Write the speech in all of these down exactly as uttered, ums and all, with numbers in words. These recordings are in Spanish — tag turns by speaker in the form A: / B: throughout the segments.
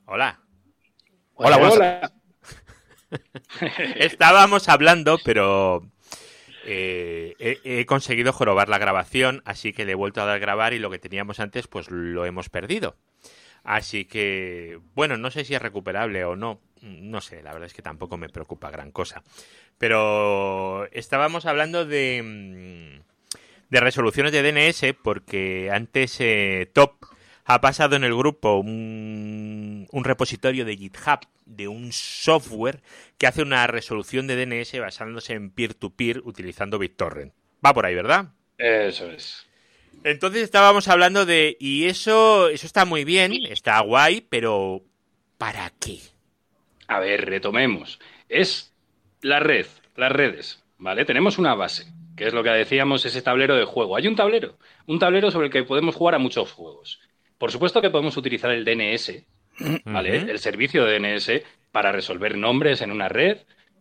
A: Hola.
B: Hola,
C: Hola.
B: hola.
A: Estábamos hablando, pero eh, he, he conseguido jorobar la grabación, así que le he vuelto a dar a grabar y lo que teníamos antes, pues lo hemos perdido. Así que, bueno, no sé si es recuperable o no. No sé, la verdad es que tampoco me preocupa gran cosa. Pero estábamos hablando de, de resoluciones de D N S porque antes eh, Top ha pasado en el grupo un, un repositorio de GitHub de un software que hace una resolución de D N S basándose en peer-to-peer utilizando BitTorrent. Va por ahí, ¿verdad?
B: Eso es.
A: Entonces estábamos hablando de... Y eso, eso está muy bien, está guay, pero ¿para qué?
B: A ver, retomemos. Es la red, las redes, ¿vale? Tenemos una base, que es lo que decíamos, ese tablero de juego. Hay un tablero, un tablero sobre el que podemos jugar a muchos juegos. Por supuesto que podemos utilizar el D N S, ¿vale?
A: Uh-huh.
B: El servicio de D N S para resolver nombres en una red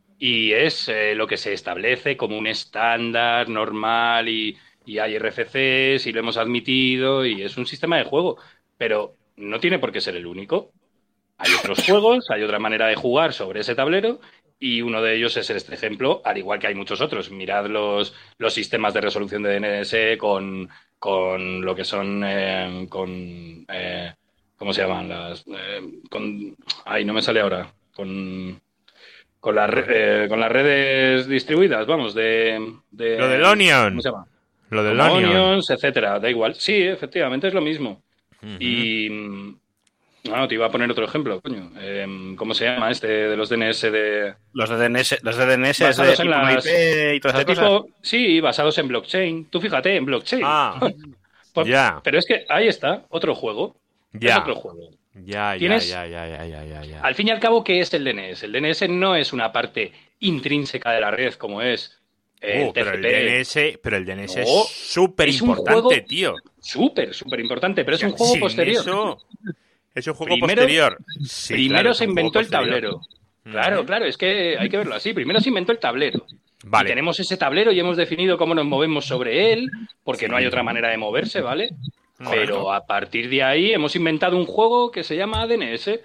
B: y es eh, lo que se establece como un estándar normal y, y hay R F Cs y lo hemos admitido y es un sistema de juego, pero no tiene por qué ser el único. Hay otros juegos, hay otra manera de jugar sobre ese tablero y uno de ellos es este ejemplo, al igual que hay muchos otros. Mirad los, los sistemas de resolución de D N S con, con lo que son, eh, con, eh, ¿cómo se llaman? Las, eh, con, ay, no me sale ahora. Con, con, la re- eh, con las redes distribuidas, vamos, de,
A: Lo del
B: de, ¿cómo
A: Onion.
B: se llama?
A: Lo del
B: Como
A: Onion.
B: Onions, etcétera, da igual. Sí, efectivamente es lo mismo.
A: Uh-huh.
B: Y no, te iba a poner otro ejemplo, coño. Eh, ¿cómo se llama este de los D N S de
C: Los de D N S, los de D N S es de
B: basados en
C: tipo no
B: las
C: I P y todas
B: de
C: esas cosas.
B: tipo, sí, basados en blockchain? Tú fíjate en blockchain.
A: Ah,
B: Pues-
A: ya,
B: pero es que ahí está, otro juego. Es
A: ya,
B: otro juego.
A: ya, ya,
B: Tienes,
A: ya, ya, ya, ya, ya, ya.
B: al fin y al cabo, ¿qué es el D N S? El D N S no es una parte intrínseca de la red como es eh, el
A: Uh, pero el
B: T C P.
A: D N S, pero el D N S es
B: No,
A: súper
B: es un juego
A: importante, tío.
B: súper, súper importante, pero es
A: Ya,
B: un juego
A: sin
B: posterior.
A: eso, es un juego
B: Primero,
A: posterior. Sí, claro,
B: Primero
A: es
B: se
A: un juego
B: inventó el
A: posterior.
B: tablero. Claro,
A: Ujú.
B: claro, es que hay que verlo así. Primero se inventó el tablero. Y
A: Vale.
B: tenemos ese tablero y hemos definido cómo nos movemos sobre él, porque no hay
A: Sí.
B: otra manera de moverse, ¿vale?
A: Correcto.
B: Pero a partir de ahí hemos inventado un juego que se llama D N S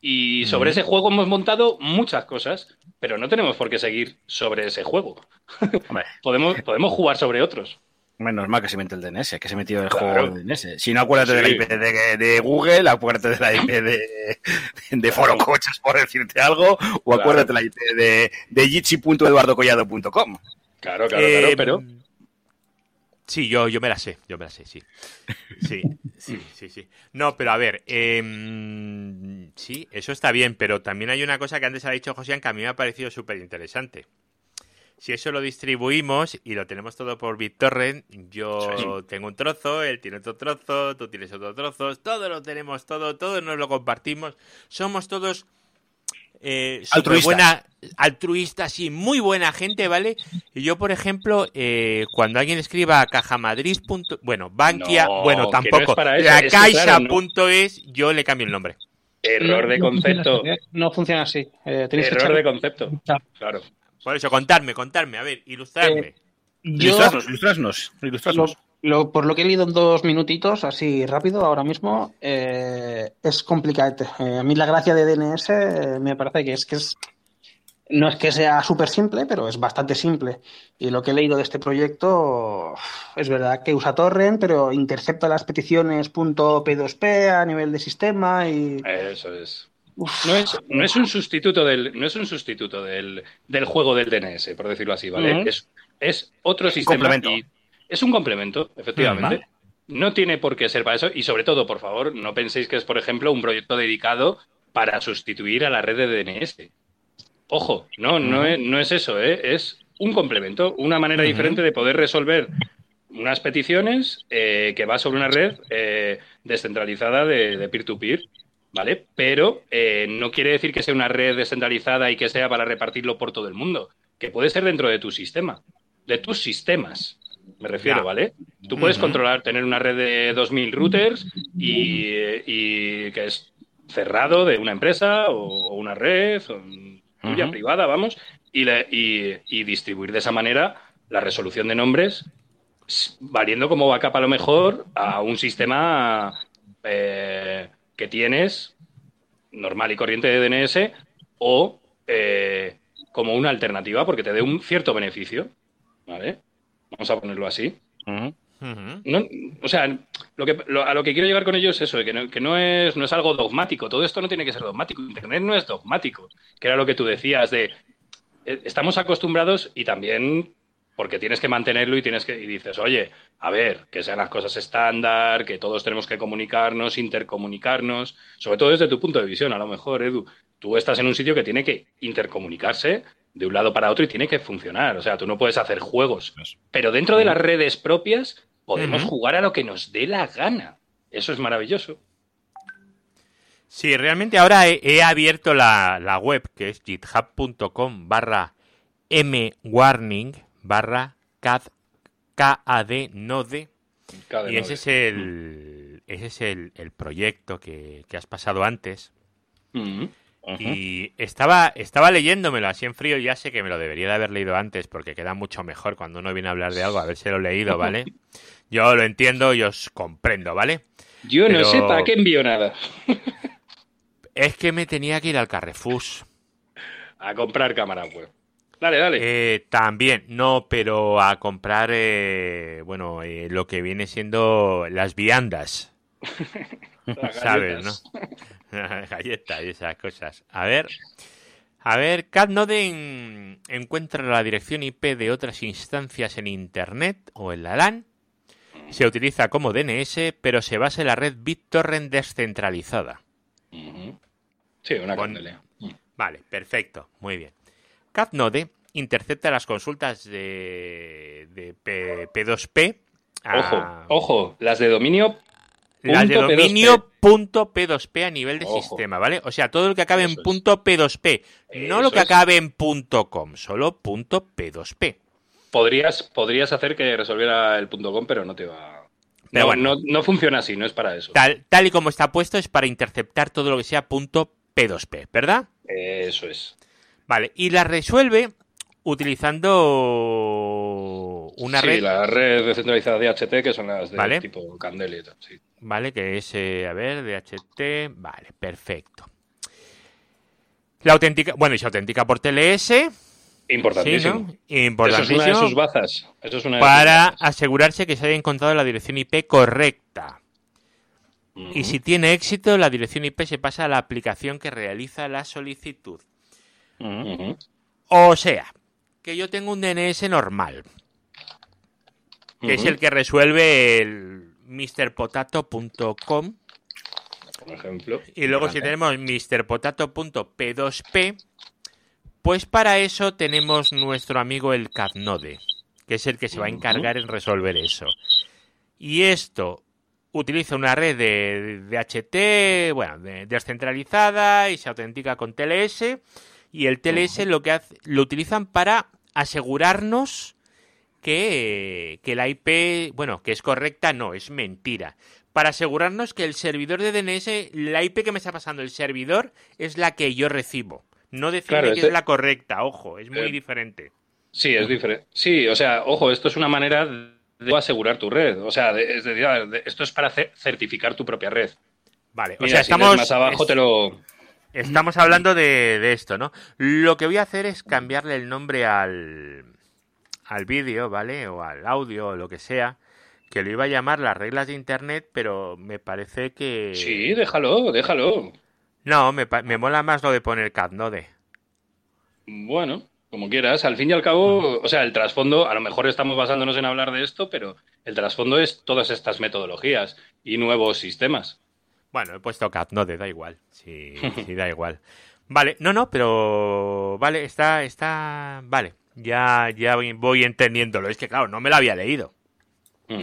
B: y sobre
A: Ujú.
B: ese juego hemos montado muchas cosas, pero no tenemos por qué seguir sobre ese juego.
C: Hombre,
B: Podemos, podemos jugar sobre otros.
C: menos mal que se inventó el D N S, que se metió el
B: Claro.
C: juego de D N S. Si no, acuérdate
B: Sí.
C: de la I P de, de Google, acuérdate de la I P de, de Foro
B: Claro.
C: Coches, por decirte algo, o
B: Claro.
C: acuérdate de la I P de, de jitsi punto eduardo collado punto com.
B: Claro, claro,
A: Eh,
B: claro, pero
A: Sí, yo, yo me la sé, yo me la sé, sí. Sí, sí, sí, sí. No, pero a ver, eh, sí, eso está bien, pero también hay una cosa que antes ha dicho Josian que a mí me ha parecido súper interesante. Si eso lo distribuimos y lo tenemos todo por BitTorrent, yo tengo un trozo, él tiene otro trozo, tú tienes otro trozo, todo lo tenemos todo, todo nos lo compartimos, somos todos eh,
C: Altruistas.
A: buena, altruistas y muy buena gente, ¿vale? Y yo, por ejemplo, eh, cuando alguien escriba a cajamadrid. Bueno, Bankia,
B: No,
A: bueno,
B: que no
A: tampoco,
B: es para eso,
A: la
B: es que, claro,
A: caixa
B: no.
A: punto es, yo le cambio el nombre.
B: error
D: No-
B: de
D: no funciona
B: concepto.
D: así, ¿eh? No funciona así. Eh, tenéis que
B: Error
D: echar-
B: de concepto.
D: Ya.
B: Claro.
A: Por eso, contarme, contarme, a ver, ilustrarme.
D: Eh, Yo,
C: Ilustrasnos, ilustrasnos,
D: lo-
C: ilustrasnos.
D: lo- por lo que he leído en dos minutitos, así rápido, ahora mismo, eh, es complicado. Eh, a mí la gracia de D N S eh, me parece que es que es, no es que sea súper simple, pero es bastante simple. Y lo que he leído de este proyecto, es verdad que usa torrent, pero intercepta las peticiones .p dos p a nivel de sistema y...
B: Eso es.
D: Uf,
B: No es, no es un sustituto del, no es un sustituto del, del juego del D N S, por decirlo así, ¿vale?
D: Ujú.
B: Es, es otro
C: Es un
B: sistema
C: complemento.
B: y es un complemento, efectivamente.
C: Mm,
B: No tiene por qué ser para eso y sobre todo, por favor, no penséis que es, por ejemplo, un proyecto dedicado para sustituir a la red de D N S. Ojo, no, no,
C: Ujú.
B: es, no es eso, ¿eh? Es un complemento, una manera
A: Ujú.
B: diferente de poder resolver unas peticiones eh, que va sobre una red eh, descentralizada de, de peer-to-peer, ¿vale? Pero eh, no quiere decir que sea una red descentralizada y que sea para repartirlo por todo el mundo, que puede ser dentro de tu sistema, de tus sistemas, me refiero,
A: Ya.
B: ¿vale? Tú puedes
A: Ujú.
B: controlar, tener una red de dos mil routers y, y que es cerrado de una empresa o, o una red o tuya,
C: Ujú.
B: privada, vamos, y, le- y, y distribuir de esa manera la resolución de nombres valiendo como backup a lo mejor a un sistema eh, que tienes normal y corriente de D N S o eh, como una alternativa porque te dé un cierto beneficio, ¿vale? Vamos a ponerlo así.
C: Ujú.
A: Ujú.
B: No, o sea, lo que, lo- a lo que quiero llegar con ello es eso, de que, no, que no, es, no es algo dogmático. Todo esto no tiene que ser dogmático. Internet no es dogmático, que era lo que tú decías de eh, estamos acostumbrados y también porque tienes que mantenerlo y tienes que y dices, oye, a ver, que sean las cosas estándar, que todos tenemos que comunicarnos, intercomunicarnos, sobre todo desde tu punto de visión, a lo mejor, Edu, tú estás en un sitio que tiene que intercomunicarse de un lado para otro y tiene que funcionar, o sea, tú no puedes hacer juegos, pero dentro de las redes propias podemos
A: Ujú.
B: jugar a lo que nos dé la gana. Eso es maravilloso.
A: Sí, realmente ahora he, he abierto la, la web, que es github.com barra mwarning barra cad, cad node,
B: Cada
A: y ese
B: node.
A: es el, ese es el, el proyecto que, que has pasado antes.
B: Mm.
C: Ujú.
A: Y estaba, estaba leyéndomelo así en frío, ya sé que me lo debería de haber leído antes, porque queda mucho mejor cuando uno viene a hablar de algo, habérselo leído, ¿vale? Yo lo entiendo y os comprendo, ¿vale?
B: Yo no
A: Pero-
B: sé para qué envío nada.
A: Es que me tenía que ir al Carrefour.
B: A comprar cámaras web. Dale, dale.
A: Eh, también, no, pero a comprar, eh, bueno, eh, lo que viene siendo las viandas,
B: Las
A: ¿sabes,
B: galletas.
A: no? Galletas y esas cosas. A ver, a ver, CatNode en- encuentra la dirección I P de otras instancias en Internet o en la LAN. Se utiliza como D N S, pero se basa en la red BitTorrent descentralizada.
B: Ujú. Sí, una
A: Con-
B: candelea.
A: Vale, perfecto, muy bien. CatNode intercepta las consultas de, de P- P2P.
B: Ojo,
A: a-
B: ojo, las de dominio.
A: Las de
B: punto P dos P.
A: dominio punto P dos P a nivel de
B: Ojo.
A: sistema, ¿vale? O sea, todo lo que acabe en
B: Eso es.
A: punto P dos P, no lo
B: Eso
A: que
B: es.
A: acabe en punto .com, solo punto P dos P.
B: Podrías, podrías hacer que resolviera el punto .com, pero no te va.
A: Pero
B: No,
A: bueno.
B: no, no funciona así, no es para eso.
A: Tal, tal y como está puesto es para interceptar todo lo que sea punto P dos P, ¿verdad?
B: Eso es.
A: Vale, y la resuelve utilizando una
B: sí,
A: red,
B: la red descentralizada de H T, que son las de
A: Vale.
B: tipo Candela y tal. Sí.
A: ¿vale? Que es, eh, a ver, D H T, vale, perfecto. La auténtica, bueno, y se autentica por T L S, sí,
B: Importantísimo.
A: ¿no?
B: Eso es una de
A: Importantísimo.
B: sus bazas. Eso es una de
A: Para
B: sus bazas.
A: asegurarse que se haya encontrado la dirección I P correcta.
B: Ujú.
A: Y si tiene éxito, la dirección I P se pasa a la aplicación que realiza la solicitud.
C: Ujú.
B: Ujú.
A: O sea, que yo tengo un D N S normal, que es
B: Ujú.
A: el que resuelve el mister potato punto com,
B: Por ejemplo.
A: y luego si tenemos mister potato punto P dos P, pues para eso tenemos nuestro amigo el CatNode, que es el que se va a encargar en resolver eso. Y esto utiliza una red de, de H T, bueno, de- descentralizada, y se autentica con T L S, y el T L S lo que hace, lo utilizan para asegurarnos que, que la I P, bueno, que es correcta, no, es mentira. Para asegurarnos que el servidor de D N S, la I P que me está pasando el servidor, es la que yo recibo. No decirme
B: Claro,
A: que
B: este-
A: es la correcta, ojo, es muy
B: Eh,
A: diferente.
B: Sí, es diferente. Sí, o sea, ojo, esto es una manera de asegurar tu red. O sea, de- es decir, de- esto es para ce- certificar tu propia red.
A: Vale, o
B: Mira,
A: sea,
B: si lees
A: estamos,
B: más abajo
A: es-
B: te lo...
A: estamos hablando de, de esto, ¿no? Lo que voy a hacer es cambiarle el nombre al, al vídeo, ¿vale? O al audio, o lo que sea, que lo iba a llamar las reglas de Internet, pero me parece que...
B: Sí, déjalo, déjalo.
A: No, me, pa- me mola más lo de poner CatNode.
B: Bueno, como quieras. Al fin y al cabo, o sea, el trasfondo, a lo mejor estamos basándonos en hablar de esto, pero el trasfondo es todas estas metodologías y nuevos sistemas.
A: Bueno, he puesto CatNode, da igual. Sí, sí, da igual. Vale, no, no, pero... Vale, está... está vale, ya, ya voy, voy entendiéndolo. Es que, claro, no me lo había leído.
B: Mm.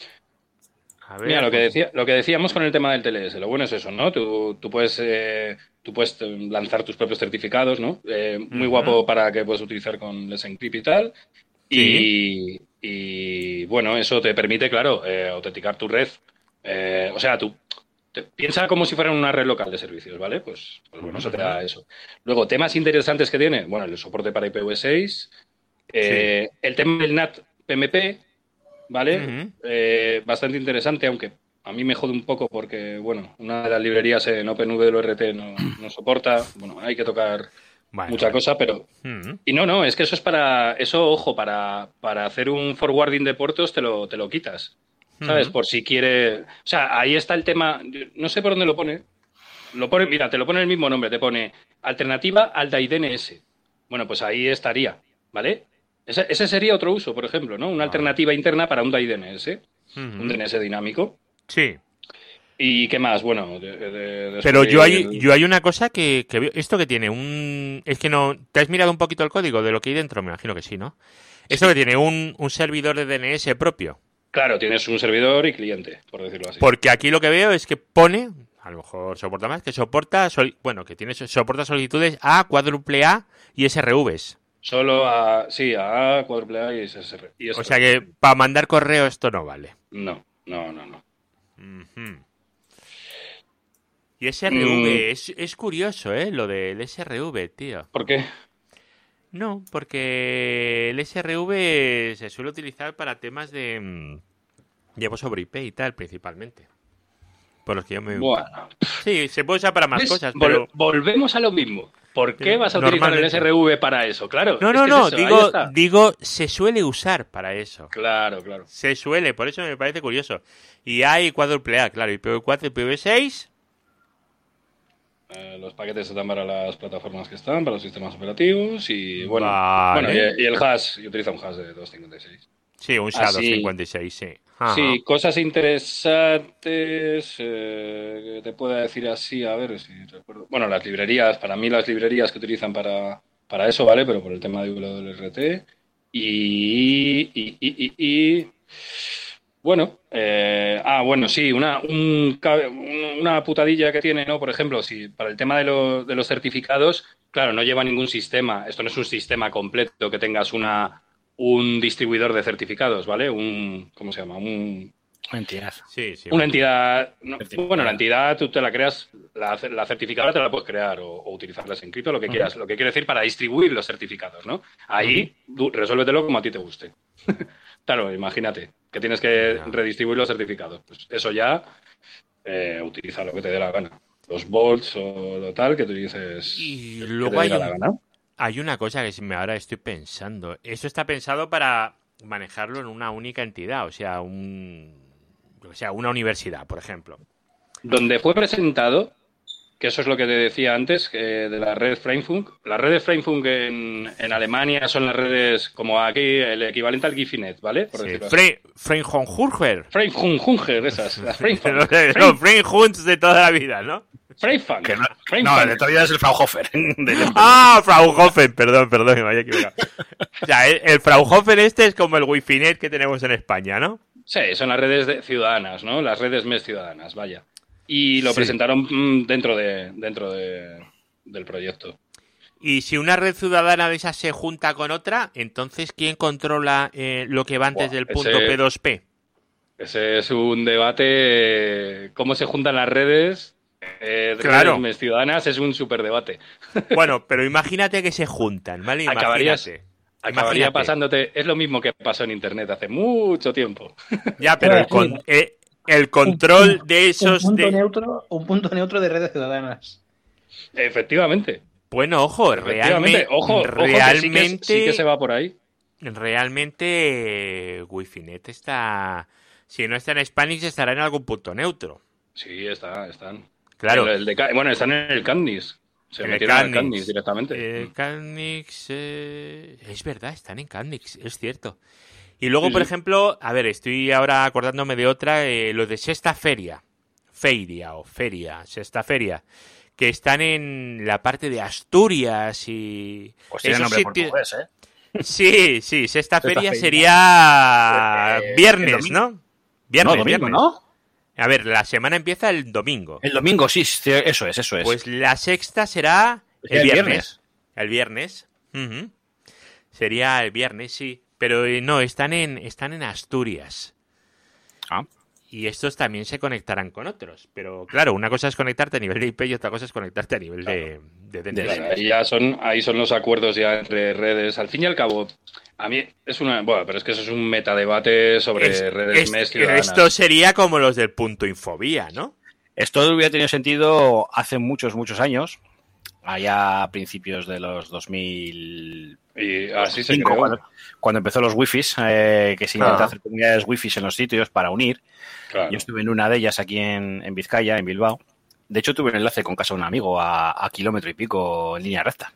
A: A ver,
B: Mira, lo que,
A: pues-
B: decía, lo que decíamos con el tema del T L S, lo bueno es eso, ¿no? Tú, tú puedes, eh, tú puedes eh, lanzar tus propios certificados, ¿no? Eh, muy
A: Ujú.
B: guapo para que puedas utilizar con Let's Encrypt y tal.
A: Sí.
B: Y, y, bueno, eso te permite, claro, eh, autenticar tu red. Eh, o sea, tú te- piensa como si fuera una red local de servicios, ¿vale? Pues, pues bueno, eso te da eso. Luego, temas interesantes que tiene, bueno, el soporte para I P v seis, eh, el tema del N A T P M P, ¿vale?
A: Ujú.
B: Eh, bastante interesante, aunque a mí me jode un poco porque, bueno, una de las librerías en OpenWRT no, no soporta. Bueno, hay que tocar
A: Bueno,
B: mucha
A: bueno.
B: cosa, pero...
A: Mm.
B: Y no, no, es que eso es para... Eso, ojo, para, para hacer un forwarding de puertos te lo, te lo quitas. ¿Sabes?
A: Mm.
B: Por si quiere... O sea, ahí está el tema... No sé por dónde lo pone. Lo pone, mira, te lo pone el mismo nombre. Te pone alternativa al D N S. Bueno, pues ahí estaría, ¿vale? Ese, ese sería otro uso, por ejemplo, ¿no? Una
A: Ah.
B: alternativa interna para un D N S.
A: Mm.
B: Un D N S dinámico.
A: Sí.
B: ¿Y qué más? Bueno, de, de, de
A: Pero yo hay,
B: el...
A: yo hay una cosa que, que veo. Esto que tiene un... Es que no... ¿Te has mirado un poquito el código de lo que hay dentro? Me imagino que sí, ¿no? Esto
B: Sí.
A: que tiene un, un servidor de D N S propio.
B: Claro, tienes un servidor y cliente, por decirlo así.
A: Porque aquí lo que veo es que pone, a lo mejor soporta más, que soporta, soli- bueno, que tiene soporta solicitudes a cuádruple A y S R Vs.
B: Solo a... Sí, a A, cuádruple A y S S R. Y
A: O sea que para mandar correo esto no vale.
B: No, no, no, no.
A: Ujú. Y S R V,
B: Mm.
A: es, es curioso, ¿eh? Lo del S R V, tío.
B: ¿Por qué?
A: No, porque el S R V se suele utilizar para temas de... mm, de voz sobre I P y tal, principalmente. Por los que yo me...
B: Bueno.
A: Sí, se puede usar para más
B: ¿Ves?
A: cosas,
B: Vol-
A: pero...
B: Volvemos a lo mismo. ¿Por qué vas a utilizar el
A: Normalmente.
B: S R V para eso? Claro.
A: No,
B: es
A: no,
B: que
A: no,
B: es eso, ahí
A: digo,
B: está.
A: digo, se suele usar para eso.
B: Claro, claro.
A: Se suele, por eso me parece curioso. Y hay cuádruple A, claro, I P v cuatro, I P v seis.
B: Eh, los paquetes están para las plataformas que están, para los sistemas operativos y bueno,
A: Vale.
B: bueno y, y el hash, yo utilizo un hash de doscientos cincuenta y seis.
A: Sí, un S A
B: Así-
A: doscientos cincuenta y seis, sí. Ajá.
B: Sí, cosas interesantes eh, que te pueda decir así, a ver si recuerdo. Bueno, las librerías, para mí las librerías que utilizan para, para eso, ¿vale? Pero por el tema de W W R T. Y, y, y, y, y- bueno, eh, ah, bueno, sí, una, un cabe- un- una putadilla que tiene, ¿no? Por ejemplo, si para el tema de, lo- de los certificados, claro, no lleva ningún sistema. Esto no es un sistema completo que tengas una, un distribuidor de certificados, ¿vale? Un, ¿cómo se llama? Un,
C: Una entidad.
A: Sí, sí.
B: una entidad. no,
C: Certificada.
B: bueno, la entidad tú te la creas, la, la certificadora te la puedes crear o, o utilizarlas en cripto, lo que quieras. Lo que quiere decir para distribuir los certificados, ¿no? Ahí tú resuélvetelo como a ti te guste. Claro, imagínate que tienes que
A: Ya.
B: redistribuir los certificados. Pues eso ya eh, utiliza lo que te dé la gana. Los bolts o lo tal que utilices.
A: Y
B: que
A: luego
B: te
A: hay
B: dé
A: un-
B: la gana.
A: Hay una cosa que me ahora estoy pensando. Esto está pensado para manejarlo en una única entidad, o sea, un, o sea, una universidad, por ejemplo.
B: Donde fue presentado, que eso es lo que te decía antes, que de la red Framefunk. Las redes Framefunk en, en Alemania son las redes como aquí, el equivalente al Gifinet, ¿vale? Por
A: Sí.
B: decirlo así.
A: Fre Freinhofer.
B: Framefunk, esas, las Framefunk.
A: Los Freinhunts de toda la vida, ¿no?
B: Framefunk.
C: Que no,
B: Framefunk.
C: no, el de todavía es el Fraunhofer. del-
A: Ah, Fraunhofer, perdón, perdón, me había equivocado. O sea, el, el Fraunhofer este es como el Wifinet que tenemos en España, ¿no?
B: Sí, son las redes de- ciudadanas, ¿no? Las redes mes ciudadanas, vaya. Y lo
A: Sí.
B: presentaron mm, dentro de dentro de, del proyecto.
A: Y si una red ciudadana de esas se junta con otra, entonces ¿quién controla eh, lo que va antes
B: Buah,
A: del punto
B: ese-
A: P dos P?
B: Ese es un debate. eh, ¿Cómo se juntan las redes? Eh, de
A: Claro.
B: redes mes ciudadanas es un súper debate.
A: Bueno, pero imagínate que se juntan, ¿vale?
B: Acabarías-
A: Imagínate.
B: Acabaría
A: Imagínate.
B: pasándote. Es lo mismo que pasó en internet hace mucho tiempo.
A: Ya, pero el, con- eh, el control de esos...
D: un, punto
A: de-
D: neutro, un punto neutro de redes ciudadanas.
B: Efectivamente.
A: Bueno, ojo,
B: Efectivamente.
A: realmente...
B: Ojo, ojo que sí que,
A: realmente...
B: sí que se va por ahí.
A: Realmente Wifinet está... Si no está en Spanish, estará en algún punto neutro.
B: Sí, está, están.
A: Claro.
B: El- el de Ca- bueno, están en el Candice. Se
A: En el
B: metieron en el
A: Candice.
B: Candice directamente.
A: Eh, Canix, eh, es verdad, están en Canix, es cierto. Y luego,
B: Sí,
A: por
B: sí.
A: ejemplo, a ver, estoy ahora acordándome de otra, eh, lo de Sexta Feria, Feiria o Feria, Sexta Feria, que están en la parte de Asturias y...
C: Pues tiene
A: esos
C: nombre
A: sitios-
C: portugués, ¿eh?
A: Sí, sí, Sexta
C: Sexta
A: Feria
C: Feria.
A: sería
C: Eh,
A: viernes,
C: el domingo.
A: ¿no? Viernes,
C: no, domingo,
A: viernes.
C: ¿no?
A: A ver, la semana empieza el domingo.
C: El domingo, sí, sí, eso es, eso es.
A: Pues la sexta será
C: Es
A: el
C: el
A: viernes.
C: viernes.
A: El viernes. Ujú. Sería el viernes, sí. Pero eh, no, están en, están en Asturias.
C: Ah.
A: y estos también se conectarán con otros. Pero claro, una cosa es conectarte a nivel de I P y otra cosa es conectarte a nivel de, de D N S.
B: Claro, ahí ya son, ahí son los acuerdos ya entre redes. Al fin y al cabo, a mí es una... Bueno, pero es que eso es un metadebate sobre
A: Es-
B: redes
A: es-
B: mesh ciudadanas.
A: esto sería como los del punto infobía, ¿no?
C: Esto hubiera tenido sentido hace muchos, muchos años, allá a principios de los dos mil
B: Y así se
C: cinco,
B: creó.
C: cuando, cuando empezó los wifis, eh, que se
A: Ah.
C: intenta hacer comunidades wifis en los sitios para unir.
B: Claro.
C: Yo estuve en una de ellas aquí en, en Vizcaya, en Bilbao. De hecho, tuve un enlace con casa de un amigo a, a kilómetro y pico en línea recta.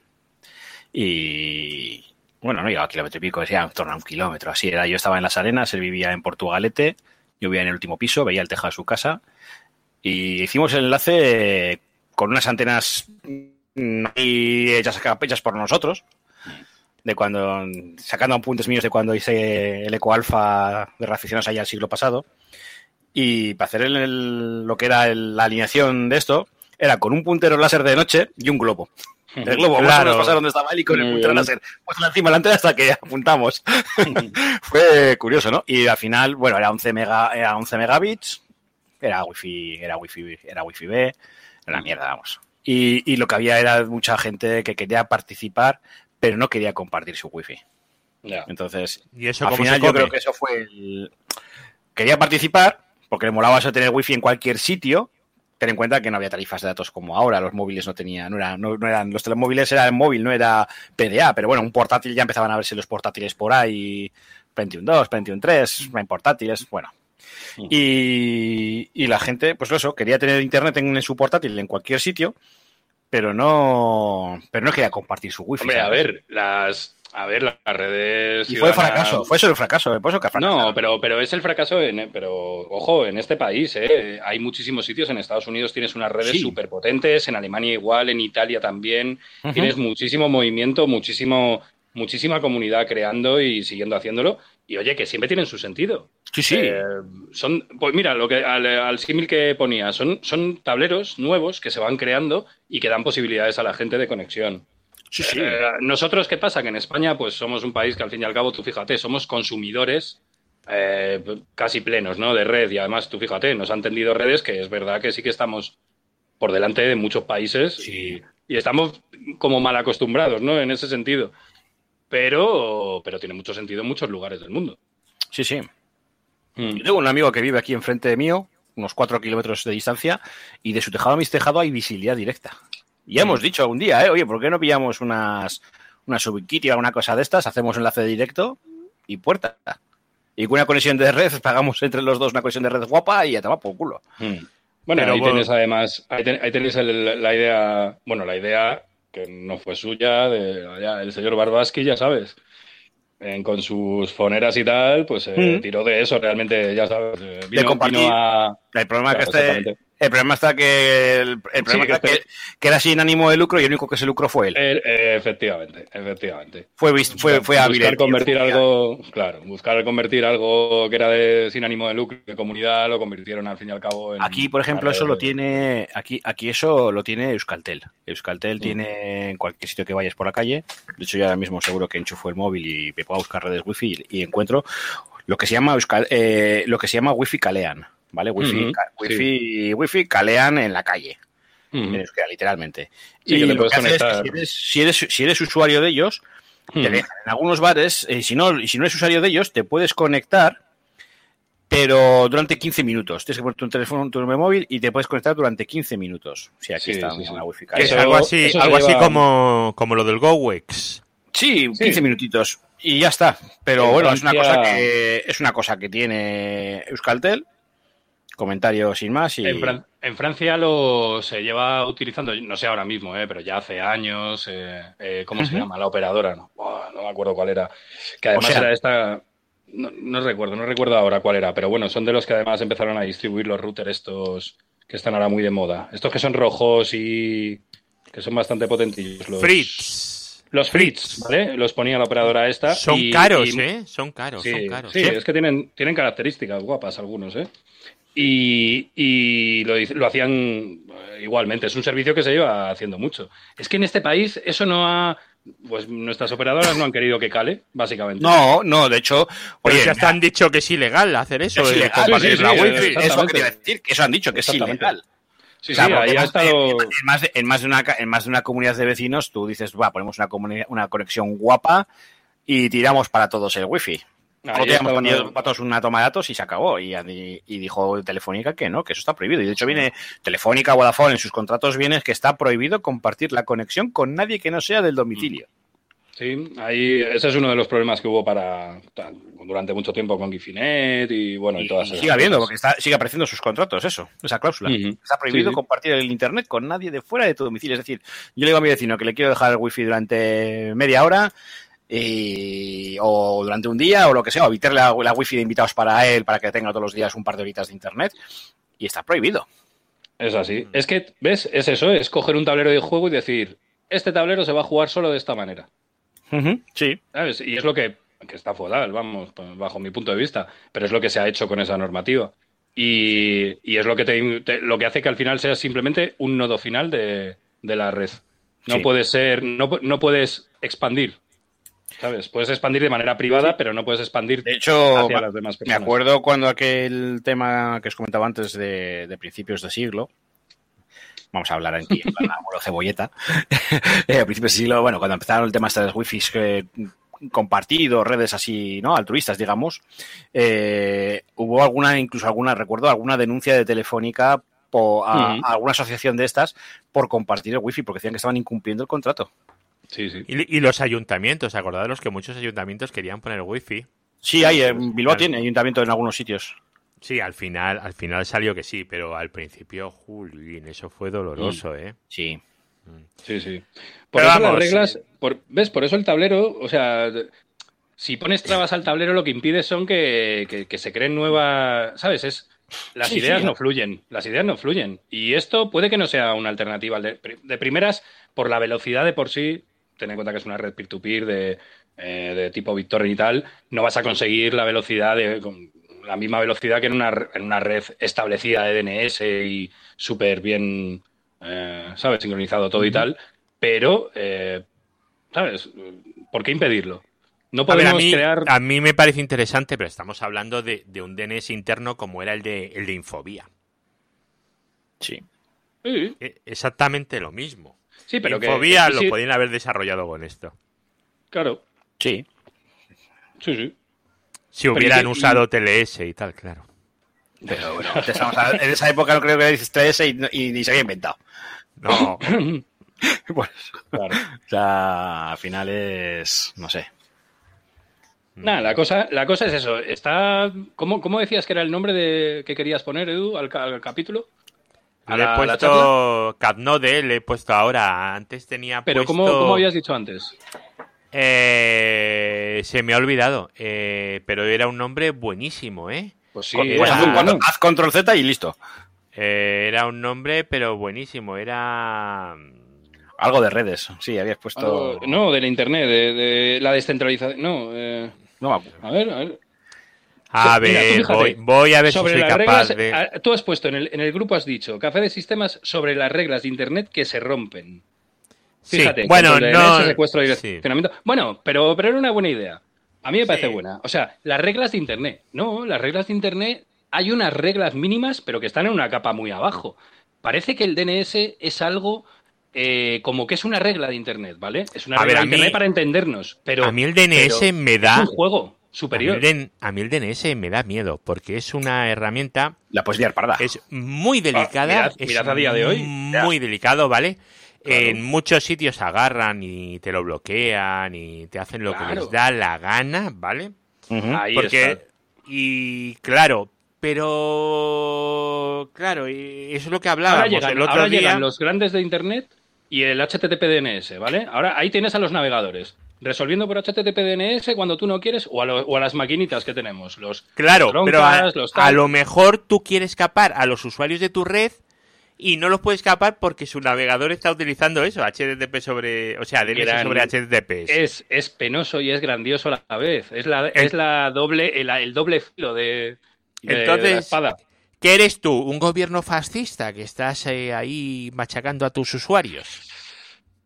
C: Y bueno, no llegaba a kilómetro y pico, decía en torno a un kilómetro. Así era. Yo estaba en Las Arenas, él vivía en Portugalete, yo vivía en el último piso, veía el tejado de su casa. Y hicimos el enlace con unas antenas mm, ahí hechas, hechas por nosotros. De cuando, sacando apuntes míos de cuando hice el Eco Alfa de reaficionados allá el siglo pasado. Y para hacer el, el- lo que era el- la alineación de esto, era con un puntero láser de noche y un globo. El globo,
A: Claro.
C: más o menos pasar donde estaba él y con el
B: Muy
C: puntero
B: bien.
C: láser puesto encima de la antena hasta que apuntamos. Fue curioso, ¿no? Y al final, bueno, era once, mega, era once megabits, era wifi, era wifi, era wifi B, era una mierda, vamos. Y, y lo que había era mucha gente que quería participar, pero no quería compartir su wifi.
B: Ya.
C: Entonces,
A: ¿Y eso
C: al
A: cómo
C: final
A: se
C: yo
A: come?
C: creo que eso fue el... Quería participar, porque le molaba eso tener wifi en cualquier sitio. Ten en cuenta que no había tarifas de datos como ahora, los móviles no tenían, no eran, no, no eran, los telemóviles eran el móvil, no era P D A, pero bueno, un portátil ya empezaban a verse los portátiles por ahí, Pentium dos, Pentium tres, en portátiles, bueno. Y, y la gente, pues eso, quería tener internet en, en su portátil en cualquier sitio, pero no, pero no quería compartir su wifi.
B: Hombre, a
C: ¿sabes?
B: ver, las, a ver, las redes
C: Y fue
B: ciudadanas-
C: fracaso, fue solo el fracaso, por eso que fracasaron.
B: No, pero, pero es el fracaso, en, pero ojo, en este país, ¿eh? Hay muchísimos sitios, en Estados Unidos tienes unas redes
C: Sí.
B: súper potentes, en Alemania igual, en Italia también,
C: Ujú.
B: tienes muchísimo movimiento, muchísimo, muchísima comunidad creando y siguiendo haciéndolo, y oye, que siempre tienen su sentido.
C: Sí, sí.
B: Eh, son, pues mira, lo que al, al símil que ponía, son, son tableros nuevos que se van creando y que dan posibilidades a la gente de conexión.
C: sí, sí.
B: Eh, nosotros, ¿qué pasa? Que en España, pues somos un país que al fin y al cabo, tú fíjate, somos consumidores eh, casi plenos, ¿no? De red. Y además, tú fíjate, nos han tendido redes que es verdad que sí que estamos por delante de muchos países
C: Sí.
B: y, y estamos como mal acostumbrados, ¿no? En ese sentido. Pero, pero tiene mucho sentido en muchos lugares del mundo.
C: Sí, sí.
B: Mm.
C: Yo tengo un amigo que vive aquí enfrente mío, unos cuatro kilómetros de distancia, y de su tejado a mi tejado hay visibilidad directa. Y ya hemos dicho algún día, ¿eh? Oye, ¿por qué no pillamos unas, unas Ubiquiti o alguna cosa de estas? Hacemos enlace directo y puerta. Y con una conexión de red, pagamos entre los dos una conexión de red guapa y ya te va por culo.
B: Mm. Bueno,
A: Pero
B: ahí
A: bueno.
B: tenéis además, ahí, ten- ahí tenéis el- la idea, bueno, la idea que no fue suya, de allá, el señor Barbaski, ya sabes, en- con sus foneras y tal, pues eh,
C: Mm.
B: tiró de eso realmente, ya sabes, eh, vino,
C: compartir.
B: vino a...
C: El problema,
B: Claro,
C: es que este,
B: exactamente.
C: el problema está que el, el problema
B: Sí,
C: está
B: que-
C: que, que era sin ánimo de lucro y el único que se lucró fue él.
B: Eh, eh, efectivamente, efectivamente.
C: Fue, vis- fue, fue hábil.
B: Buscar
C: el tío,
B: convertir
C: fue-
B: algo, claro, buscar convertir algo que era de, sin ánimo de lucro, de comunidad, lo convirtieron al fin y al cabo en...
C: Aquí, por ejemplo,
B: una
C: eso
B: red
C: lo
B: de-
C: tiene, aquí, aquí eso lo tiene Euskaltel. Euskaltel tiene en cualquier sitio que vayas por la calle. De hecho, yo ahora mismo seguro que enchufo el móvil y me puedo buscar redes wifi y, y encuentro lo que se llama Euskal- eh, lo que se llama wifi calean, ¿vale? Wifi,
B: Ujú,
C: ca- wifi, wifi calean en la calle,
B: Ujú.
C: en euskera, literalmente.
B: Sí,
C: y
B: que te
C: lo
B: puedes
C: que hace es que
B: conectar.
C: si eres, si eres, si eres usuario de ellos, te
B: Ujú.
C: dejan en algunos bares, eh, si no, y si no eres usuario de ellos, te puedes conectar, pero durante quince minutos. Tienes que poner tu teléfono, tu móvil y te puedes conectar durante quince minutos. Sí, aquí
B: Sí,
C: está
B: sí, sí.
C: la wifi.
A: Es
B: Eso-
A: algo así,
B: eso
A: algo
B: se
A: así
B: lleva-
A: como, como lo del GoWex.
C: Sí,
B: Sí.
C: quince minutitos y ya está. Pero
B: En
C: bueno, es una
B: Francia-
C: cosa que es una cosa que tiene Euskaltel. Comentario sin más y
B: En, Fran- en Francia lo se lleva utilizando, no sé ahora mismo, eh, pero ya hace años, eh, eh, ¿cómo se
C: Ujú.
B: llama? La operadora, ¿no? Buah, no me acuerdo cuál era. Que además
C: O sea-
B: era esta, no, no recuerdo, no recuerdo ahora cuál era, pero bueno, son de los que además empezaron a distribuir los routers estos que están ahora muy de moda. Estos que son rojos y que son bastante potentillos. Los,
A: Fritz.
B: Los Fritz, ¿vale? Los ponía la operadora esta.
A: Son
B: y-
A: caros,
B: y-
A: ¿eh? Son caros,
B: Sí,
A: son caros.
B: sí, es que tienen, tienen características guapas algunos, ¿eh? Y, y lo, hic- lo hacían eh, igualmente. Es un servicio que se lleva haciendo mucho. Es que en este país eso no ha, pues nuestras operadoras no han querido que cale, básicamente.
C: No, no, de hecho,
A: oye,
C: oye,
A: ya te han dicho que es ilegal hacer eso,
C: es
A: de
C: ilegal,
A: compartir
B: sí, sí,
A: la
B: sí,
A: wifi.
B: exactamente.
C: eso quería decir, que eso han dicho, que es
B: Exactamente.
C: ilegal.
B: Sí,
C: O sea,
B: sí,
C: porque
B: ahí ha
C: en,
B: estado...
C: en más de, en, más de una, en más de una comunidad de vecinos, tú dices, va, ponemos una, comuni- una conexión guapa y tiramos para todos el wifi.
B: Ahí
C: O tiramos
B: estaba-
C: para todos una toma de datos y se acabó. Y, y, y dijo Telefónica que no, que eso está prohibido. Y de hecho viene Telefónica, Vodafone, en sus contratos viene que está prohibido compartir la conexión con nadie que no sea del domicilio.
B: Sí, ahí ese es uno de los problemas que hubo para durante mucho tiempo con Gifinet y bueno y,
C: y
B: todas
C: y
B: esas
C: sigue habiendo,
B: cosas.
C: porque está, sigue apareciendo en sus contratos eso, esa cláusula.
B: Uh-huh.
C: Está prohibido
B: Sí, sí.
C: compartir el internet con nadie de fuera de tu domicilio. Es decir, yo le digo a mi vecino que le quiero dejar el wifi durante media hora y, o durante un día o lo que sea, o evitarle la, la wifi de invitados para él para que tenga todos los días un par de horitas de internet y está prohibido.
B: Es así. Es que, ¿ves? Es eso, es coger un tablero de juego y decir, este tablero se va a jugar solo de esta manera.
C: Uh-huh. Sí.
B: ¿Sabes? Y es lo que, que está fatal, vamos, bajo mi punto de vista, pero es lo que se ha hecho con esa normativa. Y, y es lo que, te, te, lo que hace que al final sea simplemente un nodo final de, de la red. No
C: Sí.
B: puedes ser, no, no puedes expandir. ¿Sabes? Puedes expandir de manera privada, sí, pero no puedes expandir
C: de hecho,
B: hacia las demás personas.
C: Me acuerdo cuando aquel tema que os comentaba antes de, de principios de siglo, vamos a hablar aquí en la abuelo cebolleta, eh, a principios de siglo, bueno, cuando empezaron el tema de los wifis eh, compartidos, redes así, ¿no? Altruistas, digamos, eh, hubo alguna, incluso alguna, recuerdo, alguna denuncia de Telefónica por, a, uh-huh. a alguna asociación de estas por compartir el wifi, porque decían que estaban incumpliendo el contrato.
B: Sí, sí.
A: Y, y los ayuntamientos, acordaros que muchos ayuntamientos querían poner wifi.
C: Sí, hay, en Bilbao tiene ayuntamiento en algunos sitios.
A: Sí, al final, al final salió que sí, pero al principio, Julín, eso fue doloroso, mm. ¿eh?
C: Sí.
B: Sí, sí. Por pero eso vamos, las reglas, sí. por, ¿ves? Por eso el tablero, o sea, si pones trabas al tablero, lo que impide son que, que, que se creen nuevas, ¿sabes? Es las sí, ideas sí, no ¿no? fluyen, las ideas no fluyen. Y esto puede que no sea una alternativa. De, de primeras, por la velocidad de por sí, ten en cuenta que es una red peer-to-peer de, eh, de tipo BitTorrent y tal, no vas a conseguir la velocidad de... Con, la misma velocidad que en una, en una red establecida de D N S y súper bien, eh, ¿sabes? Sincronizado todo uh-huh. y tal. Pero, eh, ¿sabes? ¿Por qué impedirlo? No podemos
A: a ver, a mí,
B: crear...
A: A mí me parece interesante, pero estamos hablando de, de un D N S interno como era el de, el de Infobía.
C: Sí.
B: sí.
A: Exactamente lo mismo.
B: Sí, pero
A: Infobía
B: que,
A: lo
B: sí.
A: podían haber desarrollado con esto.
B: Claro.
C: Sí.
B: Sí, sí.
A: Si hubieran que, usado y... T L S y tal, claro.
C: Pero bueno, en esa época no creo que dices T L S y, y ni se había inventado.
A: No.
C: Pues, claro. O sea, al final es... no sé.
B: Nada, la cosa, la cosa es eso. Está... ¿Cómo, ¿Cómo decías que era el nombre de que querías poner, Edu, al, al capítulo?
A: Le he puesto Catnode, le he puesto ahora. Antes tenía
B: Pero
A: puesto...
B: ¿cómo, ¿cómo habías dicho antes?
A: Eh, se me ha olvidado, eh, pero era un nombre buenísimo, ¿eh?
B: Pues sí,
C: pues haz, bueno. haz control Z y listo.
A: Eh, era un nombre, pero buenísimo, era...
C: Algo de redes, sí, habías puesto...
B: Algo, no, de la internet, de, de la descentralización, no. Eh...
C: No,
B: a ver, a ver.
A: A ver, Mira, fíjate, voy, voy a ver si soy capaz
B: reglas,
A: de...
B: Tú has puesto, en el, en el grupo has dicho, Café de Sistemas sobre las reglas de internet que se rompen. Fíjate,
A: sí, bueno, no...
B: secuestro de direccionamiento. Sí. Bueno, pero, pero era una buena idea. A mí me parece sí. buena. O sea, las reglas de Internet. No, las reglas de Internet, hay unas reglas mínimas, pero que están en una capa muy abajo. Parece que el D N S es algo eh, como que es una regla de Internet, ¿vale? Es una
A: a
B: regla
A: ver,
B: de Internet
A: mí,
B: para entendernos. Pero,
A: a mí el D N S me da...
B: Es un juego superior.
A: A mí, el, a mí el D N S me da miedo, porque es una herramienta...
C: La puedes liar parda.
A: Es muy delicada.
B: Ah, mirad,
A: es
B: mirad a día de hoy.
A: Muy ya. delicado, ¿vale? Claro. En muchos sitios agarran y te lo bloquean y te hacen lo claro. que les da la gana, ¿vale?
B: Uh-huh. Ahí
A: Porque,
B: está.
A: Y claro, pero claro, eso es lo que hablábamos
B: ahora llegan,
A: el otro
B: ahora
A: día.
B: Llegan los grandes de Internet y el H T T P D N S, ¿vale? Ahora ahí tienes a los navegadores resolviendo por H T T P D N S cuando tú no quieres o a, lo, o a las maquinitas que tenemos. Los
A: claro,
B: troncas,
A: pero a,
B: los
A: a lo mejor tú quieres escapar a los usuarios de tu red y no los puede escapar porque su navegador está utilizando eso, H T T P sobre, o sea, D N S Gran, sobre H T T P.
B: Es, es penoso y es grandioso a la vez. Es la, el, es la doble, el, el doble filo de, de,
A: entonces,
B: de la espada.
A: ¿Qué eres tú? ¿Un gobierno fascista que estás eh, ahí machacando a tus usuarios?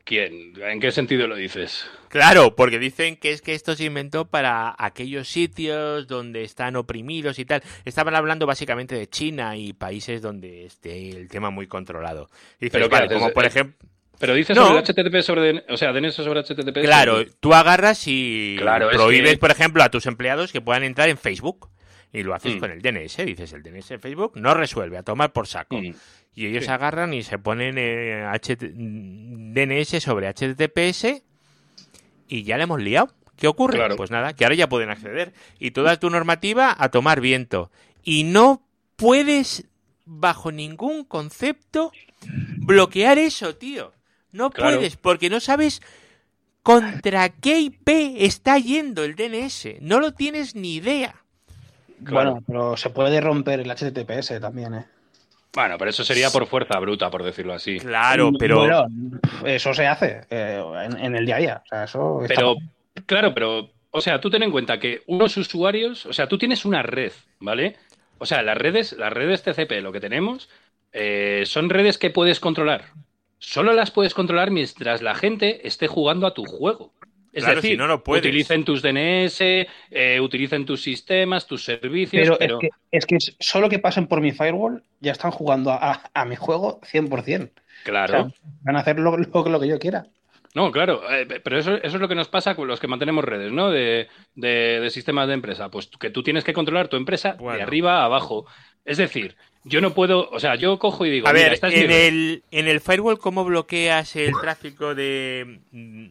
B: ¿Quién? ¿En qué sentido lo dices?
A: Claro, porque dicen que es que esto se inventó para aquellos sitios donde están oprimidos y tal. Estaban hablando básicamente de China y países donde esté el tema muy controlado. Y dices,
B: Pero, ¿qué
A: vale,
B: haces?
A: como por
B: Eh,
A: ejemplo...
B: Pero dices
A: No.
B: sobre el H T T P sobre... D N- O sea, D N S sobre H T T P.
A: Claro, tú agarras y
B: Claro, es
A: prohíbes,
B: que-
A: por ejemplo, a tus empleados que puedan entrar en Facebook. Y lo haces
B: Mm.
A: con el D N S. Dices, el D N S de Facebook no resuelve, a tomar por saco.
B: Mm.
A: Y ellos
B: Sí.
A: agarran y se ponen eh, H T D N S sobre H T T P S y ya le hemos liado. ¿Qué ocurre?
B: Claro.
A: Pues nada, que ahora ya pueden acceder. Y toda tu normativa a tomar viento. Y no puedes, bajo ningún concepto, bloquear eso, tío. No
B: Claro.
A: puedes, porque no sabes contra qué I P está yendo el D N S. No lo tienes ni idea.
B: Claro.
D: Bueno, pero se puede romper el H T T P S también, ¿eh?
B: Bueno, pero eso sería por fuerza bruta, por decirlo así.
A: Claro, pero...
D: Bueno, eso se hace eh, en, en el día a día. O sea, eso está-
B: Pero, claro, pero, o sea, tú ten en cuenta que unos usuarios, o sea, tú tienes una red, ¿vale? O sea, las redes, las redes T C P, lo que tenemos, eh, son redes que puedes controlar. Solo las puedes controlar mientras la gente esté jugando a tu juego. Es
A: Claro,
B: decir,
A: si no, no puedes.
B: utilicen tus D N S, eh, utilicen tus sistemas, tus servicios,
D: Pero,
B: pero,
D: Es, que, es que solo que pasen por mi firewall ya están jugando a, a- a mi juego cien por ciento.
B: claro.
D: O sea, van a hacer lo, lo- lo que yo quiera.
B: No, claro, eh, pero eso, eso es lo que nos pasa con los que mantenemos redes, ¿no? De, de- de sistemas de empresa. Pues que tú tienes que controlar tu empresa
A: Bueno.
B: de arriba a abajo. Es decir, yo no puedo, o sea, yo cojo y digo,
A: A
B: mira,
A: ver,
B: esta es mi
A: en
B: red.
A: el, en el firewall, ¿cómo bloqueas el tráfico de,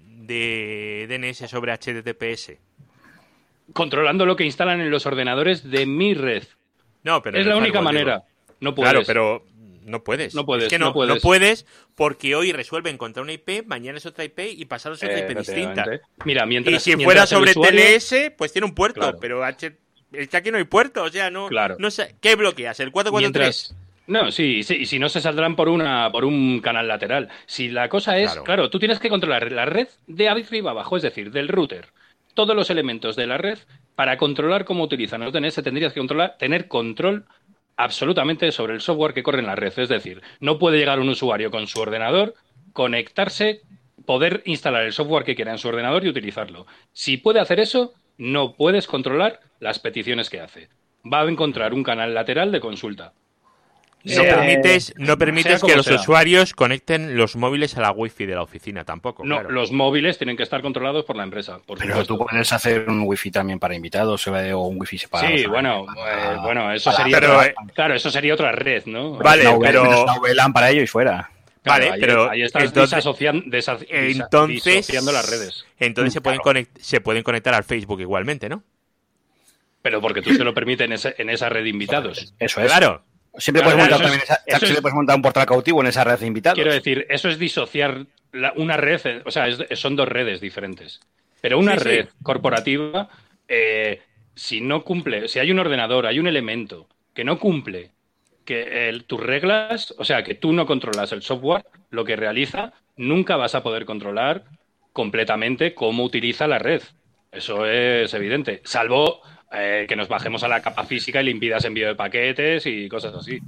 A: de D N S sobre H T T P S?
B: Controlando lo que instalan en los ordenadores de mi red.
A: No, pero
B: Es
A: en
B: la
A: el
B: única
A: firewall,
B: manera.
A: digo.
B: No puedes.
A: Claro, pero no puedes.
B: No puedes,
A: Es que
B: no
A: no,
B: puedes.
A: no puedes porque hoy resuelven contra una I P, mañana es otra I P y pasado es otra
B: Eh,
A: I P distinta.
B: efectivamente. Mira, mientras,
A: Y si
B: mientras
A: fuera
B: el
A: sobre
B: usuario-
A: T L S, pues tiene un puerto,
B: Claro.
A: pero H... es que aquí no hay puerto, o sea, no,
B: Claro.
A: no sé. ¿Qué bloqueas? ¿El cuatro cuatro tres?
B: Mientras... No, sí, sí, y si no se saldrán por una por un canal lateral. Si la cosa es,
A: Claro.
B: claro, tú tienes que controlar la red de arriba abajo, es decir, del router, todos los elementos de la red para controlar cómo utilizan los D N S, tendrías que controlar, tener control absolutamente sobre el software que corre en la red. Es decir, no puede llegar un usuario con su ordenador, conectarse, poder instalar el software que quiera en su ordenador y utilizarlo. Si puede hacer eso, no puedes controlar las peticiones que hace. Va a encontrar un canal lateral de consulta.
A: No
D: Sea-
A: permites, no permites
B: sea como
A: que los
B: sea.
A: usuarios conecten los móviles a la wifi de la oficina tampoco.
B: No,
A: claro.
B: los móviles tienen que estar controlados por la empresa, por
C: Pero
B: supuesto.
C: tú puedes hacer un wifi también para invitados o un wifi separado.
B: Sí,
C: para-
B: bueno,
C: para-
B: eh, bueno, eso
C: para-
B: sería
A: pero,
B: otra-
A: eh,
B: claro, eso sería otra red, ¿no?
A: Vale,
C: una V-
A: pero-
C: una V LAN para ello y fuera.
B: Claro,
A: Vale,
B: ahí,
A: pero
B: ahí estás
A: entonces-
B: disasocian- desa- disa-
A: Entonces,
B: disociando las redes.
A: entonces se pueden,
C: Claro.
A: conect- se pueden conectar al Facebook igualmente, ¿no?
B: Pero porque tú se lo permites en, ese- en esa red de invitados.
C: Eso es.
A: Claro.
C: Siempre
B: Claro,
C: puedes montar
B: eso
C: también
B: es-
C: esa,
B: eso
C: siempre
B: es-
C: puedes montar un portal cautivo en esa red de invitados.
B: Quiero decir, eso es disociar la- una red, eh, o sea, es- son dos redes diferentes. Pero una
A: Sí, sí.
B: red corporativa, eh, si no cumple, si hay un ordenador, hay un elemento que no cumple que el- tus reglas, o sea, que tú no controlas el software, lo que realiza, nunca vas a poder controlar completamente cómo utiliza la red. Eso es evidente. Salvo eh, que nos bajemos a la capa física y le impidas envío de paquetes y cosas así.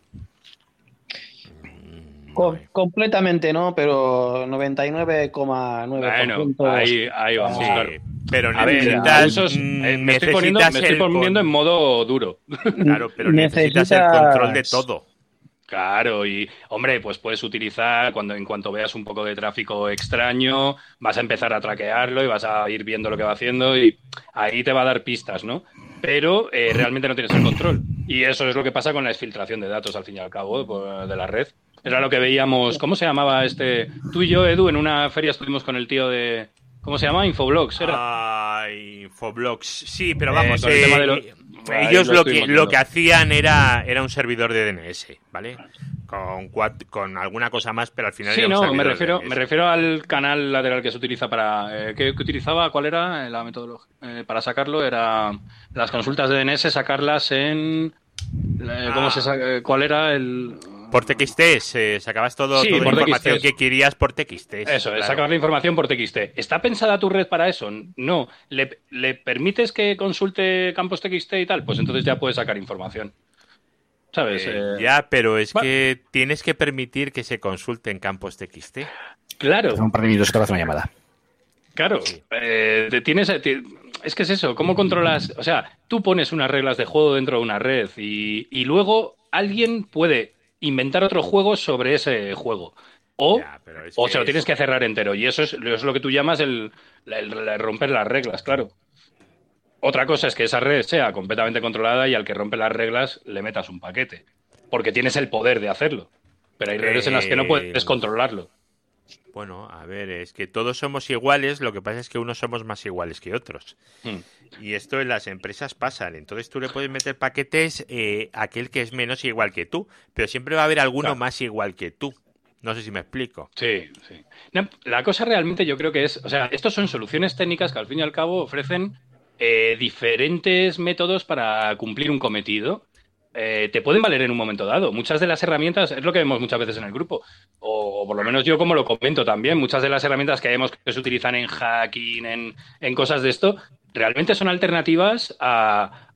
D: Co- completamente no, pero noventa y nueve coma nueve por
B: Bueno,
D: ciento.
B: ahí, ahí vamos,
A: Sí,
B: claro.
A: pero
B: A ver,
A: necesitas,
B: abusos,
A: mm,
B: eh, me, estoy poniendo, me estoy
A: necesitas el
B: poniendo en
A: con-
B: modo duro.
A: Claro, pero necesitas el control de todo.
B: Claro, y hombre, pues puedes utilizar, cuando en cuanto veas un poco de tráfico extraño, vas a empezar a traquearlo y vas a ir viendo lo que va haciendo y ahí te va a dar pistas, ¿no? Pero eh, realmente no tienes el control. Y eso es lo que pasa con la exfiltración de datos, al fin y al cabo, pues, de la red. Era lo que veíamos, ¿cómo se llamaba este? Tú y yo, Edu, en una feria estuvimos con el tío de... ¿Cómo se llama? Infoblogs, ¿era?
A: Ay, Infoblogs. Sí, pero
B: Eh,
A: vamos,
B: con el
A: eh,
B: tema de lo- ahí
A: ellos
B: lo
A: lo que,
B: estuvimos
A: lo
B: viendo.
A: que hacían era, era un servidor de D N S, ¿vale? Con, cuat- con alguna cosa más, pero al final
B: Sí,
A: era un
B: no, me
A: servidor de
B: refiero,
A: D N S.
B: me refiero al canal lateral que se utiliza para... Eh, ¿qué, qué utilizaba? ¿Cuál era la metodología? Eh, para sacarlo era las consultas de D N S, sacarlas en... eh, ¿Cómo
A: Ah.
B: se saca? eh, ¿Cuál era el...?
A: Por T X T, se sacabas todo,
B: Sí,
A: toda la
B: por
A: información
B: T X T.
A: que querías por T X T.
B: Eso, es
A: claro.
B: sacar la información por T X T. ¿Está pensada tu red para eso? No. ¿Le, le permites que consulte campos T X T y tal? Pues entonces ya puedes sacar información. ¿Sabes?
A: Eh,
B: Eh,
A: ya, pero es
B: va-
A: que tienes que permitir que se consulten campos T X T.
B: claro,
C: Hace un par de minutos que te voy a hacer una llamada.
B: claro.
A: Sí.
B: Eh, te tienes, ti- es que es eso, ¿cómo controlas? O sea, tú pones unas reglas de juego dentro de una red y, y luego alguien puede inventar otro juego sobre ese juego. O,
A: Ya, pero es
B: o se
A: que
B: lo tienes
A: es...
B: que cerrar entero. Y eso es, eso es lo que tú llamas el, el- el romper las reglas, claro. Otra cosa es que esa red sea completamente controlada y al que rompe las reglas le metas un paquete. Porque tienes el poder de hacerlo. Pero hay redes en las que no
A: eh,
B: puedes controlarlo.
A: Bueno, a ver, es que todos somos iguales, lo que pasa es que unos somos más iguales que otros.
B: Hmm.
A: Y esto en las empresas pasan. Entonces tú le puedes meter paquetes eh, a aquel que es menos igual que tú, pero siempre va a haber alguno
B: Claro.
A: más igual que tú. No sé si me explico.
B: Sí, sí. No, la cosa realmente yo creo que es, o sea, estos son soluciones técnicas que al fin y al cabo ofrecen eh, diferentes métodos para cumplir un cometido. Eh, te pueden valer en un momento dado. Muchas de las herramientas, es lo que vemos muchas veces en el grupo, o, o por lo menos yo como lo comento también, muchas de las herramientas que vemos que se utilizan en hacking, en, en cosas de esto, realmente son alternativas a,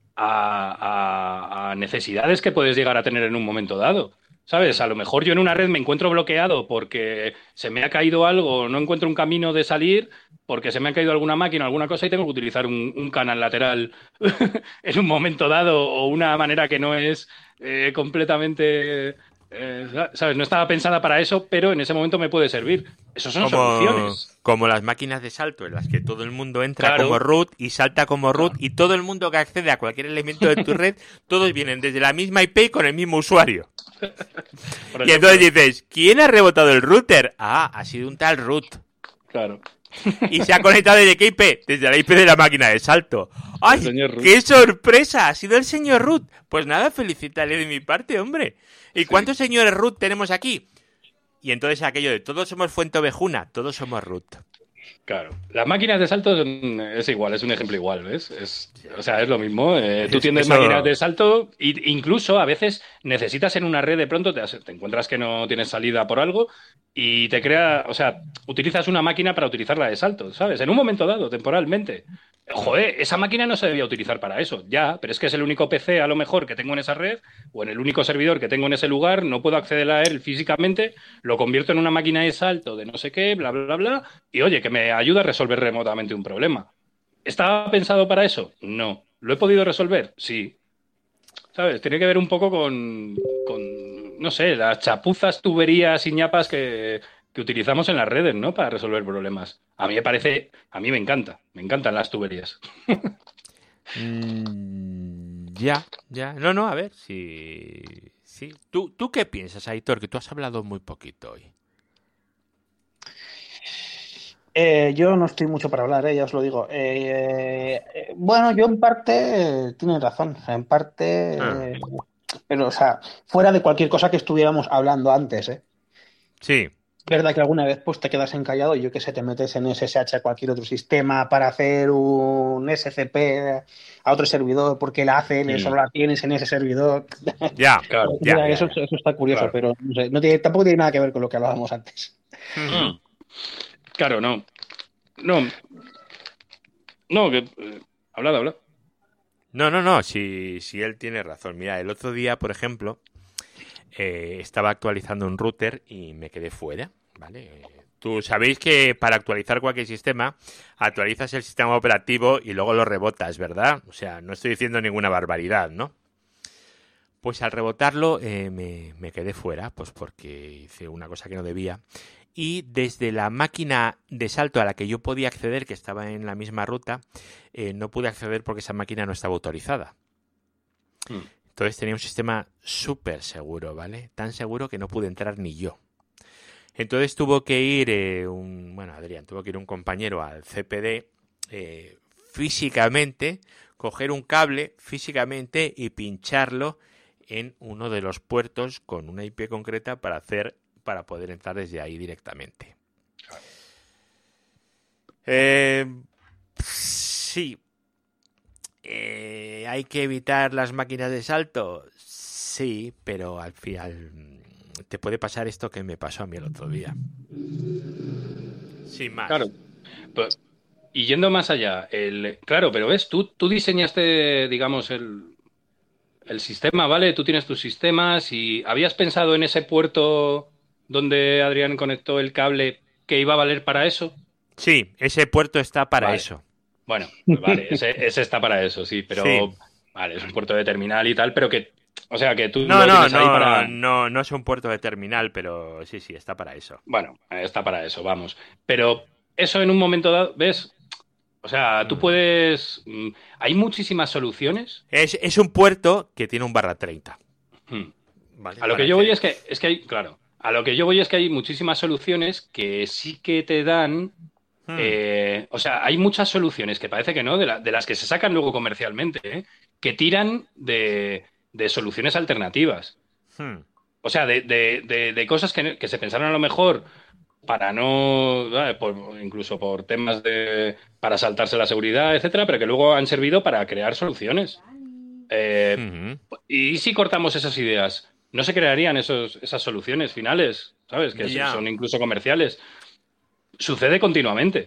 B: a, a- a necesidades que puedes llegar a tener en un momento dado. ¿Sabes? A lo mejor yo en una red me encuentro bloqueado porque se me ha caído algo, no encuentro un camino de salir, porque se me ha caído alguna máquina, alguna cosa y tengo que utilizar un, un canal lateral en un momento dado o una manera que no es eh, completamente, eh, ¿sabes? No estaba pensada para eso, pero en ese momento me puede servir. Esos son
A: Como,
B: soluciones.
A: como las máquinas de salto en las que todo el mundo entra
B: Claro.
A: como root y salta como root
B: Claro.
A: y todo el mundo que accede a cualquier elemento de tu red, todos vienen desde la misma I P con el mismo usuario.
B: Por
A: Y
B: ejemplo.
A: entonces dices, ¿quién ha rebotado el router? Ah, ha sido un tal root.
B: Claro.
A: Y se ha conectado desde qué I P? Desde la I P de la máquina de salto. ¡Ay,
B: El señor root.
A: qué sorpresa! Ha sido el señor root. Pues nada, felicítale de mi parte, hombre. ¿Y
B: Sí.
A: cuántos señores root tenemos aquí? Y entonces aquello de todos somos Fuente Ovejuna, todos somos root.
B: Claro. Las máquinas de salto son- es igual, es un ejemplo igual, ¿ves? Es, o sea, es lo mismo. Eh, tú
A: Es-
B: tienes
A: eso-
B: máquinas de salto e incluso a veces necesitas en una red de pronto, te, has- te encuentras que no tienes salida por algo y te crea, o sea, utilizas una máquina para utilizarla de salto, ¿sabes? En un momento dado, temporalmente. Joder, esa máquina no se debía utilizar para eso, ya, pero es que es el único P C a lo mejor que tengo en esa red o en el único servidor que tengo en ese lugar, no puedo acceder a él físicamente, lo convierto en una máquina de salto de no sé qué, bla, bla, bla, y oye, que me ayuda a resolver remotamente un problema. ¿Estaba pensado para eso? No. ¿Lo he podido resolver? Sí. ¿Sabes? Tiene que ver un poco con, con, no sé, las chapuzas, tuberías y ñapas que, que utilizamos en las redes, ¿no? Para resolver problemas. A mí me parece, a mí me encanta, me encantan las tuberías.
A: Mm, ya, ya. No, no, a ver, si... Sí. ¿Tú, ¿Tú qué piensas, Aitor? Que tú has hablado muy poquito hoy.
D: Eh, yo no estoy mucho para hablar, eh, ya os lo digo. Eh, eh, bueno, yo en parte eh, tienes razón, o sea, en parte,
A: Ah.
D: eh, pero o sea, fuera de cualquier cosa que estuviéramos hablando antes, ¿eh?
A: Sí.
D: Verdad que alguna vez pues te quedas encallado y yo que sé, te metes en S S H a cualquier otro sistema para hacer un S C P a otro servidor porque la A C L
B: Mm.
D: solo la tienes en ese servidor.
A: Ya,
B: Claro.
A: ya,
D: Mira,
A: ya,
D: eso,
A: ya.
D: eso está curioso,
B: Claro.
D: pero no sé, no tiene, tampoco tiene nada que ver con lo que hablábamos antes.
B: Mm. Claro, no. No. No, que. Eh, hablad, hablad.
A: No, no, no, si, si él tiene razón. Mira, el otro día, por ejemplo, eh, estaba actualizando un router y me quedé fuera, ¿vale? Eh, Tú sabéis que para actualizar cualquier sistema, actualizas el sistema operativo y luego lo rebotas, ¿verdad? O sea, no estoy diciendo ninguna barbaridad, ¿no? Pues al rebotarlo eh, me, me quedé fuera, pues porque hice una cosa que no debía. Y desde la máquina de salto a la que yo podía acceder, que estaba en la misma ruta, eh, no pude acceder porque esa máquina no estaba autorizada.
B: Mm.
A: Entonces tenía un sistema súper seguro, ¿vale? Tan seguro que no pude entrar ni yo. Entonces tuvo que ir eh, un... Bueno, Adrián, tuvo que ir un compañero al C P D eh, físicamente, coger un cable físicamente y pincharlo en uno de los puertos con una I P concreta para hacer para poder entrar desde ahí directamente. Eh, sí. Eh, ¿Hay que evitar las máquinas de salto? Sí, pero al final te puede pasar esto que me pasó a mí el otro día. Sin más.
B: Claro. Pues, y yendo más allá, el, claro, pero ves, tú, tú diseñaste, digamos, el, el sistema, ¿vale? Tú tienes tus sistemas y ¿habías pensado en ese puerto donde Adrián conectó el cable que iba a valer para eso?
A: Sí, ese puerto está para
B: Vale.
A: eso.
B: Bueno, pues vale, ese, ese está para eso, sí, pero
A: Sí.
B: vale, es un puerto de terminal y tal, pero que, o sea, que tú
A: No,
B: lo
A: no,
B: tienes ahí
A: no,
B: para...
A: no, no es un puerto de terminal, pero sí, sí, está para eso.
B: Bueno, está para eso, vamos. Pero eso en un momento dado, ¿ves? O sea, tú
A: Mm.
B: puedes... mm, Hay muchísimas soluciones.
A: Es, es un puerto que tiene un barra treinta.
B: Hmm.
A: ¿Vale?
B: A lo
A: Para
B: que yo voy es que, es que hay, claro, a lo que yo voy es que hay muchísimas soluciones que sí que te dan,
A: Hmm,
B: eh, o sea, hay muchas soluciones que parece que no, de, la- de las que se sacan luego comercialmente, ¿eh? Que tiran de, de soluciones alternativas.
A: hmm.
B: O sea, de, de- de- de cosas que, que se pensaron a lo mejor para no, ¿sabes? Por- incluso por temas de, para saltarse la seguridad, etcétera, pero que luego han servido para crear soluciones. Eh,
A: Ujú.
B: ¿Y si cortamos esas ideas? ¿No se crearían esos, esas soluciones finales? ¿Sabes? Que
A: Ya.
B: son incluso comerciales. Sucede continuamente.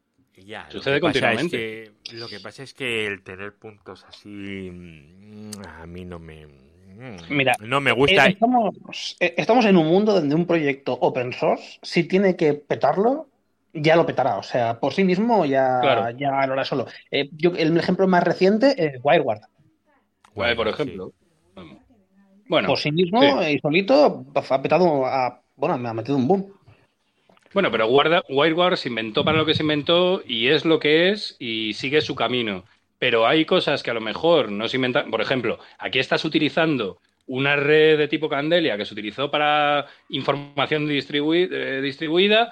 A: Ya, lo
B: Sucede
A: que pasa es
B: continuamente.
A: que lo que pasa es que el tener puntos así mm, a mí no me mm,
D: Mira,
A: no me
D: eh,
A: gusta.
D: estamos, eh, estamos en un mundo donde un proyecto open source, si tiene que petarlo, ya lo petará. O sea, por sí mismo ya,
B: Claro.
D: ya lo hará solo. Eh, yo, el ejemplo más reciente es WireGuard.
B: Eh, por
A: Bueno, sí.
B: ejemplo. Vamos. Bueno,
D: Por sí mismo
B: sí.
D: y solito ha petado a. Bueno, me ha metido un boom.
B: Bueno, pero Guarda- WireGuard se inventó para lo que se inventó y es lo que es y sigue su camino. Pero hay cosas que a lo mejor no se inventan. Por ejemplo, aquí estás utilizando una red de tipo Candelia que se utilizó para información distribui- eh, distribuida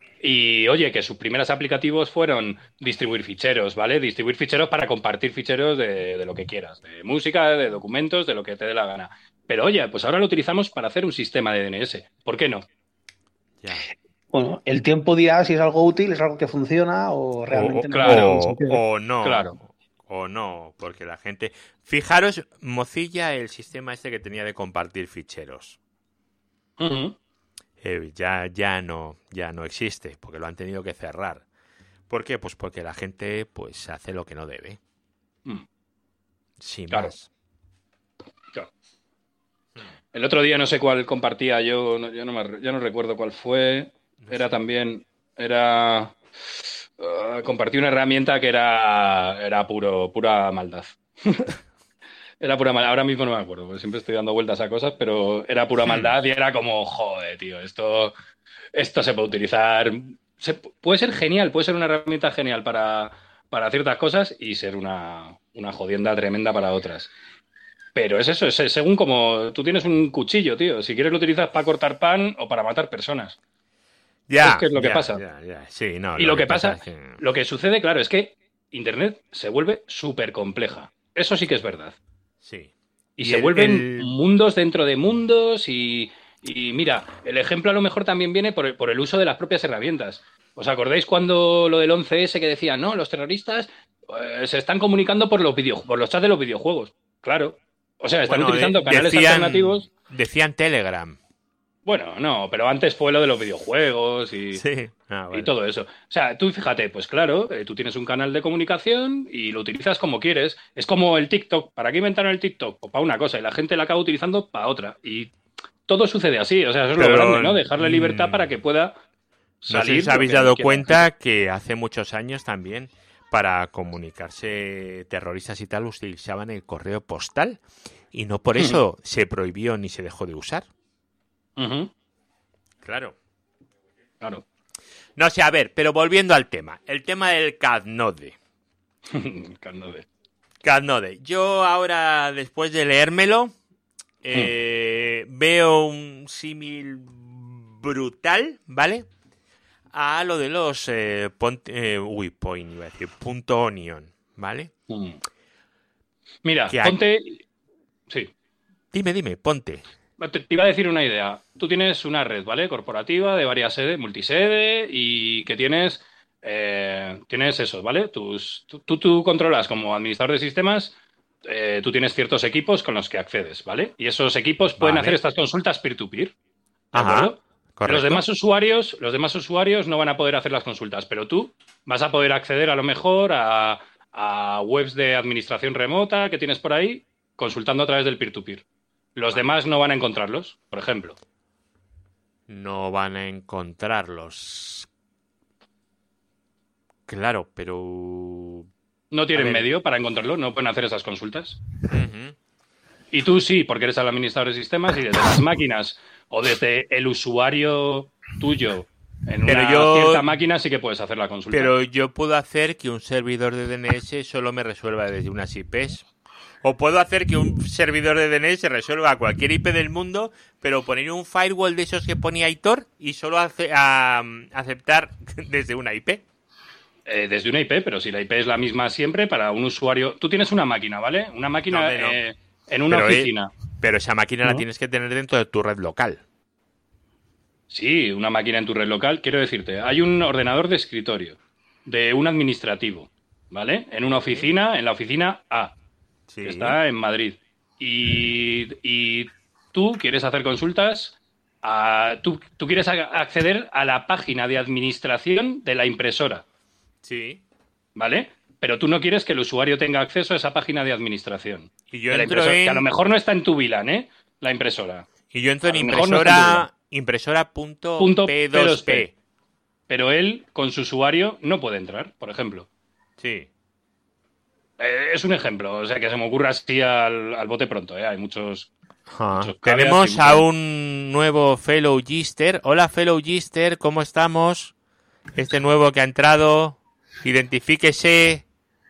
B: y, oye, que sus primeros aplicativos fueron distribuir ficheros, ¿vale? Distribuir ficheros para compartir ficheros de, de lo que quieras, de música, de documentos, de lo que te dé la gana. Pero, oye, pues ahora lo utilizamos para hacer un sistema de D N S. ¿Por qué no?
A: Ya.
D: Bueno, el tiempo dirá si es algo útil, es algo que funciona o
A: O,
D: realmente
A: o-
D: no tiene
B: Claro,
D: sentido.
A: o no,
B: claro.
A: o no, porque la gente. Fijaros, Mozilla, el sistema este que tenía de compartir ficheros,
B: Ujú.
A: eh, ya, ya no, ya no existe, porque lo han tenido que cerrar. ¿Por qué? Pues porque la gente, pues, hace lo que no debe,
B: Mm,
A: sin
B: Claro.
A: más.
B: claro. El otro día no sé cuál compartía yo, no, yo no, me- yo no recuerdo cuál fue. Era también, era, eh, compartí una herramienta que era, era puro, pura maldad. Era pura maldad. Ahora mismo no me acuerdo, porque siempre estoy dando vueltas a cosas, pero era pura
A: Hmm.
B: maldad y era como, joder, tío, esto, esto se puede utilizar. Se, puede ser genial, puede ser una herramienta genial para, para ciertas cosas y ser una, una jodienda tremenda para otras. Pero es eso, es según como tú tienes un cuchillo, tío. Si quieres lo utilizas para cortar pan o para matar personas.
A: Ya,
B: Es que es lo que
A: ya,
B: pasa.
A: ya, ya. Sí, no,
B: Y lo que
A: pasa
B: pasa,
A: es que-
B: lo que sucede, claro, es que Internet se vuelve súper compleja. Eso sí que es verdad.
A: Sí.
B: Y,
A: Y
B: se
A: el-
B: vuelven
A: el-
B: mundos dentro de mundos y, y mira, el ejemplo a lo mejor también viene por el, por el uso de las propias herramientas. ¿Os acordáis cuando lo del once ese que decían, no, los terroristas eh, se están comunicando por los video, por los chats de los videojuegos? Claro. O sea, están
A: Bueno,
B: utilizando
A: de-
B: canales
A: decían,
B: alternativos.
A: decían Telegram.
B: Bueno, no, pero antes fue lo de los videojuegos y,
A: Sí. Ah,
B: y
A: vale.
B: todo eso. O sea, tú fíjate, pues claro, eh, tú tienes un canal de comunicación y lo utilizas como quieres. Es como el TikTok. ¿Para qué inventaron el TikTok? Pues para una cosa y la gente la acaba utilizando para otra. Y todo sucede así. O sea, eso es
A: Pero,
B: lo grande, ¿no? Dejarle
A: mm,
B: libertad para que pueda
A: No sé si
B: salir.
A: os
B: lo
A: habéis
B: que
A: dado
B: quiera.
A: cuenta que hace muchos años también, para comunicarse terroristas y tal, utilizaban el correo postal. Y no por eso se prohibió ni se dejó de usar.
B: Ujú,
A: Claro.
B: claro.
A: No sé, a ver, pero volviendo al tema. El tema del Catnode.
B: Carnode.
A: Catnode. Yo ahora, después de leérmelo, eh, veo un símil brutal, ¿vale? A lo de los eh, pont- eh, uy, point, iba a decir, punto onion, ¿vale?
B: Mm. Mira,
A: Que hay-
B: ponte. Sí.
A: Dime, dime, ponte.
B: Te, te iba a decir una idea. Tú tienes una red, ¿vale? Corporativa de varias sedes, multisede, y que tienes, eh, tienes eso, ¿vale? Tus, tú, tú, tú controlas como administrador de sistemas, eh, tú tienes ciertos equipos con los que accedes, ¿vale? Y esos equipos pueden
A: Vale.
B: hacer estas consultas peer-to-peer, ¿de
A: Ajá,
B: acuerdo?
A: correcto.
B: Los demás usuarios, los demás usuarios no van a poder hacer las consultas, pero tú vas a poder acceder a lo mejor a, a webs de administración remota que tienes por ahí consultando a través del peer-to-peer. Los demás no van a encontrarlos, por ejemplo.
A: No van a encontrarlos. Claro, pero...
B: No tienen medio para encontrarlo, no pueden hacer esas consultas.
A: Uh-huh.
B: Y tú sí, porque eres el administrador de sistemas y desde las máquinas o desde el usuario tuyo en
A: pero
B: una
A: yo,
B: cierta máquina sí que puedes hacer la consulta.
A: Pero yo puedo hacer que un servidor de D N S solo me resuelva desde unas I Pes. O puedo hacer que un servidor de D N S resuelva cualquier I P del mundo, pero poner un firewall de esos que ponía Aitor y solo hace, a, aceptar desde una I P.
B: Eh, desde una I P, pero si la I P es la misma siempre para un usuario... Tú tienes una máquina, ¿vale? Una máquina no, no. Eh, en una
A: pero,
B: oficina.
A: Eh, pero esa máquina ¿no? la tienes que tener dentro de tu red local.
B: Sí, una máquina en tu red local. Quiero decirte, hay un ordenador de escritorio de un administrativo, ¿vale? En una oficina, en la oficina A, sí. que está en Madrid. Y, y tú quieres hacer consultas, a, tú, tú quieres acceder a la página de administración de la impresora.
A: Sí.
B: ¿Vale? Pero tú no quieres que el usuario tenga acceso a esa página de administración.
A: Y yo
B: de la
A: entro en...
B: Que a lo mejor no está en tu V LAN, ¿eh? La impresora.
A: Y yo entro en impresora... impresora punto P dos P.
B: Pero él, con su usuario, no puede entrar, por ejemplo.
A: Sí.
B: Eh, es un ejemplo, o sea, que se me ocurra así al, al bote pronto, ¿eh? Hay muchos... muchos
A: Tenemos a un nuevo Fellow Gister. Hola, Fellow Gister, ¿cómo estamos? Este nuevo que ha entrado... Identifíquese.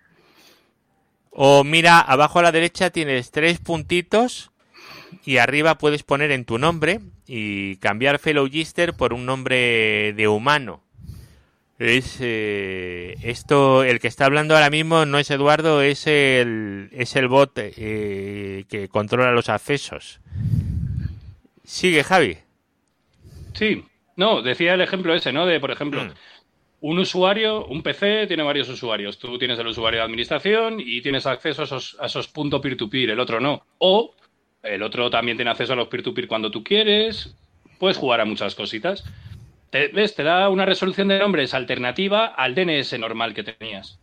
A: O mira, abajo a la derecha tienes tres puntitos y arriba puedes poner en tu nombre y cambiar Fellow Gister por un nombre de humano. Es eh, esto, el que está hablando ahora mismo no es Eduardo, es el es el bot eh, que controla los accesos. Sigue, Javi.
B: Sí, no, decía el ejemplo ese, ¿no? De, por ejemplo... Mm. Un usuario, un P C tiene varios usuarios. Tú tienes el usuario de administración y tienes acceso a esos, a esos puntos peer-to-peer, el otro no. O el otro también tiene acceso a los peer-to-peer cuando tú quieres. Puedes jugar a muchas cositas. Te, ¿Ves? Te da una resolución de nombres alternativa al D N S normal que tenías.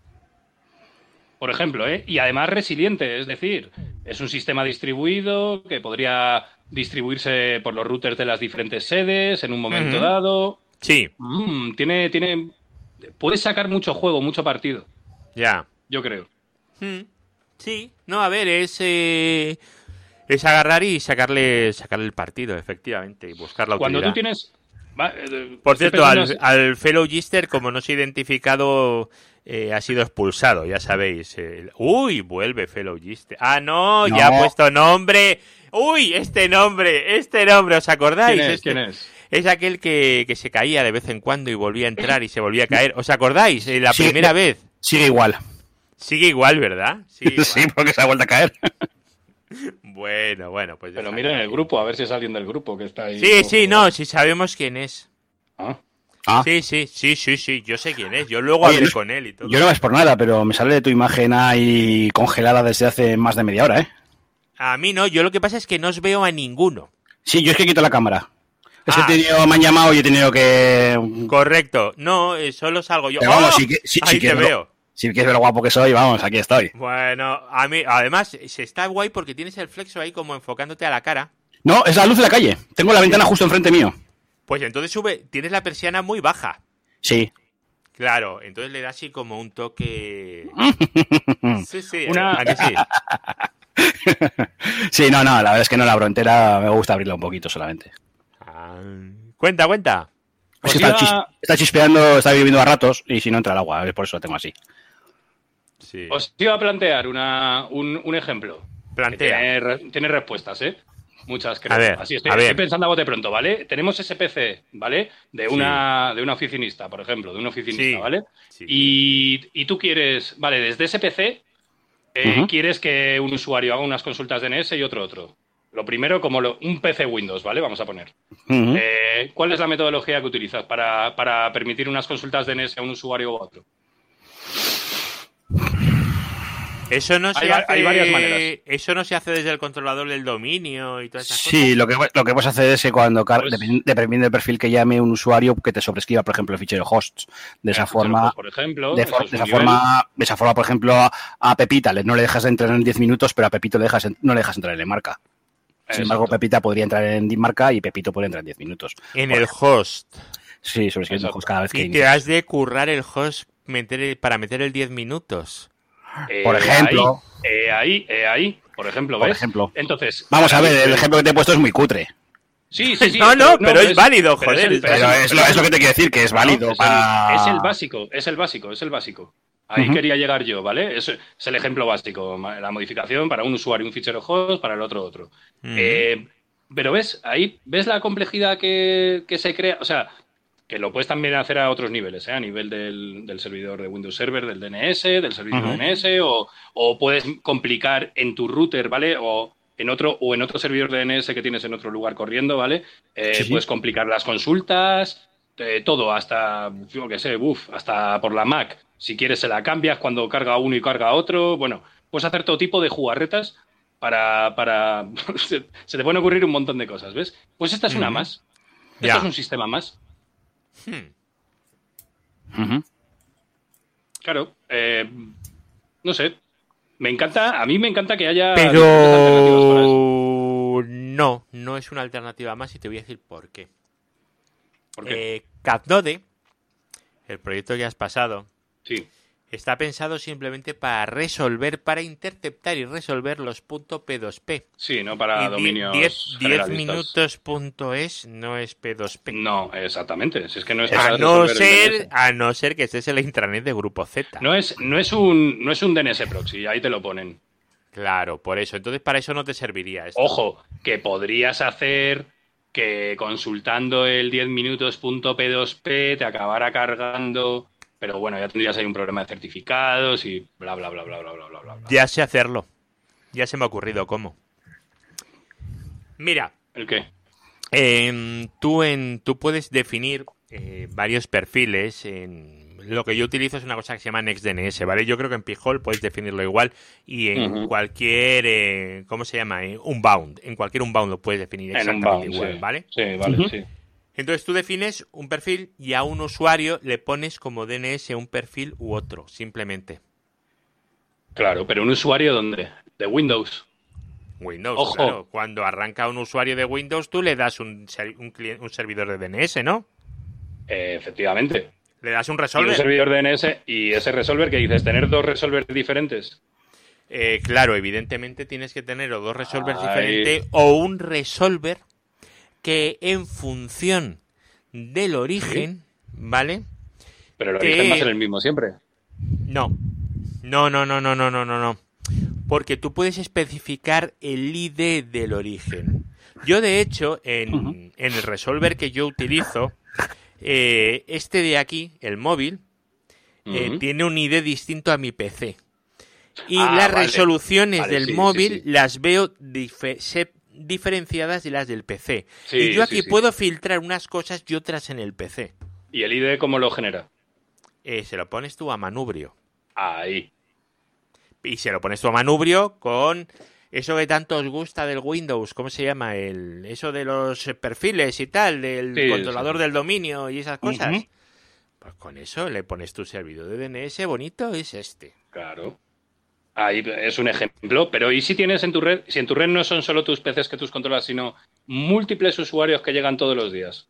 B: Por ejemplo, ¿eh? Y además resiliente, es decir, es un sistema distribuido que podría distribuirse por los routers de las diferentes sedes en un momento uh-huh. dado.
A: Sí.
B: Mm, tiene... tiene Puedes sacar mucho juego, mucho partido.
A: Ya.
B: Yo creo.
A: Mm, sí. No, a ver, es... Eh, es agarrar y sacarle sacarle el partido, efectivamente, y buscar la
B: Cuando
A: utilidad.
B: tú tienes... Va, eh,
A: Por cierto, al, al Fellow Gister, como no se ha identificado, eh, ha sido expulsado, ya sabéis. Eh, uy, vuelve Fellow Gister. Ah, no, no, ya ha puesto nombre. Uy, este nombre, este nombre, ¿os acordáis?
B: ¿Quién es?
A: Este...
B: ¿Quién es?
A: Es aquel que, que se caía de vez en cuando y volvía a entrar y se volvía a caer. ¿Os acordáis? La
C: sí,
A: primera vez.
C: Sigue igual.
A: Sigue igual, ¿verdad? Sigue igual.
C: Sí, porque se ha vuelto a caer.
A: Bueno, bueno, pues...
B: Pero miren el grupo, a ver si es alguien del grupo que está ahí.
A: Sí, sí, no, si sabemos quién es.
B: Ah.
C: Ah.
A: Sí, sí, sí, sí, sí, yo sé quién es. Yo luego Oye, hablé con él y todo.
C: Yo no es por nada, pero me sale de tu imagen ahí congelada desde hace más de media hora, ¿eh?
A: A mí no, yo lo que pasa es que no os veo a ninguno.
C: Sí, yo es que quito la cámara. Es
A: ah,
C: que he tenido, me han llamado y he tenido que...
A: Correcto. No, solo salgo yo.
C: Pero vamos,
A: ¡Oh!
C: sí que, sí,
A: Ahí
C: sí
A: te
C: que
A: veo.
C: Lo, si quieres ver lo guapo que soy, vamos, aquí estoy.
A: Bueno, a mí, además, se está guay porque tienes el flexo ahí como enfocándote a la cara.
C: No, es la luz de la calle. Tengo la ventana justo enfrente mío.
A: Pues entonces sube, tienes la persiana muy baja.
C: Sí.
A: Claro, entonces le da así como un toque... sí, sí,
B: Una...
A: ¿a que sí?
C: Sí, no, no, la verdad es que no la abro entera, me gusta abrirla un poquito solamente.
A: Ah, cuenta, cuenta.
C: Es que está, chis, está chispeando, está viviendo a ratos y si no entra el agua, por eso lo tengo así.
B: Sí. Os iba a plantear una, un, un ejemplo.
A: Plantea.
B: Tiene, tiene respuestas, ¿eh? Muchas, creo.
A: A ver,
B: Así estoy,
A: a ver.
B: estoy pensando a bote pronto, ¿vale? Tenemos ese P C, ¿vale? De una, sí. de una oficinista, por ejemplo, de un oficinista,
A: sí.
B: ¿vale?
A: Sí.
B: Y, y tú quieres, vale, desde ese P C, eh, uh-huh. quieres que un usuario haga unas consultas de D N S y otro otro. Lo primero, como lo, un P C Windows, ¿vale? Vamos a poner. Uh-huh. Eh, ¿Cuál es la metodología que utilizas para, para permitir unas consultas de D N S a un usuario u otro?
A: Eso no se
B: hay,
A: hace,
B: hay varias maneras.
A: Eso no se hace desde el controlador del dominio y todas esas
C: Sí,
A: cosas.
C: lo que, lo que puedes hacer es que cuando, car-
B: Pues-
C: depend- dependiendo del perfil que llame un usuario, que te sobrescriba, por ejemplo, el fichero hosts. De esa
B: El
C: forma,
B: fichero, por ejemplo,
C: de,
B: eso
C: for-
B: es
C: de
B: un
C: esa
B: nivel.
C: forma, de esa forma, por ejemplo, a, a Pepita le- no le dejas entrar en diez minutos, pero a Pepito le dejas en- no le dejas entrar en marca. Sin embargo,
B: Exacto.
C: Pepita podría entrar en marca y Pepito puede entrar en diez minutos.
A: En
C: Por
A: el host.
C: Sí, sobrescribiendo
B: Exacto.
C: hosts cada vez que
A: Y te has de currar el host meter el- para meter el diez minutos.
B: Eh,
C: Por ejemplo.
B: Ahí, eh, ahí, eh, ahí, por ejemplo,
C: Por
B: ¿ves?
C: ejemplo.
B: Entonces.
C: Vamos a
B: para
C: ver,
B: mí,
C: el ejemplo que te he puesto es muy cutre.
B: Sí, sí, sí.
A: No, no, pero es válido,
B: pero
A: joder,
B: el-
A: pero
C: Pero es lo, es lo que te quiero decir, que es válido.
B: No, es,
C: para-
B: el, es el básico, es el básico, es el básico. Ahí
C: Ujú.
B: quería llegar yo, ¿vale? Es, es el ejemplo básico. ma- La modificación para un usuario, un fichero host, para el otro, otro.
A: Ujú.
B: Eh, pero ves, ahí, ¿ves la complejidad que, que se crea? O sea, que lo puedes también hacer a otros niveles, ¿eh? A nivel del, del servidor de Windows Server, del D N S, del servicio
C: Ujú.
B: D N S, o, o puedes complicar en tu router, ¿vale? O en otro, o en otro servidor de D N S que tienes en otro lugar corriendo, ¿vale? Eh,
C: Sí, sí.
B: Puedes complicar las consultas, eh, todo, hasta, yo qué sé, uf, hasta por la Mac. Si quieres se la cambias cuando carga uno y carga otro. Bueno, puedes hacer todo tipo de jugarretas para... para... se se te pueden ocurrir un montón de cosas, ¿ves? Pues esta es una
A: Ujú.
B: más. Esto
A: Ya.
B: es un sistema más.
A: Hmm.
C: Ujú.
B: Claro. eh, no sé. Me encanta, a mí me encanta que haya diferentes alternativas para eso.
A: Pero no, no es una alternativa más y te voy a decir por qué.
B: Porque,
A: Eh, CatNode, el proyecto que has pasado,
B: sí.
A: está pensado simplemente para resolver, para interceptar y resolver los .p dos p.
B: Sí, no para
A: Y die-
B: dominios
A: diez
B: generalistas.
A: minutos punto es no es p dos p.
B: No, exactamente. Si es que no es
A: A
B: para
A: no
B: resolver el D N S.
A: ser, a no ser que estés en la intranet de Grupo Z.
B: No es, no es un, no es un D N S proxy, ahí te lo ponen.
A: Claro, por eso. Entonces para eso no te serviría esto.
B: Ojo, que podrías hacer que consultando el diez minutos punto p dos p te acabara cargando, pero bueno, ya tendrías ahí un problema de certificados y bla, bla, bla, bla, bla, bla, bla, bla.
A: Ya sé hacerlo. Ya se me ha ocurrido cómo. Mira,
B: ¿El qué?
A: em, tú, en, tú puedes definir eh, varios perfiles. En, lo que yo utilizo es una cosa que se llama NextDNS, ¿vale? Yo creo que en Pijol puedes definirlo igual y en
B: Ujú.
A: cualquier, eh, ¿cómo se llama? Eh, Unbound. En cualquier Unbound lo puedes definir
B: En
A: exactamente
B: Unbound,
A: igual,
B: sí.
A: ¿vale?
B: Sí, vale,
C: Ujú.
B: sí.
A: Entonces tú defines un perfil y a un usuario le pones como D N S un perfil u otro, simplemente.
B: Claro, pero un usuario ¿dónde? De Windows.
A: Windows,
B: Ojo.
A: claro. Cuando arranca un usuario de Windows, tú le das un, ser- un, clien- un servidor de D N S, ¿no?
B: Eh, efectivamente.
A: Le das un
B: Y un
A: resolver.
B: servidor D N S y ese resolver que dices, tener dos resolvers diferentes.
A: Eh, claro, evidentemente tienes que tener o dos resolvers
B: Ay.
A: diferentes o un resolver que en función del origen, ¿vale?
B: Pero el
A: Que-
B: origen va a ser el mismo siempre.
A: No. No, no, no, no, no, no, no, no. Porque tú puedes especificar el I D del origen. Yo, de hecho, en,
C: Ujú.
A: en el resolver que yo utilizo, eh, este de aquí, el móvil, eh,
B: Ujú.
A: tiene un I D distinto a mi P C. Y
B: Ah,
A: las
B: vale.
A: resoluciones
B: Vale,
A: del
B: sí, sí,
A: móvil
B: sí.
A: las veo dife- se- diferenciadas de las del P C.
B: Sí,
A: y yo
B: sí,
A: aquí
B: sí.
A: puedo filtrar unas cosas y otras en el P C.
B: ¿Y el I D cómo lo genera?
A: Eh, se lo pones tú a manubrio.
B: Ahí.
A: Y se lo pones tú a manubrio con eso que tanto os gusta del Windows. ¿Cómo se llama? El, eso de los eh, perfiles y tal, del
B: Sí,
A: controlador
B: sí.
A: del dominio y esas cosas.
C: Ujú.
A: Pues con eso le pones tu servidor de D N S bonito, es este.
B: Claro. Ahí es un ejemplo, pero ¿y si tienes en tu red, si en tu red no son solo tus P Cs que tus controlas, sino múltiples usuarios que llegan todos los días?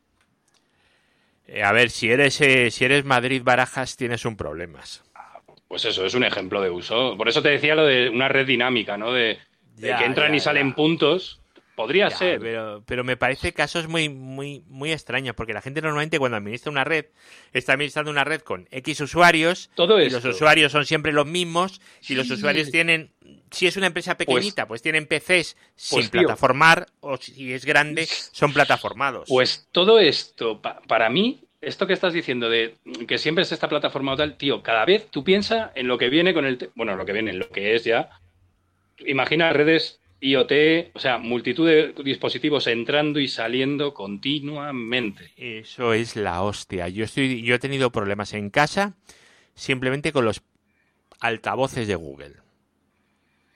A: Eh, a ver, si eres eh, si eres Madrid Barajas tienes un problemas.
B: Pues eso, es un ejemplo de uso. Por eso te decía lo de una red dinámica, ¿no? De, de
A: Ya,
B: que entran
A: ya,
B: y salen
A: ya.
B: puntos. Podría
A: Ya,
B: ser.
A: pero, pero me parece casos muy, muy, muy extraños, porque la gente normalmente cuando administra una red, está administrando una red con X usuarios,
B: Todo
A: y
B: esto.
A: los usuarios son siempre los mismos, y los
B: Sí.
A: usuarios tienen, si es una empresa pequeñita, pues, tienen P Cs sin
B: pues, tío.
A: plataformar, o si es grande, son plataformados.
B: Pues todo esto, pa- para mí, esto que estás diciendo de que siempre es esta plataforma o tal, tío, cada vez tú piensas en lo que viene con el... te- Bueno, lo que viene, en lo que es ya. Imagina redes IoT, o sea, multitud de dispositivos entrando y saliendo continuamente.
A: Eso es la hostia. Yo estoy, yo he tenido problemas en casa simplemente con los altavoces de Google.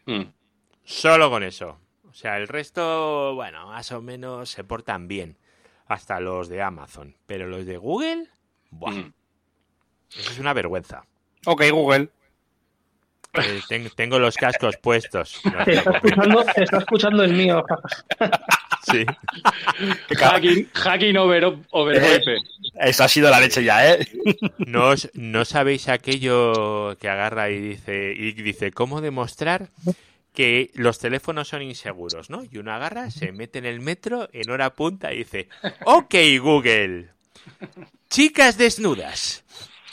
B: Mm.
A: Solo con eso. O sea, el resto, bueno, más o menos se portan bien. Hasta los de Amazon. Pero los de Google, ¡buah!
B: Mm.
A: Eso es una vergüenza.
C: Ok, Google.
A: Eh, ten- tengo los cascos puestos. No
D: Te
A: te
D: está
A: preocupes.
D: escuchando, te está escuchando el mío.
A: Sí.
B: Hacking, hacking over, over V P.
C: Esa ha sido la leche ya, ¿eh?
A: ¿No, os- ¿No sabéis aquello que agarra y dice, y dice cómo demostrar que los teléfonos son inseguros, ¿no? Y uno agarra, se mete en el metro en hora punta y dice, ok, Google, chicas desnudas.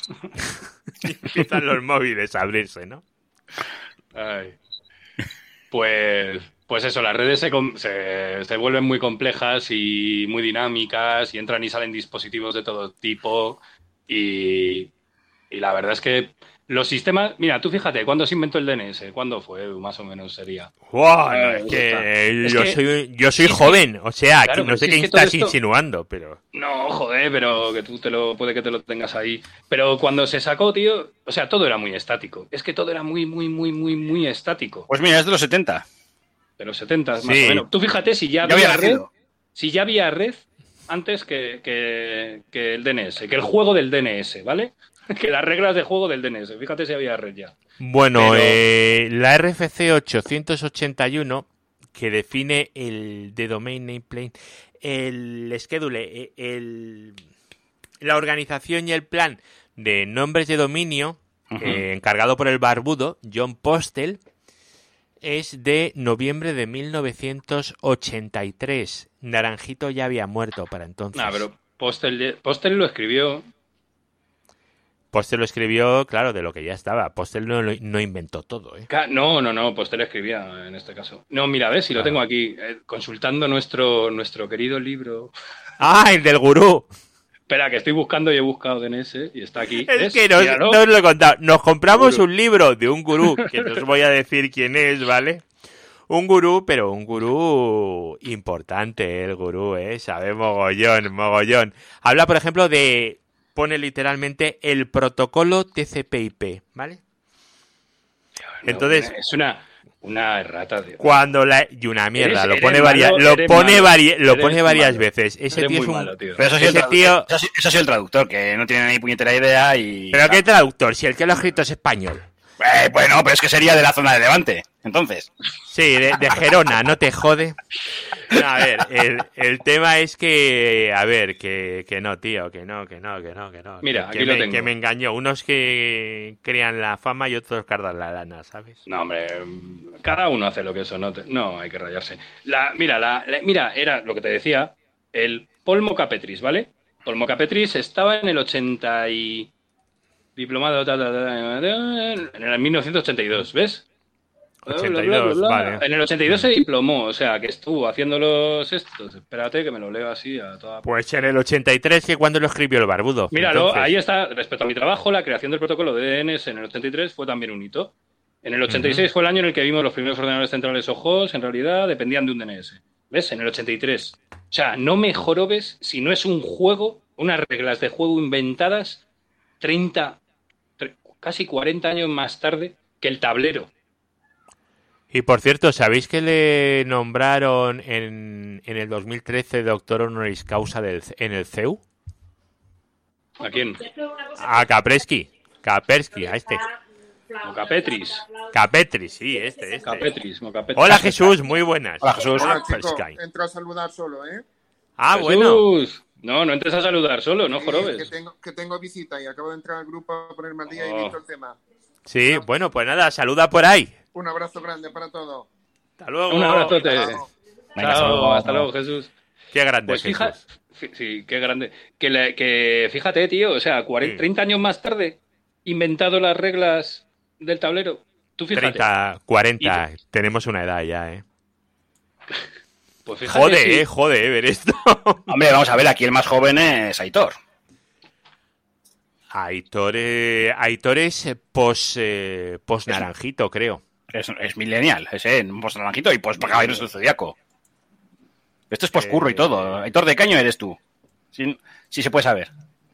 A: Y empiezan los móviles a abrirse, ¿no?
B: Ay. Pues, pues eso, las redes se, com- se, se vuelven muy complejas y muy dinámicas y entran y salen dispositivos de todo tipo y, y la verdad es que los sistemas... Mira, tú fíjate, ¿cuándo se inventó el D N S? ¿Cuándo fue? Más o menos sería.
A: ¡Wow! No,
B: Ay,
A: es que
B: es
A: yo
B: que-
A: soy, yo soy
B: es que-
A: joven, o sea,
B: Claro,
A: que no
B: pero
A: sé
B: si
A: qué
B: es que todo
A: estás
B: esto-
A: insinuando, pero...
B: No, joder, pero que tú te lo... Puede que te lo tengas ahí. Pero cuando se sacó, tío... O sea, todo era muy estático. Es que todo era muy, muy, muy, muy, muy estático.
C: Pues mira, es de los setenta.
B: De los setenta, más
A: Sí.
B: o menos. Tú fíjate si ya
C: Ya había
B: había red...
C: nacido.
B: Si ya había red antes que, que, que el D N S, que el juego del D N S, ¿vale? Que las reglas de juego del D N S. Fíjate si había red ya.
A: Bueno,
B: Pero-
A: eh, la R F C ochocientos ochenta y uno, que define el de Domain Name Plane, el schedule, eh, el, la organización y el plan de nombres de dominio,
C: Ujú.
A: eh, encargado por el barbudo John Postel, es de noviembre de mil novecientos ochenta y tres. Naranjito ya había muerto para entonces.
B: Nah, pero Postel, Postel lo escribió.
A: Postel lo escribió, claro, de lo que ya estaba. Postel no, lo- no inventó todo, ¿eh?
B: Ca- No, no, no, Postel escribía en este caso. No, mira, ves, si lo
A: Claro.
B: tengo aquí, eh, consultando nuestro, nuestro querido libro.
A: ¡Ah, el del gurú!
B: Espera, que estoy buscando y he buscado D N S y está aquí.
A: Es
B: ¿Ves?
A: que nos,
B: Míralo.
A: no os lo he contado. Nos compramos
B: Gurú.
A: un libro de un gurú, que no os voy a decir quién es, ¿vale? Un gurú, pero un gurú importante, el gurú, ¿eh? Sabe mogollón, mogollón. Habla, por ejemplo, de... Pone literalmente el protocolo T C P I P, ¿vale?
B: No,
A: Entonces,
B: es una, una errata de...
A: cuando la... Y una mierda,
B: Eres-
A: lo
B: eres
A: pone,
B: malo,
A: varias, lo
B: eres
A: pone,
B: malo,
A: vari- lo
B: eres
A: pone varias
B: malo.
A: veces. Ese
B: Eres
A: tío
B: muy
A: es un...
B: malo, tío.
C: Pero eso ha sido, el
A: Ese
C: tradu-
A: tío-
C: eso ha sido- eso ha sido el traductor, que no tiene ni puñetera idea y...
A: ¿Pero qué traductor? Si el que lo ha escrito es español.
C: Eh, bueno, pero es que sería de la zona de Levante, entonces.
A: Sí, de, de Gerona, no te jode. No, a ver, el, el tema es que, a ver, que, que no, tío, que no, que no, que no, que no.
B: Mira,
A: que,
B: aquí lo
A: me,
B: tengo.
A: que me engañó. Unos que crean la fama y otros cardan la lana, ¿sabes?
B: No, hombre, cada uno hace lo que eso, no, te- no hay que rayarse. La, mira, la, la- mira, era lo que te decía, el Polmo Capetris, ¿vale? Polmo Capetris estaba en el ochenta y... Diplomado ta, ta, ta, ta, ta, en el mil novecientos ochenta y dos, ¿ves?
A: ochenta y dos, vale.
B: En el ochenta y dos se diplomó, o sea, que estuvo haciendo los estos. Espérate que me lo leo así a toda...
A: Pues en el ochenta y tres, que cuando lo escribió el barbudo.
B: Míralo,
A: Entonces,
B: ahí está, respecto a mi trabajo, la creación del protocolo de D N S en el ochenta y tres fue también un hito. En el ochenta y seis
A: Ujú.
B: fue el año en el que vimos los primeros ordenadores centrales o hosts, en realidad dependían de un D N S. ¿Ves? En el ochenta y tres. O sea, no me jorobes si no es un juego, unas reglas de juego inventadas treinta, tre- casi cuarenta años más tarde que el tablero.
A: Y por cierto, ¿sabéis que le nombraron en, en el dos mil trece doctor honoris causa del, en el C E U?
B: ¿A quién?
A: A Kaspersky. Kaspersky, a este.
B: Mocapetris.
A: Capetri, sí, este, este.
B: Capetris, Mocapetris.
A: Hola Jesús, muy buenas.
C: Hola, Jesús.
E: Hola, chico.
A: Kaspersky.
E: Entro a saludar solo, ¿eh?
A: Ah,
B: Jesús.
A: bueno.
B: No, no entres a saludar solo, no
E: Sí,
B: jorobes.
E: Que tengo, que tengo visita y acabo de entrar al grupo a ponerme al día y
B: Oh.
E: he visto el tema.
A: Sí, bueno, pues nada, saluda por ahí.
E: Un abrazo grande para todos.
A: Hasta luego.
B: Un abrazote.
E: Chao.
C: Venga,
B: Chao,
C: luego.
B: hasta luego, Jesús.
A: Qué grande
B: Pues
A: Jesús.
B: fíjate, sí, qué grande. Que, le- que fíjate, tío, o sea, cuarenta,
A: Sí.
B: treinta años más tarde, inventado las reglas del tablero. Tú fíjate.
A: treinta, cuarenta, tenemos una edad ya, ¿eh?
B: Pues fíjate
A: Jode,
B: si-
A: eh, jode, eh, ver esto.
C: Hombre, vamos a ver, aquí el más joven es Aitor.
A: Aitor, eh, Aitor es eh, pos, eh, pos naranjito, creo.
C: Es, es millennial, ese, post naranjito y post caballeros del zodiaco. Esto es poscurro y todo. Aitor, ¿de qué año eres tú? Si, si se puede saber.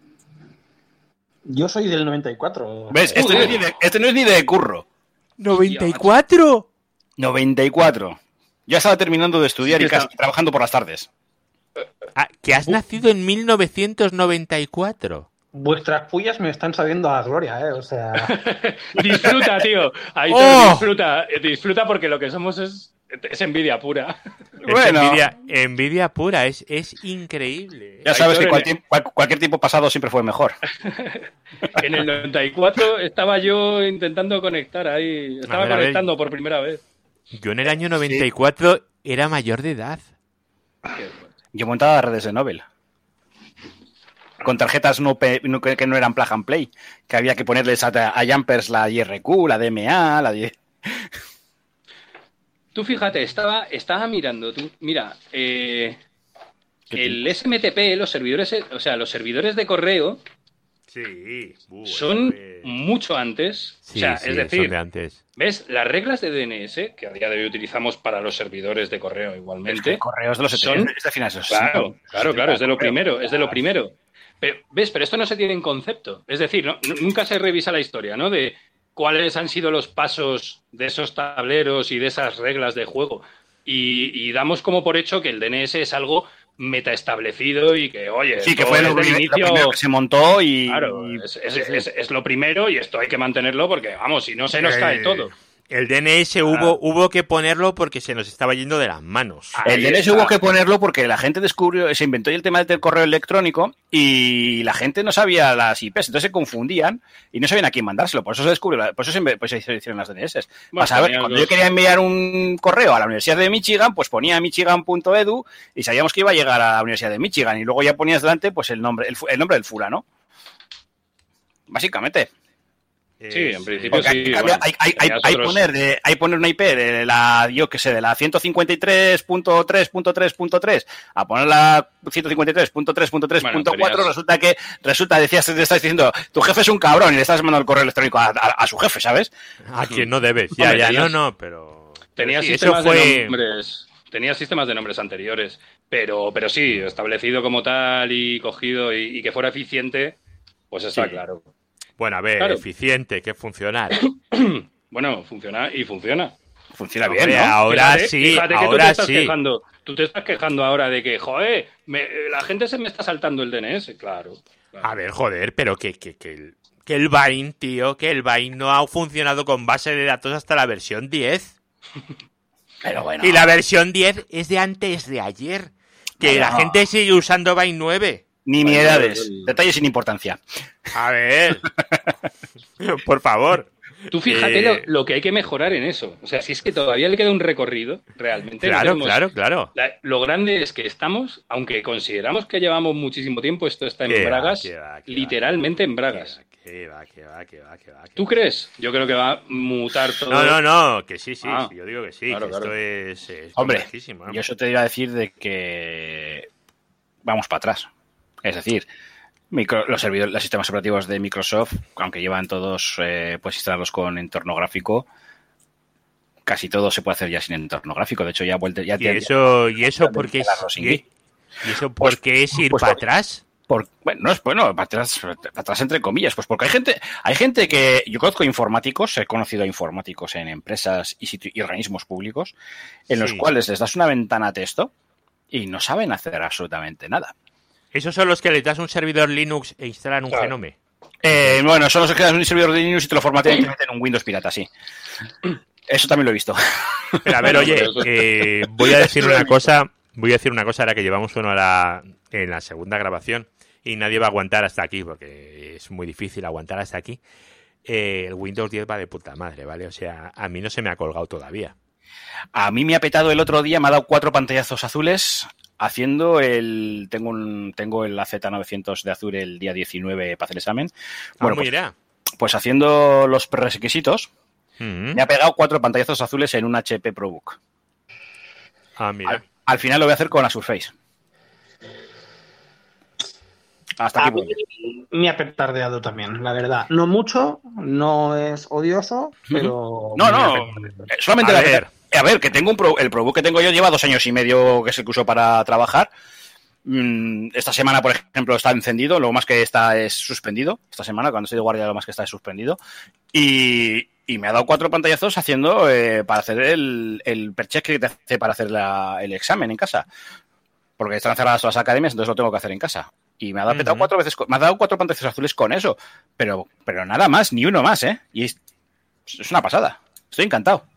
D: Yo soy del noventa y cuatro.
C: ¿Ves? Este no, es ni de, este no es ni de curro.
A: ¿noventa y cuatro?
C: noventa y cuatro. Yo estaba terminando de estudiar
B: Sí,
C: y casi
B: está-
C: trabajando por las tardes.
A: Ah, que has nacido en mil novecientos noventa y cuatro.
D: Vuestras pullas me están sabiendo a gloria, ¿eh? O sea,
B: Disfruta, tío. Aitor,
A: ¡Oh!
B: disfruta. Disfruta porque lo que somos es, es envidia pura.
A: Es
C: Bueno.
A: envidia, envidia pura, es, es increíble.
C: Ya sabes que
B: Aitor,
C: cualquier, cual- cualquier tiempo pasado siempre fue mejor.
B: En el noventa y cuatro estaba yo intentando conectar ahí. Estaba
A: A ver, a ver.
B: conectando por primera vez.
A: Yo en el año noventa y cuatro era mayor de edad.
C: Yo montaba redes de Nobel. Con tarjetas no pe- no- que que no eran plug and play. Que había que ponerles a, a jumpers la I R Q, la D M A, la... D-
B: Tú fíjate, estaba, estaba mirando, tú, mira, eh,
C: ¿Qué
B: el S M T P, los servidores, o sea, los servidores de correo
A: Sí. Uh,
B: son
A: eso es-
B: mucho antes.
A: Sí,
B: o sea,
A: sí,
B: es
A: son
B: decir,
A: de antes.
B: ¿ves? Las reglas de D N S, que a día de hoy utilizamos para los servidores de correo igualmente.
C: Correos de los
B: Son-
C: setenta, es de finales de los
B: Claro,
C: sesenta.
B: claro, claro, es de lo
C: Correo.
B: primero, es de lo primero. Pero, ¿ves? Pero esto no se tiene en concepto. Es decir, ¿no? N- nunca se revisa la historia, ¿no? De cuáles han sido los pasos de esos tableros y de esas reglas de juego. Y, y damos como por hecho que el D N S es algo metaestablecido y que, oye,
C: Sí, que
B: esto
C: fue lo,
B: desde el
C: lo
B: inicio...
C: primero que se montó y...
B: Claro,
C: y-
B: es, es- es- es lo primero y esto hay que mantenerlo porque, vamos, si no se nos
A: Eh,
B: cae todo.
A: El D N S hubo, hubo que ponerlo porque se nos estaba yendo de las manos.
B: Ah,
C: El
B: Ahí
C: D N S
B: está.
C: hubo que ponerlo porque la gente descubrió, se inventó el tema del correo electrónico y la gente no sabía las I Pes, entonces se confundían y no sabían a quién mandárselo. Por eso se descubrió, la- por eso se, inve- pues se hicieron las D N S.
B: Bueno,
C: Para saber,
B: tenías
C: cuando
B: dos.
C: yo quería enviar un correo a la Universidad de Michigan, pues ponía michigan punto edu y sabíamos que iba a llegar a la Universidad de Michigan y luego ya ponías delante pues el nombre, el, fu- el nombre del fulano. Básicamente.
B: Sí, en
A: Es,
B: principio
C: Porque
B: sí,
C: hay, hay,
B: bueno,
C: hay, hay,
B: tenías
C: hay
B: otros-
C: poner de, hay poner una I P de la, yo que sé, de la ciento cincuenta y tres punto tres punto tres punto tres a poner la ciento cincuenta y tres punto tres punto tres punto cuatro,
B: Bueno,
C: resulta que, resulta, decías, te estás diciendo, tu jefe es un cabrón y le estás mandando el correo electrónico a, a, a su jefe, ¿sabes?
A: a quien no debes. Ya,
B: Hombre,
A: ya,
B: tenías-
A: no, no, pero...
B: Tenía
A: pero sí, eso
B: sistemas
A: fue...
B: de nombres. Tenía sistemas de nombres anteriores. Pero, pero sí, establecido como tal y cogido y, y que fuera eficiente, pues está
C: Sí.
B: claro.
A: Bueno, a ver,
B: Claro.
A: eficiente, que funcionara.
B: Bueno, funciona y funciona.
C: Funciona
A: Hombre,
C: bien, ¿no?
A: ahora
B: Fíjate,
A: sí,
B: fíjate que tú te
A: ahora
B: estás
A: sí.
B: quejando. Tú te estás quejando ahora de que, joder, me- la gente se me está saltando el D N S. Claro. claro.
A: A ver, joder, pero que, que, que, el, que el Vine, tío, que el Vine no ha funcionado con base de datos hasta la versión diez.
C: Pero bueno.
A: Y la versión diez es de antes de ayer. Que
C: No,
A: la
C: no.
A: gente sigue usando Vine nueve.
C: Ni
B: Bueno,
C: niedades.
B: el-
C: Detalles sin importancia.
A: A ver. Por favor.
B: Tú fíjate
A: Eh,
B: lo, lo que hay que mejorar en eso. O sea, si es que todavía le queda un recorrido, realmente. no
A: Claro,
B: tenemos-
A: claro, claro.
B: La- lo grande es que estamos, aunque consideramos que llevamos muchísimo tiempo, esto está en
A: Que va,
B: bragas,
A: que va, que va.
B: literalmente en bragas.
A: Que va, que va, que va, que va. que
B: ¿Tú
A: va.
B: crees? Yo creo que va a mutar todo.
A: No, no, no, que sí, sí,
B: Ah,
A: sí, yo digo que sí,
B: claro,
A: que
B: claro.
A: esto es, es
C: Hombre,
A: complejísimo, ¿no?
C: yo eso te iba a decir de que vamos para atrás. Es decir, micro- los servidores, los sistemas operativos de Microsoft, aunque llevan todos, eh, puedes instalarlos con entorno gráfico, casi todo se puede hacer ya sin entorno gráfico. De hecho, ya vuelta, ya
A: Y
C: te-
A: eso, y eso
C: ya
A: porque es,
C: instalarlo sin
A: y,
C: Git.
A: y eso
C: Pues-
A: porque es ir
C: pues
A: para
C: porque-
A: atrás.
C: Por, bueno, no es bueno, para atrás, para atrás entre comillas, pues porque hay gente, hay gente que, yo conozco informáticos, he conocido a informáticos en empresas y, situ- y organismos públicos, en los
A: Sí.
C: cuales les das una ventana a texto y no saben hacer absolutamente nada.
A: Esos son los que les das un servidor Linux e instalan un
B: Claro.
A: Genome.
C: Eh, bueno, son los que dan un servidor de Linux y te lo formatean y te meten un Windows pirata, sí. Eso también lo he visto.
A: Pero a ver,
B: Bueno,
A: oye,
B: pero eso-
A: eh, voy a decir una cosa, voy a decir una cosa ahora que llevamos una hora en la segunda grabación y nadie va a aguantar hasta aquí porque es muy difícil aguantar hasta aquí. Eh, el Windows diez va de puta madre, ¿vale? O sea, a mí no se me ha colgado todavía.
C: A mí me ha petado el otro día, me ha dado cuatro pantallazos azules haciendo el... Tengo un tengo el A Z novecientos de Azure el día diecinueve para hacer el examen. Bueno,
A: Ah,
C: pues,
A: mira.
C: pues haciendo los prerequisitos,
A: Mm.
C: me ha pegado cuatro pantallazos azules en un H P ProBook.
A: Ah, mira.
C: Al, al final lo voy a hacer con la Surface. Hasta
D: A
C: aquí.
D: mí me ha petardeado también, la verdad. No mucho, no es odioso, pero...
C: No,
D: me
C: no,
D: ha petardeado.
C: eh, solamente
A: A
C: la
A: ver.
C: A ver, que tengo un Pro, el ProBook que tengo yo lleva dos años y medio, que es el que uso para trabajar. Mm, Esta semana, por ejemplo, está encendido, lo más que está es suspendido. Esta semana, cuando estoy de guardia, lo más que está es suspendido. Y, y me ha dado cuatro pantallazos haciendo eh, para hacer el, el percheck que te hace para hacer la, el examen en casa. Porque están cerradas todas las academias, entonces lo tengo que hacer en casa. Y me ha dado, uh-huh. cuatro veces, me ha dado cuatro pantallazos azules con eso. Pero, pero nada más, ni uno más, ¿eh? Y es, es una pasada. Estoy encantado.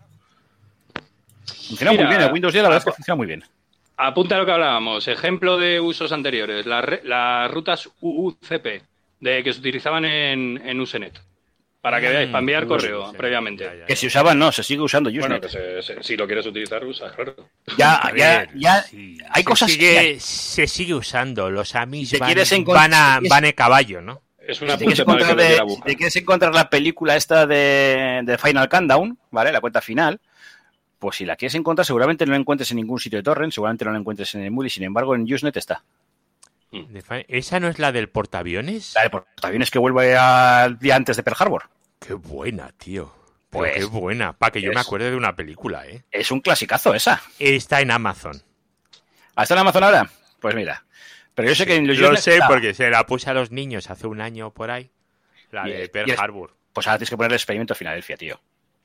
C: Funciona Mira, muy bien. El Windows diez la verdad es que funciona muy bien.
B: Apunta a lo que hablábamos. Ejemplo de usos anteriores. Las la rutas U U C P de que se utilizaban en, en Usenet. Para que veáis, para enviar mm, correo sí, previamente.
C: Ya, ya, ya. Que se usaban, no, se sigue usando Usenet.
B: Bueno, que se, se, si lo quieres utilizar, usa, claro.
C: Ya, ya, ya. Sí. Hay
A: se
C: cosas
A: sigue,
C: que...
A: Se sigue usando. Los amis
C: si
A: van,
C: encont-
A: van, a,
C: si
A: van a caballo, ¿no?
B: Es una
C: si, te
B: punta
C: de, si te quieres encontrar la película esta de, de Final Countdown, ¿vale? La cuenta final. Pues si la quieres encontrar, seguramente no la encuentres en ningún sitio de torrent, seguramente no la encuentres en el Emule, sin embargo en Usenet está.
A: ¿Esa no es la del portaaviones?
C: La del portaaviones que vuelve al día antes de Pearl Harbor.
A: Qué buena, tío.
C: Pues,
A: qué buena. Para que yo
C: es,
A: me acuerde de una película, ¿eh?
C: Es un clasicazo esa.
A: Está en Amazon.
C: ¿Está en Amazon ahora? Pues mira. Pero yo sé
A: sí,
C: que en
A: los Lo sé está. Porque se la puse a los niños hace un año por ahí. La
C: y,
A: de Pearl es, Harbor.
C: Pues ahora tienes que poner el experimento Filadelfia, tío.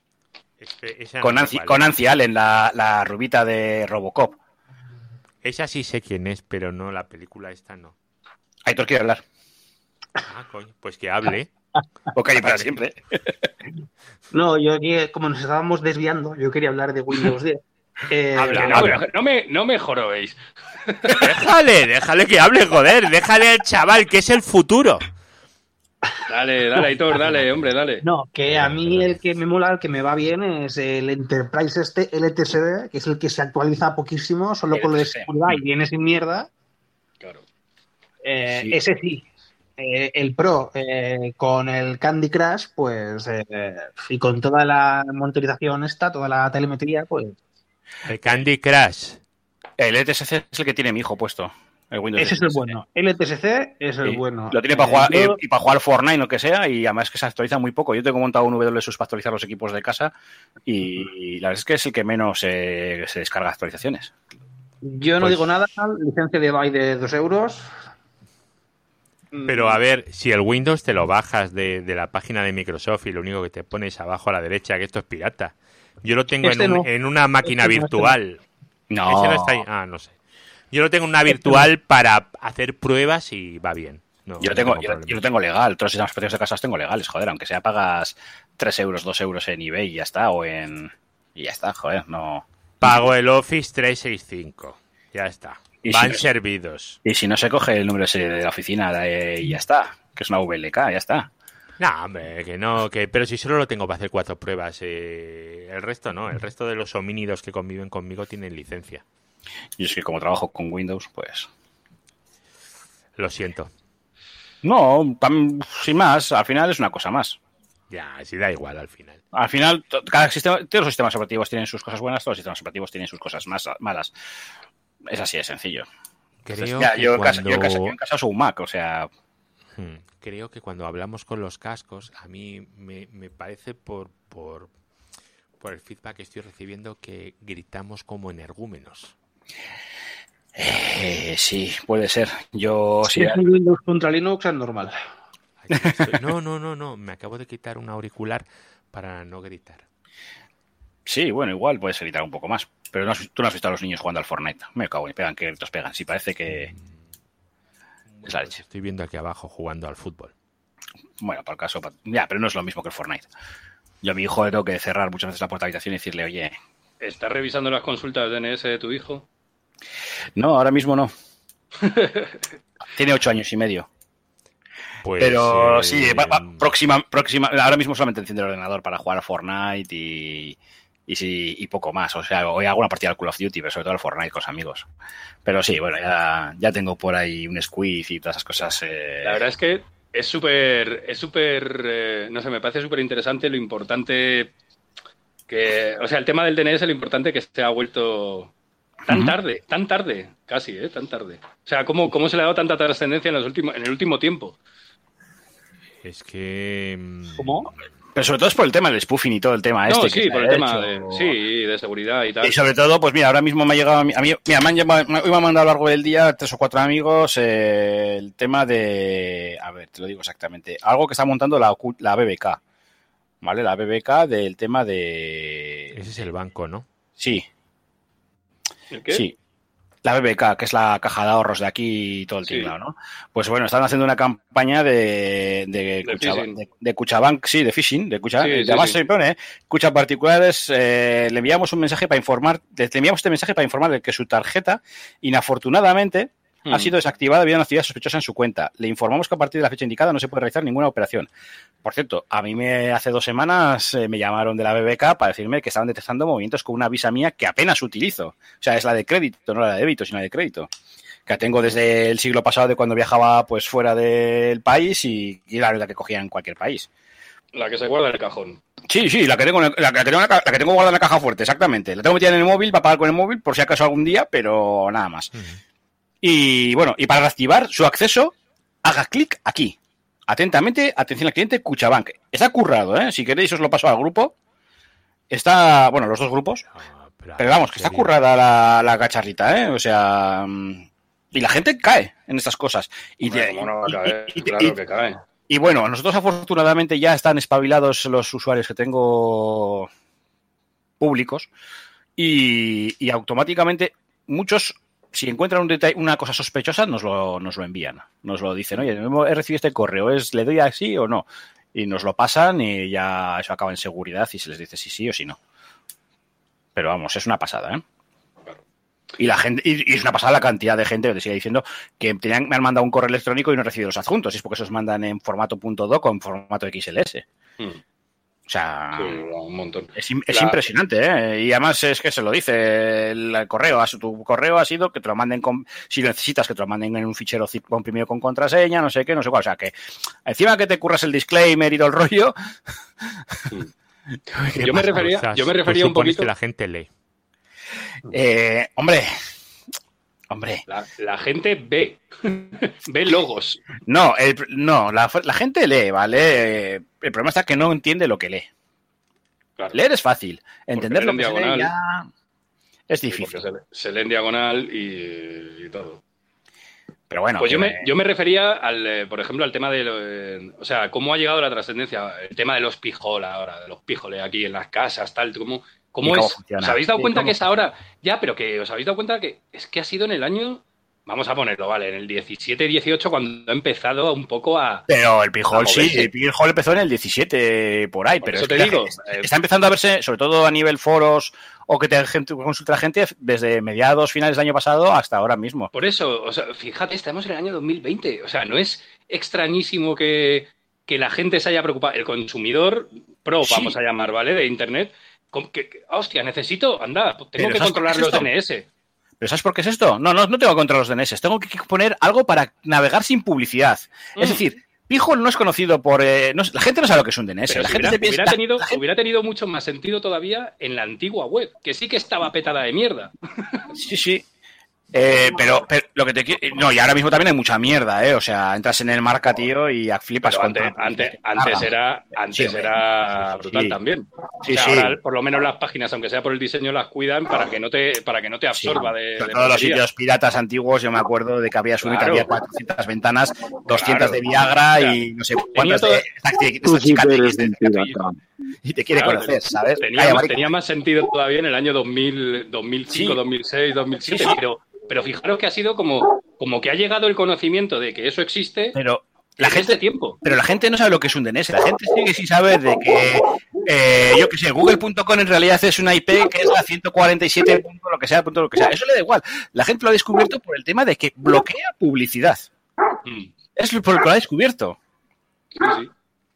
A: Esa
C: con,
A: no
C: Nancy, con Nancy Allen, la, la rubita de Robocop.
A: Esa sí sé quién es, pero no, la película esta no.
C: Aitor quiere hablar.
A: Ah, coño, pues que hable.
C: O calle para siempre.
D: No, yo aquí, como nos estábamos desviando, yo quería hablar de Windows diez.
B: Eh, habla, no, habla. No, me, no me jorobéis.
A: Déjale, déjale que hable, joder. Déjale al chaval, que es el futuro.
B: Dale, dale, Aitor, dale, hombre, dale.
D: No, que a mí el que me mola, el que me va bien es el Enterprise este, L T S D, que es el que se actualiza poquísimo, solo con lo de seguridad y viene sin mierda.
B: Claro.
D: Eh, sí. Ese sí. Eh, el Pro, eh, con el Candy Crush, pues, eh, y con toda la monitorización esta, toda la telemetría, pues...
A: El Candy Crush.
C: El L T S C es el que tiene mi hijo puesto. El Windows
D: Ese es el bueno. El L T S C es el
C: sí.
D: bueno.
C: Lo tiene para jugar, eh, y para jugar Fortnite o lo que sea, y además que se actualiza muy poco. Yo tengo montado un W S U S para actualizar los equipos de casa y, y la verdad es que es el que menos eh, se descarga actualizaciones.
D: Yo no pues... digo nada, licencia de buy de dos euros.
A: Pero a ver, si el Windows te lo bajas de, de la página de Microsoft y lo único que te pones abajo a la derecha, que esto es pirata. Yo lo tengo este en, un, no. en una máquina este virtual.
C: No.
A: Ese no está ahí. Ah, no sé. Yo lo tengo en una virtual para hacer pruebas y va bien. No,
C: yo, lo tengo, no tengo yo, yo lo tengo legal. Todos los sistemas operativos de casa los tengo legales, joder. Aunque sea pagas tres euros, dos euros en eBay y ya está. O en... Y ya está, joder, no...
A: Pago el Office trescientos sesenta y cinco. Ya está.
C: Y
A: Van
C: si no,
A: servidos.
C: Y si no se coge el número de la oficina eh, y ya está. Que es una V L K, ya está.
A: No, hombre, que no. que Pero si solo lo tengo para hacer cuatro pruebas. Eh, el resto no. El resto de los homínidos que conviven conmigo tienen licencia.
C: Y es que como trabajo con Windows, pues...
A: Lo siento.
C: No, tam, sin más, al final es una cosa más.
A: Ya, sí da igual al final.
C: Al final, cada sistema, todos los sistemas operativos tienen sus cosas buenas, todos los sistemas operativos tienen sus cosas más malas. Es así de sencillo.
A: Creo
C: Entonces, ya,
A: que
C: yo,
A: cuando...
C: en casa, yo, en casa, yo en casa uso un Mac, o sea...
A: Hmm. Creo que cuando hablamos con los cascos, a mí me, me parece por, por, por el feedback que estoy recibiendo que gritamos como energúmenos.
C: Eh, sí, puede ser. Yo
D: si sí, es Windows contra Linux es normal.
A: No, no, no, no. Me acabo de quitar un auricular para no gritar.
C: Sí, bueno, igual puedes gritar un poco más. Pero no, tú no has visto a los niños jugando al Fortnite. Me cago en pegan, que gritos pegan. Sí, parece que...
A: Bueno, es la leche. Estoy viendo aquí abajo jugando al fútbol.
C: Bueno, para el caso... Ya, pero no es lo mismo que el Fortnite. Yo a mi hijo le tengo que cerrar muchas veces la puerta de habitación y decirle, oye...
B: ¿Estás revisando las consultas de D N S de tu hijo?
C: No, ahora mismo no. Tiene ocho años y medio. Pues, pero eh... sí, va, va, próxima, próxima, ahora mismo solamente enciende el ordenador para jugar a Fortnite y, y, sí, y poco más. O sea, hoy hago una partida al Call of Duty, pero sobre todo al Fortnite con los amigos. Pero sí, bueno, ya, ya tengo por ahí un squeeze y todas esas cosas. Eh...
B: La verdad es que es súper, es súper, eh, no sé, me parece súper interesante lo importante que, o sea, el tema del D N S, lo importante que se ha vuelto... Tan uh-huh. tarde, tan tarde, casi, ¿eh? Tan tarde. O sea, ¿cómo, cómo se le ha dado tanta trascendencia en, los últimos, en el último tiempo?
A: Es que...
D: ¿Cómo?
C: Pero sobre todo es por el tema del spoofing y todo el tema
B: no,
C: este.
B: Sí,
C: que
B: por el hecho. tema de, sí, de seguridad y tal.
C: Y sobre todo, pues mira, ahora mismo me ha llegado a mí... A mí mira, me han llamado, hoy me han mandado a lo largo del día tres o cuatro amigos eh, el tema de... A ver, te lo digo exactamente. Algo que está montando la, la B B K. ¿vale? La B B K del tema de...
A: Ese es el banco, ¿no?
C: Sí.
B: ¿El qué?
C: Sí. La B B K, que es la caja de ahorros de aquí y todo el
B: Sí.
C: tinglado, ¿no? Pues bueno, están haciendo una campaña de de,
B: De
C: Cuchabank,
B: phishing.
C: de, de Cuchabank, sí, de phishing, de Cucha,
B: Sí,
C: eh,
B: sí,
C: además
B: sí.
C: se pone, ¿eh? Cucha particulares, eh, le enviamos un mensaje para informar, le enviamos este mensaje para informar de que su tarjeta, inafortunadamente,
B: Hmm.
C: ha sido desactivada debido a una actividad sospechosa en su cuenta. Le informamos que a partir de la fecha indicada no se puede realizar ninguna operación. Por cierto, a mí me hace dos semanas eh, me llamaron de la B B K para decirme que estaban detectando movimientos con una visa mía que apenas utilizo. O sea, es la de crédito, no la de débito, sino la de crédito. Que tengo desde el siglo pasado de cuando viajaba pues fuera del país y, y la la que cogía en cualquier país.
B: La que se guarda en el cajón.
C: Sí, sí, la que tengo, en el- la, que tengo, en la, ca- la que tengo guardada en la caja fuerte, exactamente. La tengo metida en el móvil para pagar con el móvil por si acaso algún día, pero nada más.
A: Ujú.
C: Y bueno, y para reactivar su acceso, haga clic aquí. Atentamente, atención al cliente, Cuchabank. Está currado, ¿eh? Si queréis os lo paso al grupo. Está, bueno, los dos grupos.
A: Ah, pero,
C: Pero vamos, que está
A: serio.
C: currada la, la cacharrita, ¿eh? O sea... mm, y la gente cae en estas cosas. Y,
B: Hombre,
C: te-
B: ¿cómo no va a
C: y-
B: caer?
C: y- y-
B: Claro
C: y-
B: que cae.
C: y bueno, nosotros afortunadamente ya están espabilados los usuarios que tengo públicos y, y automáticamente muchos, si encuentran un detalle, una cosa sospechosa, nos lo, nos lo envían. Nos lo dicen, oye, he recibido este correo, ¿es, ¿le doy así o no? Y nos lo pasan y ya eso acaba en seguridad y se les dice si sí o si no. Pero vamos, es una pasada, ¿eh? Y la gente, y, y es una pasada la cantidad de gente que te sigue diciendo que tenían, me han mandado un correo electrónico y no he recibido los adjuntos. Y es porque esos mandan en formato .doc o en formato X L S.
B: Hmm.
C: O sea,
B: Sí, un montón.
C: es, im- es
B: La-
C: impresionante, ¿eh? Y además es que se lo dice el, el correo. a su- Tu correo ha sido que te lo manden con, si lo necesitas, que te lo manden en un fichero zip comprimido con contraseña, no sé qué, no sé cuál. O sea, que encima que te curras el disclaimer y todo el rollo.
A: ¿Qué
B: Yo me
A: pasa?
B: refería-
A: O sea,
B: yo me
A: tú
B: refería un
A: supones
B: poquito-
A: que la gente lee.
C: Eh, hombre, hombre.
B: La, la gente ve. Ve logos.
C: No, el- no la, la gente lee, ¿vale? El problema está que no entiende lo que lee.
B: Claro.
C: Leer es fácil. Entender
B: leen
C: lo que se lee
B: diagonal.
C: ya es
B: Sí,
C: difícil.
B: porque se, se lee en diagonal y, y todo.
C: Pero bueno,
B: Pues yo
C: que-
B: me, yo me refería, al, eh, por ejemplo, al tema de, lo, eh, o sea, cómo ha llegado la trascendencia, el tema de los pijoles ahora, de los pijoles aquí en las casas, tal, cómo, cómo
C: ¿Y cómo
B: es.
C: funciona?
B: ¿Os habéis dado
C: Sí,
B: cuenta
C: ¿cómo
B: que es ahora? Ya, pero que os habéis dado cuenta que es que ha sido en el año, vamos a ponerlo, vale, en el diecisiete dieciocho cuando ha empezado un poco a...
C: Pero el Pijol
B: a
C: sí,
B: moverse.
C: el Pijol empezó en el diecisiete por ahí,
B: Por
C: pero
B: eso
C: es
B: te
C: que
B: digo,
C: está,
B: eh,
C: está empezando a verse, sobre todo a nivel foros o que te gente, consulta la gente desde mediados, finales del año pasado hasta ahora mismo.
B: Por eso, o sea, fíjate, estamos en el año dos mil veinte. O sea, no es extrañísimo que, que la gente se haya preocupado. El consumidor pro,
C: Sí.
B: vamos a llamar, ¿vale? De Internet. con que, que, hostia, necesito, anda, tengo
C: Pero
B: que
C: ¿sabes
B: controlar
C: por qué
B: los
C: es esto?
B: D N S.
C: ¿Pero sabes por qué es esto? No, no, no tengo que controlar los D N S. Tengo que poner algo para navegar sin publicidad. Es
B: Mm.
C: decir, Pijol no es conocido por... eh, no- la gente no sabe lo que es un D N S.
B: Pero
C: la
B: si
C: gente
B: hubiera,
C: se piensa-
B: hubiera
C: la-
B: tenido,
C: la gente-
B: hubiera tenido mucho más sentido todavía en la antigua web, que sí que estaba petada de mierda.
C: Sí, sí. Eh, pero, pero lo que te quiero... No, y ahora mismo también hay mucha mierda, ¿eh? O sea, entras en el marca, tío, y flipas
B: Pero
C: con
B: antes,
C: todo.
B: antes, antes era, antes
C: Sí, hombre.
B: era brutal
C: Sí.
B: también.
C: Sí,
B: O sea,
C: sí.
B: ahora, por lo menos las páginas, aunque sea por el diseño, las cuidan para que no te, para que no te absorba de,
C: Sobre
B: de
C: todo los
B: porquería.
C: sitios piratas antiguos, yo me acuerdo de que había subido
B: Claro.
C: había cuatrocientas ventanas, doscientas
B: Claro.
C: de Viagra
B: O sea,
C: y no sé
B: tenía
C: cuántas
B: todo-
C: de esta, de
E: Tú
C: esta
E: sí
C: chica
E: que
C: de-
E: eres
C: de-
E: un
C: de-
E: pirata.
C: y te quiere
B: Claro,
C: conocer, ¿sabes?
B: Tenía,
C: Calla,
B: más,
C: marica.
B: tenía más sentido todavía en el año dos mil, dos mil cinco,
C: Sí.
B: dos mil seis, dos mil siete,
C: Sí, sí.
B: Pero, pero fijaros que ha sido como, como que ha llegado el conocimiento de que eso existe
C: Pero la
B: en
C: gente,
B: este tiempo.
C: pero la gente no sabe lo que es un D N S. La gente sigue sin saber de que, eh, yo qué sé, google punto com en realidad es una I P que es la ciento cuarenta y siete, punto lo que sea, punto lo que sea. Eso le da igual. La gente lo ha descubierto por el tema de que bloquea publicidad.
B: Mm,
C: Es por lo que lo ha descubierto.
B: sí, sí.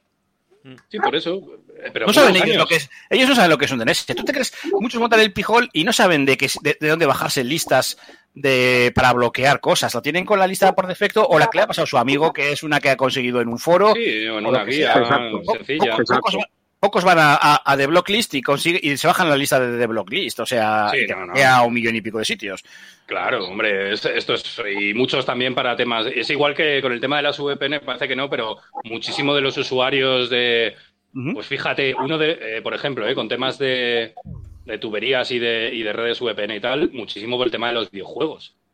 B: Sí, por eso. eh, Pero
C: No
B: hace
C: saben
B: unos
C: ellos
B: años.
C: lo que es. Ellos no saben lo que es un D N S. Tú te crees, muchos montan el Pijol y no saben de, qué, de, de dónde bajarse listas de, para bloquear cosas. Lo tienen con la lista por defecto o la que le ha pasado a su amigo, que es una que ha conseguido en un foro.
B: Sí, o en
C: o
B: una
C: lo que
B: guía
C: sea.
E: Exacto.
B: sencilla.
C: Pocos, pocos van- pocos van a, a, a The Blocklist y, consigue, y se bajan la lista de The Blocklist. O sea,
B: Sí,
C: y te
B: no, no.
C: bloquea a un millón y pico de sitios.
B: Claro, hombre, es- esto es. Y muchos también para temas. Es igual que con el tema de las V P N, parece que no, pero muchísimo de los usuarios de.
C: Ujú.
B: Pues fíjate, uno de. eh, por ejemplo, eh, con temas de, de tuberías y de, y de redes V P N y tal, muchísimo por el tema de los videojuegos.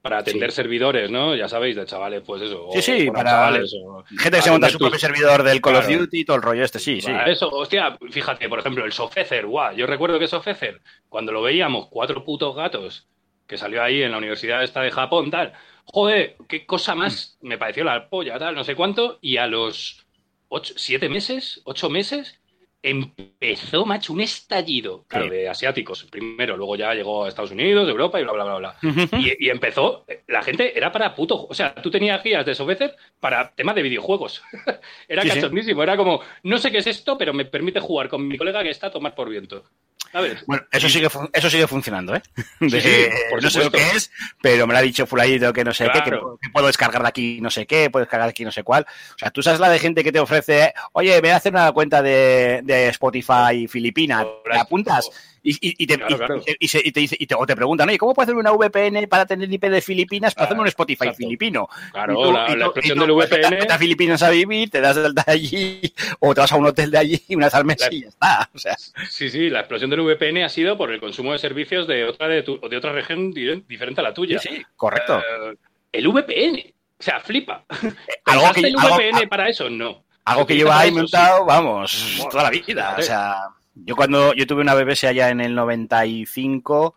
B: para atender
C: Sí.
B: servidores, ¿no? Ya sabéis, de chavales, pues eso.
C: Sí, sí,
B: o
C: para
B: chavales, o,
C: gente que se monta
B: atender
C: su
B: tus-
C: propio servidor del Call of
B: Claro.
C: Duty y todo el rollo este, sí, sí.
B: Va, Eso, hostia, fíjate, por ejemplo, el Sofecer, guau, yo recuerdo que Sofecer, cuando lo veíamos, cuatro putos gatos, que salió ahí en la universidad esta de Japón, tal, joder, qué cosa más, me pareció la polla, tal, no sé cuánto, y a los ocho, siete meses, ocho meses, empezó, macho, un estallido, claro,
C: Sí.
B: de asiáticos primero, luego ya llegó a Estados Unidos, Europa y bla, bla, bla, bla. Y, y empezó, la gente era para puto, o sea, tú tenías guías de Sofecer para temas de videojuegos. Era
C: Sí, sí.
B: cachondísimo, era como, no sé qué es esto, pero me permite jugar con mi colega que está a tomar por viento. ¿Sabes?
C: Bueno, eso sigue, fun- eso sigue funcionando, ¿eh?
B: Sí,
C: De-
B: sí, por
C: no sé lo
B: supuesto.
C: que es, pero me lo ha dicho fulanito que no sé qué, que,
B: Claro.
C: puedo- que puedo descargar de aquí no sé qué, puedo descargar de aquí no sé cuál. O sea, tú sabes la de gente que te ofrece, oye, voy a hacer una cuenta de, de Spotify Filipina, ¿te
B: Correcto.
C: apuntas? Y, y- y te,
B: Claro,
C: y-
B: claro.
C: y- y se- y te dice- y te- o te preguntan, oye, ¿cómo puedo hacer una V P N para tener I P de Filipinas para
B: Ah,
C: hacerme un Spotify
B: exacto.
C: filipino?
B: Claro,
C: Y tú-
B: la,
C: y
B: la
C: tú-
B: expresión
C: y tú,
B: del
C: pues, vete a-
B: V P N.
C: vete a Filipinas a vivir, te das de alta allí, o te vas a un hotel de allí una vez al mes
B: La-
C: y ya está. O sea,
B: Sí, sí, la explosión del V P N ha sido por el consumo de servicios de otra, de tu- de otra región di- diferente a la tuya.
C: sí, sí, correcto.
B: Eh, el V P N. O sea, flipa.
C: algo
B: ¿Pensaste
C: que-
B: el
C: algo-
B: V P N para eso? No.
C: Algo
B: Se
C: que
B: utiliza
C: lleva
B: para
C: ahí
B: eso, sí.
C: montado, vamos,
B: Bueno,
C: toda la vida.
B: fíjate.
C: O sea, yo cuando yo tuve una B B S allá en el noventa y cinco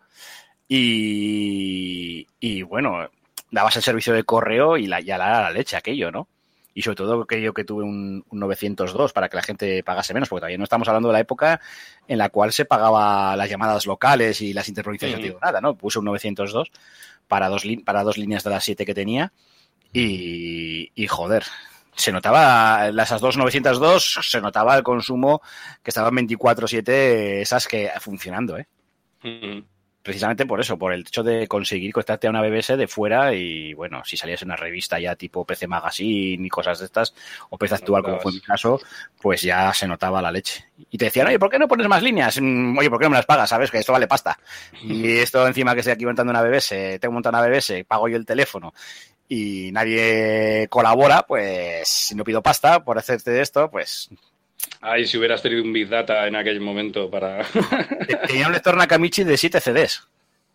C: y, y bueno, dabas el servicio de correo y la, ya la, la leche aquello, ¿no? Y sobre todo que yo que tuve un, un novecientos dos para que la gente pagase menos, porque todavía no estamos hablando de la época en la cual se pagaba las llamadas locales y las interprovinciales,
B: Ujú.
C: no digo nada, ¿no? Puse un novecientos dos para dos, lin- para dos líneas de las siete que tenía y, y joder, se notaba, esas dos novecientos dos, se notaba el consumo que estaban veinticuatro siete esas que funcionando, ¿eh?
B: Ujú.
C: Precisamente por eso, por el hecho de conseguir conectarte a una B B S de fuera y, bueno, si salías en una revista ya tipo P C Magazine y cosas de estas, o P C Actual, como fue mi caso, pues ya se notaba la leche. Y te decían, oye, ¿por qué no pones más líneas? Mm, Oye, ¿por qué no me las pagas? ¿Sabes? Que esto vale pasta. Y esto encima que estoy aquí montando una B B S, tengo montado una B B S, pago yo el teléfono y nadie colabora, pues si no pido pasta por hacerte esto, pues
B: Ay, si hubieras tenido un Big Data en aquel momento para...
C: tenía un lector Nakamichi de siete C Ds.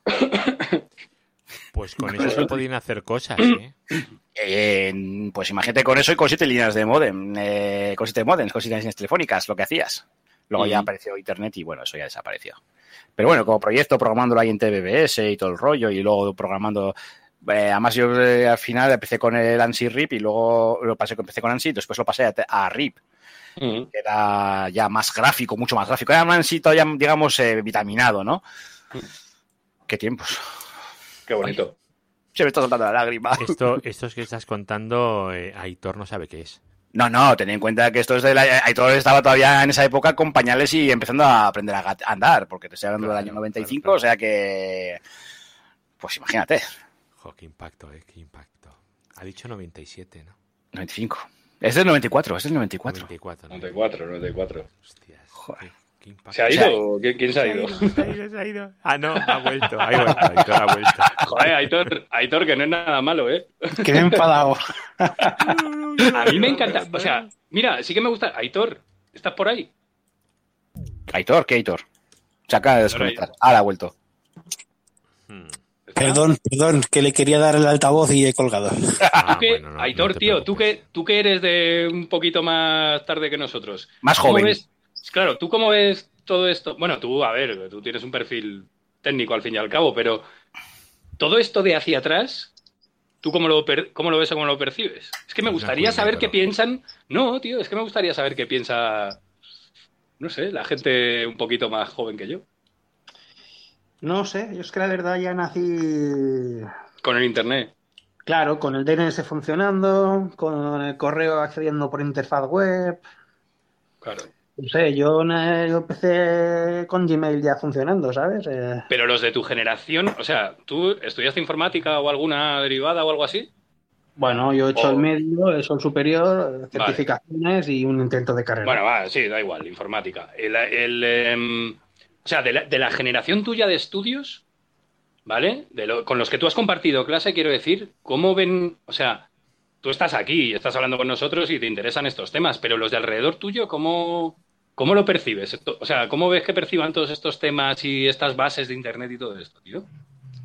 A: Pues con eso se podían hacer cosas, ¿eh?
C: Eh, pues imagínate con eso y con siete líneas de modem, eh, con siete modems, con siete líneas telefónicas, lo que hacías. Luego ya
B: Ujú.
C: apareció internet y bueno, eso ya desapareció. Pero bueno, como proyecto, programándolo ahí en T B B S y todo el rollo, y luego programando. Eh, además, yo eh, al final empecé con el ANSI R I P y luego lo pasé, empecé con ANSI, después lo pasé a, a R I P,
B: Ujú.
C: que era ya más gráfico, mucho más gráfico. Era un ANSI todavía, digamos, eh, vitaminado, ¿no? Qué tiempos.
B: Qué bonito.
C: Se me está soltando la lágrima.
A: Esto, estos que estás contando, eh, Aitor no sabe qué es.
C: No, no, ten en cuenta que esto es de la... Aitor estaba todavía en esa época con pañales y empezando a aprender a gat- a andar, porque te estoy hablando
A: Claro,
C: del año noventa y cinco,
A: claro,
C: o sea que... Pues imagínate,
A: Jo, qué impacto, eh, qué impacto. Ha dicho noventa y siete, ¿no?
C: noventa y cinco. Es del noventa y cuatro, es del noventa y cuatro.
A: noventa y cuatro, ¿no?
B: noventa y cuatro, noventa y cuatro.
A: Hostias,
C: Joder.
A: qué, qué impacto.
B: ¿Se ha
C: O sea,
B: ido? ¿Quién, quién se ha ido?
A: Se ha ido, se ha ido. Ah, no, ha vuelto, ha vuelto, Aitor ha vuelto.
B: Joder, Aitor, Aitor, que no es nada malo, ¿eh?
D: Que me he enfadado.
B: A mí me encanta. O sea, mira, sí que me gusta. Aitor, ¿estás por ahí?
C: Aitor, ¿qué Aitor? Se acaba de desconectar. Ahora ha vuelto.
A: Hmm.
B: ¿Estás?
F: Perdón, perdón, que le quería dar el altavoz y he colgado.
A: Ah,
B: Tú que-
A: bueno, no,
B: Aitor,
A: no te
B: tío, tú
A: preocupes.
B: que, tú que eres de un poquito más tarde que nosotros.
C: Más
B: ¿Cómo
C: joven.
B: ves- claro, ¿tú cómo ves todo esto? Bueno, tú, a ver, tú tienes un perfil técnico al fin y al cabo, pero todo esto de hacia atrás, ¿tú cómo lo, per- cómo lo ves o cómo lo percibes? Es que me
A: Una
B: gustaría
A: cuña,
B: saber qué
A: pero-
B: piensan. No, tío, es que me gustaría saber qué piensa, no sé, la gente un poquito más joven que yo.
D: No sé, yo es que la verdad ya nací,
B: Con el internet.
D: claro, con el D N S funcionando, con el correo accediendo por interfaz web.
B: Claro.
D: No sé, yo, na- yo empecé con Gmail ya funcionando, ¿sabes? Eh,
B: Pero los de tu generación, o sea, ¿tú estudiaste informática o alguna derivada o algo así?
D: bueno, yo he hecho
B: Oh.
D: el medio, he hecho el superior, certificaciones y un intento de carrera.
B: Bueno, va, sí, da igual, informática. El, el, em, o sea, de la, de la generación tuya de estudios, ¿vale? De lo- con los que tú has compartido clase, quiero decir, ¿cómo ven? O sea, tú estás aquí y estás hablando con nosotros y te interesan estos temas, pero los de alrededor tuyo, ¿cómo, cómo lo percibes? Esto- O sea, ¿cómo ves que perciban todos estos temas y estas bases de Internet y todo esto, tío?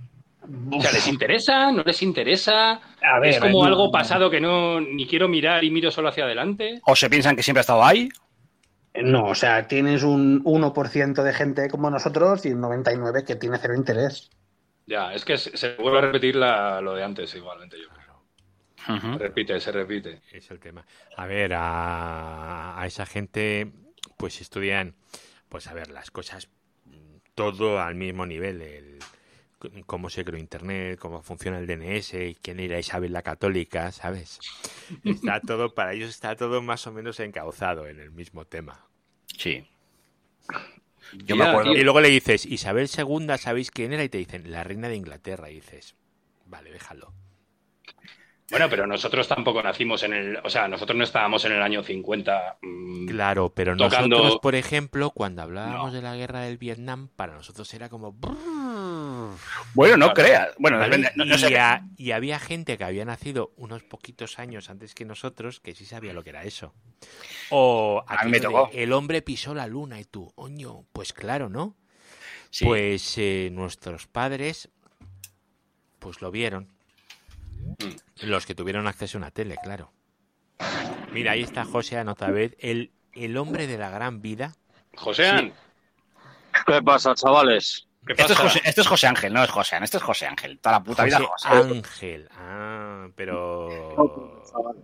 B: O sea, ¿les interesa? ¿No les interesa?
D: A ver,
B: ¿Es como
D: no,
B: algo
D: no.
B: pasado que no ni quiero mirar y miro solo hacia adelante?
C: ¿O se piensan que siempre ha estado ahí?
D: No, o sea, tienes un uno por ciento de gente como nosotros y un noventa y nueve por ciento que tiene cero interés.
B: Ya, es que se, se vuelve a repetir la- lo de antes igualmente, yo creo.
C: Uh-huh.
B: Se repite, se repite.
A: Es el tema. A ver, a, a esa gente, pues estudian, pues a ver, las cosas, todo al mismo nivel. El, cómo se creó Internet, cómo funciona el D N S, quién era Isabel la Católica, ¿sabes? Está todo, para ellos está todo más o menos encauzado en el mismo tema.
C: Sí. Yo
B: Ya,
C: me acuerdo.
B: tío.
A: Y luego le dices, Isabel segunda, ¿sabéis quién era? Y te dicen, la reina de Inglaterra. Y dices, vale, déjalo.
B: Bueno, pero nosotros tampoco nacimos en el... O sea, nosotros no estábamos en el año cincuenta. mmm,
A: Claro, pero
B: Tocando-
A: nosotros, por ejemplo, cuando hablábamos
B: No.
A: de la guerra del Vietnam, para nosotros era como... brrr,
C: Bueno, no
B: Claro.
C: creas. Bueno,
A: ¿vale?
C: depende. No, no
A: y,
C: sé.
A: a- y había gente que había nacido unos poquitos años antes que nosotros que sí sabía lo que era eso. O
C: A mí me
A: aquello de,
C: tocó.
A: el hombre pisó la luna y tú, oño, pues claro, ¿no?
C: Sí.
A: Pues eh, nuestros padres pues lo vieron. Los que tuvieron acceso a una tele, claro. Mira, ahí está José otra vez, el, el hombre de la gran vida.
B: Joséan,
G: ¿Qué pasa, chavales?
B: ¿qué
C: Esto es,
B: pasa?
C: José, esto es José Ángel, no es José Ángel. Esto es José Ángel. Toda la puta vida
A: José
C: José.
A: Ángel. Ah, pero...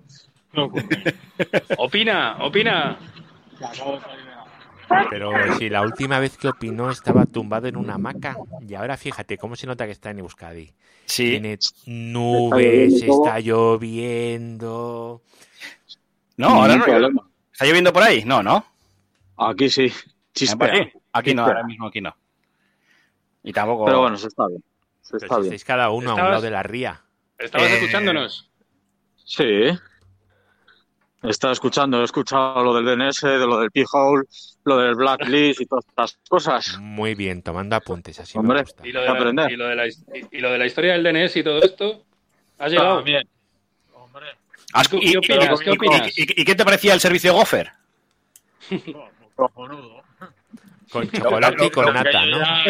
B: Opina, opina.
A: Pero si la última vez que opinó estaba tumbado en una hamaca. Y ahora fíjate cómo se nota que está en Euskadi.
C: Sí.
A: Tiene nubes, está lloviendo.
C: No, ahora no.
G: problema.
C: ¿Está lloviendo por ahí? No, ¿no.
G: Aquí sí. Chispea.
C: Aquí, aquí no,
G: Chispea.
C: ahora mismo aquí no. Y tampoco.
G: Pero bueno, se está bien. Se
A: Pero
G: está
A: si
G: bien.
A: estáis cada uno a un
B: Estabas-
A: lado de la ría.
B: ¿Estabas
C: Eh,
B: escuchándonos?
G: Sí. Estaba escuchando, he escuchado lo del D N S, de lo del P-Hole, lo del Blacklist y todas estas cosas.
A: Muy bien, tomando apuntes, así
G: Hombre.
A: me gusta.
B: ¿Y lo, de la,
G: aprender.
B: y, lo de la, his- y lo de la historia del D N S y todo esto? ¿Has llegado?
G: También. Hombre.
C: ¿Has-
B: ¿Tú
C: y-
B: qué opinas?
C: y-
B: ¿Qué
C: y-
B: opinas?
C: y- y- y qué te parecía el servicio Gopher?
G: Cojonudo.
A: Con chocolate y con
G: Lo que
A: nata,
G: yo
A: ¿no?
G: ya-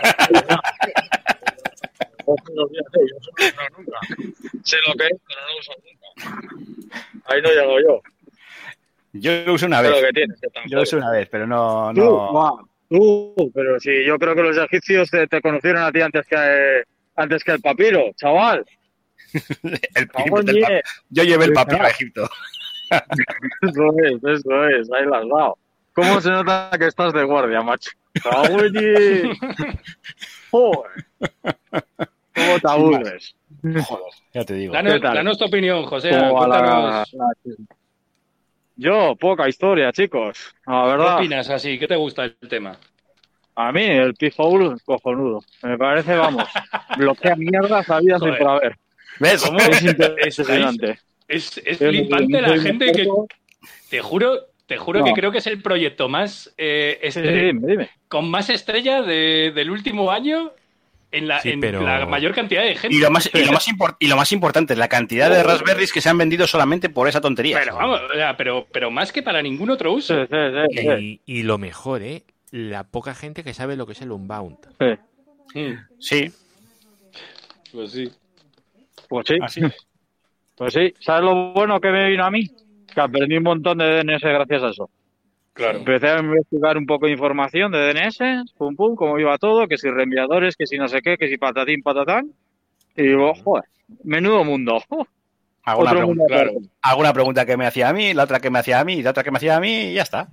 G: Los días de ellos, no, no, nunca. Sé lo que es, pero no lo uso nunca. Ahí no llego yo.
C: Yo lo usé una
G: Sé lo
C: vez.
G: que tienes. que tampoco.
C: Yo lo usé una vez, pero no.
G: Tú,
C: no...
G: guau, tú, pero sí, yo creo que los egipcios te, te conocieron a ti antes que eh, antes que el papiro, chaval.
C: el
G: Cago en
C: del pa-
G: diez.
C: Yo llevé el
G: Sí,
C: papiro
G: claro.
C: a Egipto.
G: Eso es, eso es, ahí la has dado. ¿Cómo se nota que estás de guardia, macho? Cago en diez. Joder. ¿Cómo te aburres?
C: Joder, ya te digo.
B: Danos,
G: ¿Qué tal?
B: danos tu opinión, José.
G: Como a la-
B: Cuéntanos.
G: la- Yo, poca historia, chicos. La
B: ¿Qué
G: verdad,
B: opinas así? ¿Qué te gusta el tema?
G: a mí el P-Hole es cojonudo. Me parece, vamos, bloquea mierda sabía sin
B: Joder.
G: por haber.
C: ¿Ves?
B: ¿Cómo?
G: Es impresionante.
B: Es, es
G: Yo no-
B: flipante
G: no
B: la
G: soy un
B: gente que...
G: experto.
B: Te juro, te juro
G: No.
B: que creo que es el proyecto más... eh,
G: Sí,
B: estre-
G: sí, dime, dime.
B: con más estrella de- del último año en, la,
A: Sí,
B: en
A: pero-
B: la mayor cantidad de gente.
C: Y lo, más, y, lo más impor- y lo más importante, la cantidad de Raspberries que se han vendido solamente por esa tontería.
B: Pero vamos, o sea, pero, pero más que para ningún otro
G: Sí,
B: uso.
G: sí, sí, sí.
A: Y, y lo mejor, ¿eh? La poca gente que sabe lo que es el Unbound.
G: Sí.
B: Mm,
C: Sí.
B: Pues sí.
G: Pues sí,
C: Así.
G: pues sí. ¿Sabes lo bueno que me vino a mí? Que aprendí un montón de D N S gracias a eso.
B: Claro.
G: Empecé a investigar un poco de información de D N S, pum pum, cómo iba todo, que si reenviadores, que si no sé qué, que si patatín, patatán. Y digo, joder, menudo mundo.
C: ¿Alguna,
G: Otro
C: pregunta,
G: mundo
B: claro.
G: aparte.
C: alguna pregunta que me hacía a mí, la otra que me hacía a mí, y la otra que me hacía a mí, y ya está.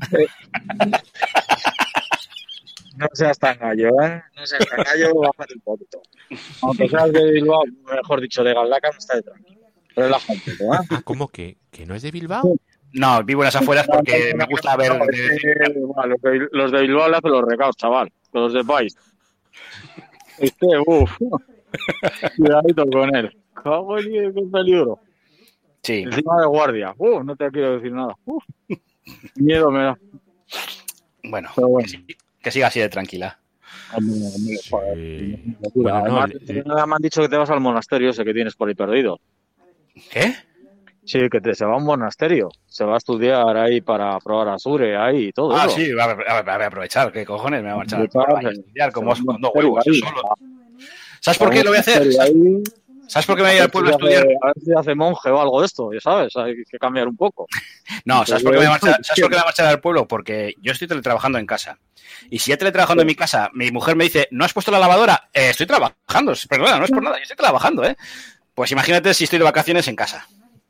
G: No seas tan gallo, ¿eh? No seas tan gallo, bájate un poquito. Aunque seas de Bilbao, mejor dicho, de Galdaca, no está de tranquilo. Relájate un poco, ¿eh?
A: Ah, ¿cómo que? ¿Que no es de Bilbao?
C: No, vivo en las afueras porque me gusta ver.
G: No, es que, bueno, los, de, los de Bilbao le hacen los recaos, chaval. Los de País. Este, uff. Cuidadito con él. Cago en Dios, qué peligro.
C: Sí.
G: Encima de guardia. Uh, no te quiero decir nada. Uh, miedo me da.
C: Bueno,
G: Pero bueno.
C: que, sí- que siga así de tranquila.
G: Hombre, hombre, joder,
A: Sí.
G: locura.
A: Bueno, no,
G: Además,
A: le-
G: me han dicho que te vas al monasterio ese que tienes por ahí perdido.
C: ¿Qué?
G: Sí, que te, se va a un monasterio. Se va a estudiar ahí para probar Azure ahí y todo
C: Ah,
G: eso.
C: sí, a ver, a ver, a ver, aprovechar. ¿Qué cojones? Me voy a marchar.
G: Aprovechar,
C: Vaya a estudiar como
G: sí,
C: con dos
G: pero
C: huevos.
G: ahí,
C: Solo, ¿Sabes por qué lo voy a hacer?
G: Y ahí,
C: ¿Sabes por qué me voy a ir al pueblo a
G: a ver si
C: estudiar?
G: hace- a ver si hace monje o algo de esto, ya sabes, hay que cambiar un poco.
C: No, ¿sabes por qué me voy a marchar, ¿sabes por qué me voy a marchar al pueblo? Porque yo estoy teletrabajando en casa. Y si ya teletrabajando en mi casa, mi mujer me dice, ¿no has puesto la lavadora? Eh, estoy trabajando, perdona, no es por nada, yo estoy trabajando, ¿eh? Pues imagínate si estoy de vacaciones en casa.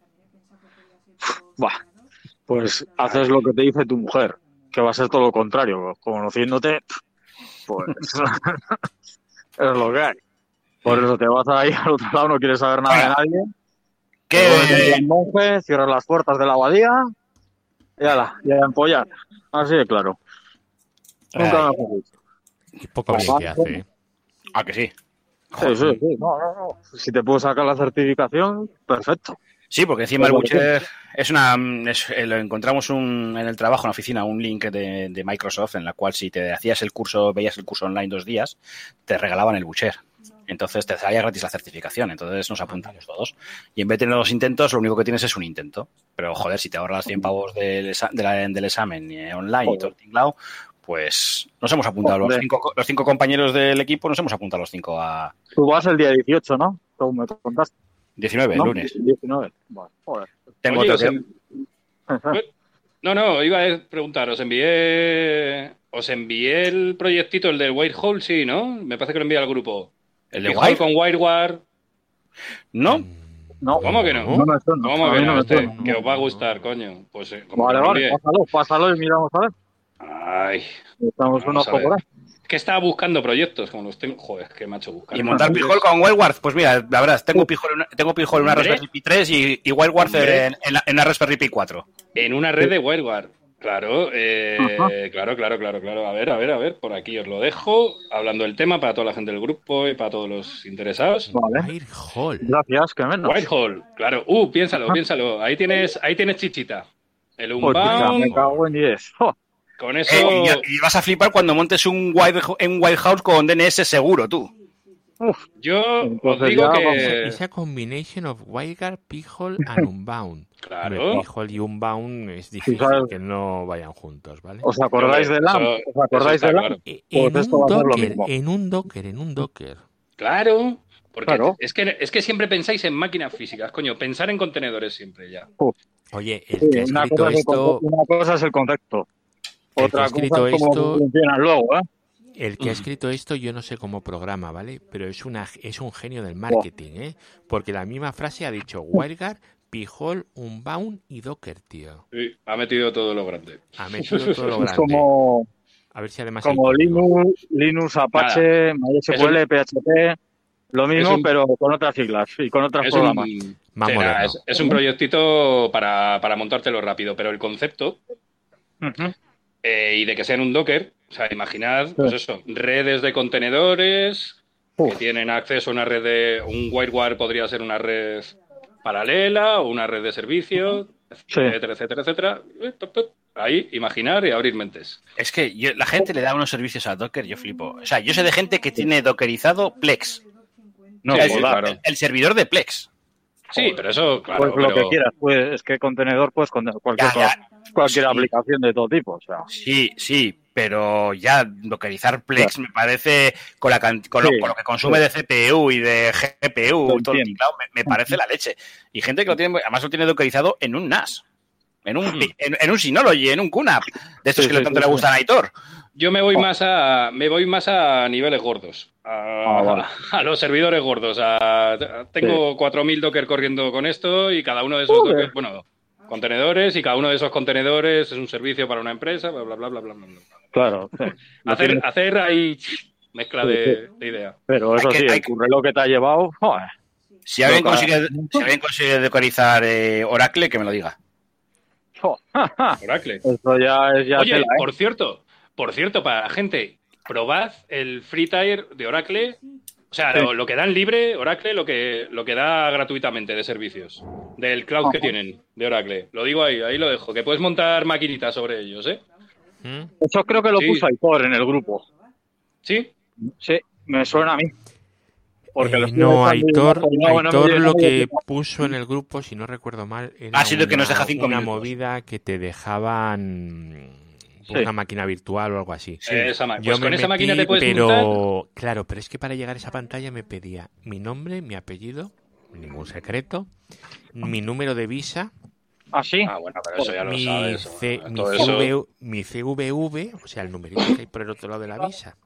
G: Buah, pues haces lo que te dice tu mujer, que va a ser todo lo contrario, conociéndote, pues es lo que hay. Por eso te vas ahí al otro lado, no quieres saber nada de nadie. Te pones en
C: ¿Qué?
G: plan monje, cierras las puertas de la abadía y ala, y a empollar. Así de claro. Nunca
A: Ay.
G: mejor dicho.
A: Poco bien que hace, ¿eh?
C: Ah, que sí.
G: Sí, sí, sí. No, no, no. Si te puedo sacar la certificación, perfecto.
C: Sí, porque encima el
G: Pues
C: Butcher es una. Es, eh, lo encontramos un, en el trabajo, en la oficina, un link de, de Microsoft en la cual si te hacías el curso, veías el curso online dos días, te regalaban el Butcher. Entonces te salía gratis la certificación. Entonces nos apuntamos todos. Y en vez de tener dos intentos, lo único que tienes es un intento. Pero joder, si te ahorras cien pavos del, exa- de la- del examen eh, online y todo el tinglao, pues nos hemos apuntado los
G: Joder.
C: cinco, los cinco compañeros del equipo, nos hemos apuntado los cinco a
G: Tú vas el día dieciocho, ¿no? Tú me contaste.
C: diecinueve,
G: ¿No?
C: el lunes.
G: diecinueve. Bueno, joder.
C: Tengo
B: Oye,
C: otro
B: os
C: que-
B: en- No, no, iba a preguntar, os envié os envié el proyectito, el del White Hole, sí, ¿no? Me parece que lo envié al grupo.
C: ¿El de
B: Pijol
C: White?
B: con WireGuard.
C: ¿no.
G: No,
B: ¿Cómo que no?
G: no me suena.
B: ¿Cómo
G: A
B: que
G: mí
B: no?
G: me
B: Este,
G: suena.
B: que os va a gustar, coño. Pues eh, como
G: Vale,
B: que lo
G: vale,
B: envié.
G: pásalo, pásalo y miramos a ver.
B: Ay,
G: Estamos
B: Vamos
G: unos
B: a ver.
G: por ahí.
B: es que estaba buscando proyectos, como los tengo. Joder, qué macho buscar.
C: Y montar Pijol con WireGuard, pues mira, la verdad, tengo Pijol en una, tengo Pijol en una
B: Hombre.
C: Raspberry Pi tres y, y WireGuard
B: Hombre.
C: en, en, la- en una Raspberry Pi cuatro.
B: En una red de WireGuard. Claro, eh,
G: Ajá.
B: claro, claro, claro, claro. A ver, a ver, a ver, por aquí os lo dejo, hablando del tema para toda la gente del grupo y para todos los interesados.
G: Vale.
A: Wirehall.
G: Gracias, que menos.
B: Whitehall, claro. Uh, piénsalo, piénsalo. Ahí tienes, ahí tienes chichita. El
G: Joder, pucha, me
B: Unbound,
G: cago en diez. Jo.
B: con eso.
C: Eh, y, y vas a flipar cuando montes un Wire, en Wirehouse con D N S seguro, tú.
G: Uf,
B: Yo os
G: Entonces
B: digo
G: ya
B: que.
A: It's a combination of WireGuard, Pijol and Unbound.
B: Claro.
A: Pijol y Unbound es difícil
G: sabes.
A: que no vayan juntos, ¿vale?
G: ¿os acordáis de
B: Hombre,
G: LAMP?
B: eso-
G: ¿Os acordáis
B: eso
G: de
B: está
G: LAMP?
B: claro.
A: Eh,
G: Pues
A: en,
G: esto
A: un
G: va a ser lo
A: docker,
G: mismo.
A: en un Docker, en un Docker.
B: Claro. Porque
G: Claro.
B: es que es que siempre pensáis en máquinas físicas, coño. Pensar en contenedores siempre ya.
A: Oye, el
G: Sí,
A: que ha
G: una,
A: escrito
G: cosa es el
A: esto,
G: concepto, una cosa es el concepto.
A: El que ha
G: Otra
A: escrito
G: cosa es cómo
A: esto-
G: funciona luego, ¿eh?
A: el que ha escrito esto, yo no sé cómo programa, ¿vale? Pero es una es un genio del marketing, ¿eh? Porque la misma frase ha dicho WireGuard, Pijol, Unbound y Docker, tío.
B: Sí, ha metido todo lo grande.
A: Ha metido todo lo
G: Es
A: grande.
G: como,
A: A ver si además hay
G: como
A: código.
G: Linux, Linux, Apache, MySQL, P H P, lo mismo,
B: es un-
G: pero con otras siglas y con otras
B: Es
G: programas.
B: un,
A: Más
B: sí, nada,
A: moderno.
B: es, es un proyectito para, para montártelo rápido, pero el concepto
G: Ujú.
B: eh, y de que sea en un Docker, o sea, imaginad, pues eso, redes de contenedores que
G: Uf.
B: tienen acceso a una red de. Un WireGuard podría ser una red paralela o una red de servicio,
G: Sí.
B: etcétera, etcétera, etcétera. Ahí, imaginar y abrir mentes.
C: Es que yo- la gente le da unos servicios a Docker, yo flipo. O sea, yo sé de gente que tiene dockerizado Plex.
G: No,
B: Sí,
C: el,
B: sí,
G: joder.
B: claro.
C: el- el servidor de Plex.
B: Sí, pero eso, claro.
G: Pues lo
B: pero-
G: que quieras, pues es que contenedor, pues con cualquier,
C: Ya, ya.
G: cualquier
C: Sí.
G: aplicación de todo tipo. O sea,
C: Sí, sí, pero ya dockerizar Plex me parece, con, la, can- con, lo,
G: Sí,
C: con lo que consume
G: sí.
C: de C P U y de G P U,
G: Lo
C: todo el
G: entiendo.
C: tinglao, me, me parece la leche. Y gente que lo tiene, además lo tiene dockerizado en un N A S. En un,
B: Hmm.
C: en, en un Synology, en un Q NAP, de estos
G: Sí,
C: que
G: sí,
C: tanto
G: sí,
C: le
G: sí.
C: gustan a Aitor.
B: Yo me voy más a me voy más a niveles gordos. A,
G: Ah, vale.
B: a los servidores gordos. A- a- tengo cuatro mil Docker corriendo con esto y cada uno de esos
G: Joder.
B: Docker, bueno, contenedores y cada uno de esos contenedores es un servicio para una empresa, bla, bla, bla, bla, bla, bla. bla.
G: claro. sí. Lo
B: Hacer,
G: tienes-
B: hacer ahí mezcla
G: Sí,
B: de, de idea.
G: Pero eso
C: Hay que-
G: sí,
C: hay
G: el
C: que-
G: currelo que te ha llevado, joder.
C: Si alguien,
G: Pero cada-
C: consigue, si alguien consigue dockerizar eh, Oracle, que me lo diga.
G: Jo,
B: Oracle.
G: Eso ya es ya
B: Oye,
G: tela, ¿eh?
B: por cierto, por cierto, para la gente, probad el free tier de Oracle. O sea,
G: Sí.
B: lo, lo que dan libre, Oracle, lo que, lo que da gratuitamente de servicios. Del cloud que
G: Ajá.
B: tienen de Oracle. Lo digo ahí, ahí lo dejo. Que puedes montar maquinitas sobre ellos, ¿eh?
A: ¿Mm?
G: Eso creo que lo
B: Sí.
G: puso Aitor en el grupo.
B: ¿Sí?
G: Sí, me suena a mí. Porque
A: Eh,
G: lo estoy
A: no,
G: dejando y
A: Aitor,
G: no, no, no,
A: Aitor
G: no,
A: lo
G: no,
A: que
G: no,
A: puso en el grupo, si no recuerdo mal, era
C: Ha sido que nos
A: una-
C: deja cinco
A: una
C: minutos.
A: movida que te dejaban
G: Sí.
A: una máquina virtual o algo así.
B: Esa ma-
A: Yo
B: pues
A: me
B: con esa
A: metí,
B: máquina te puedes
A: pero
B: montar.
A: claro, pero es que para llegar a esa pantalla me pedía mi nombre, mi apellido, ningún secreto, mi número de visa,
G: ¿Ah, sí?
B: Ah, bueno, pero eso ya lo
A: mi,
B: sabes.
A: C-
B: bueno,
A: mi,
B: todo eso.
A: C V V, mi C V V, o sea, el numerito que hay por el otro lado de la visa.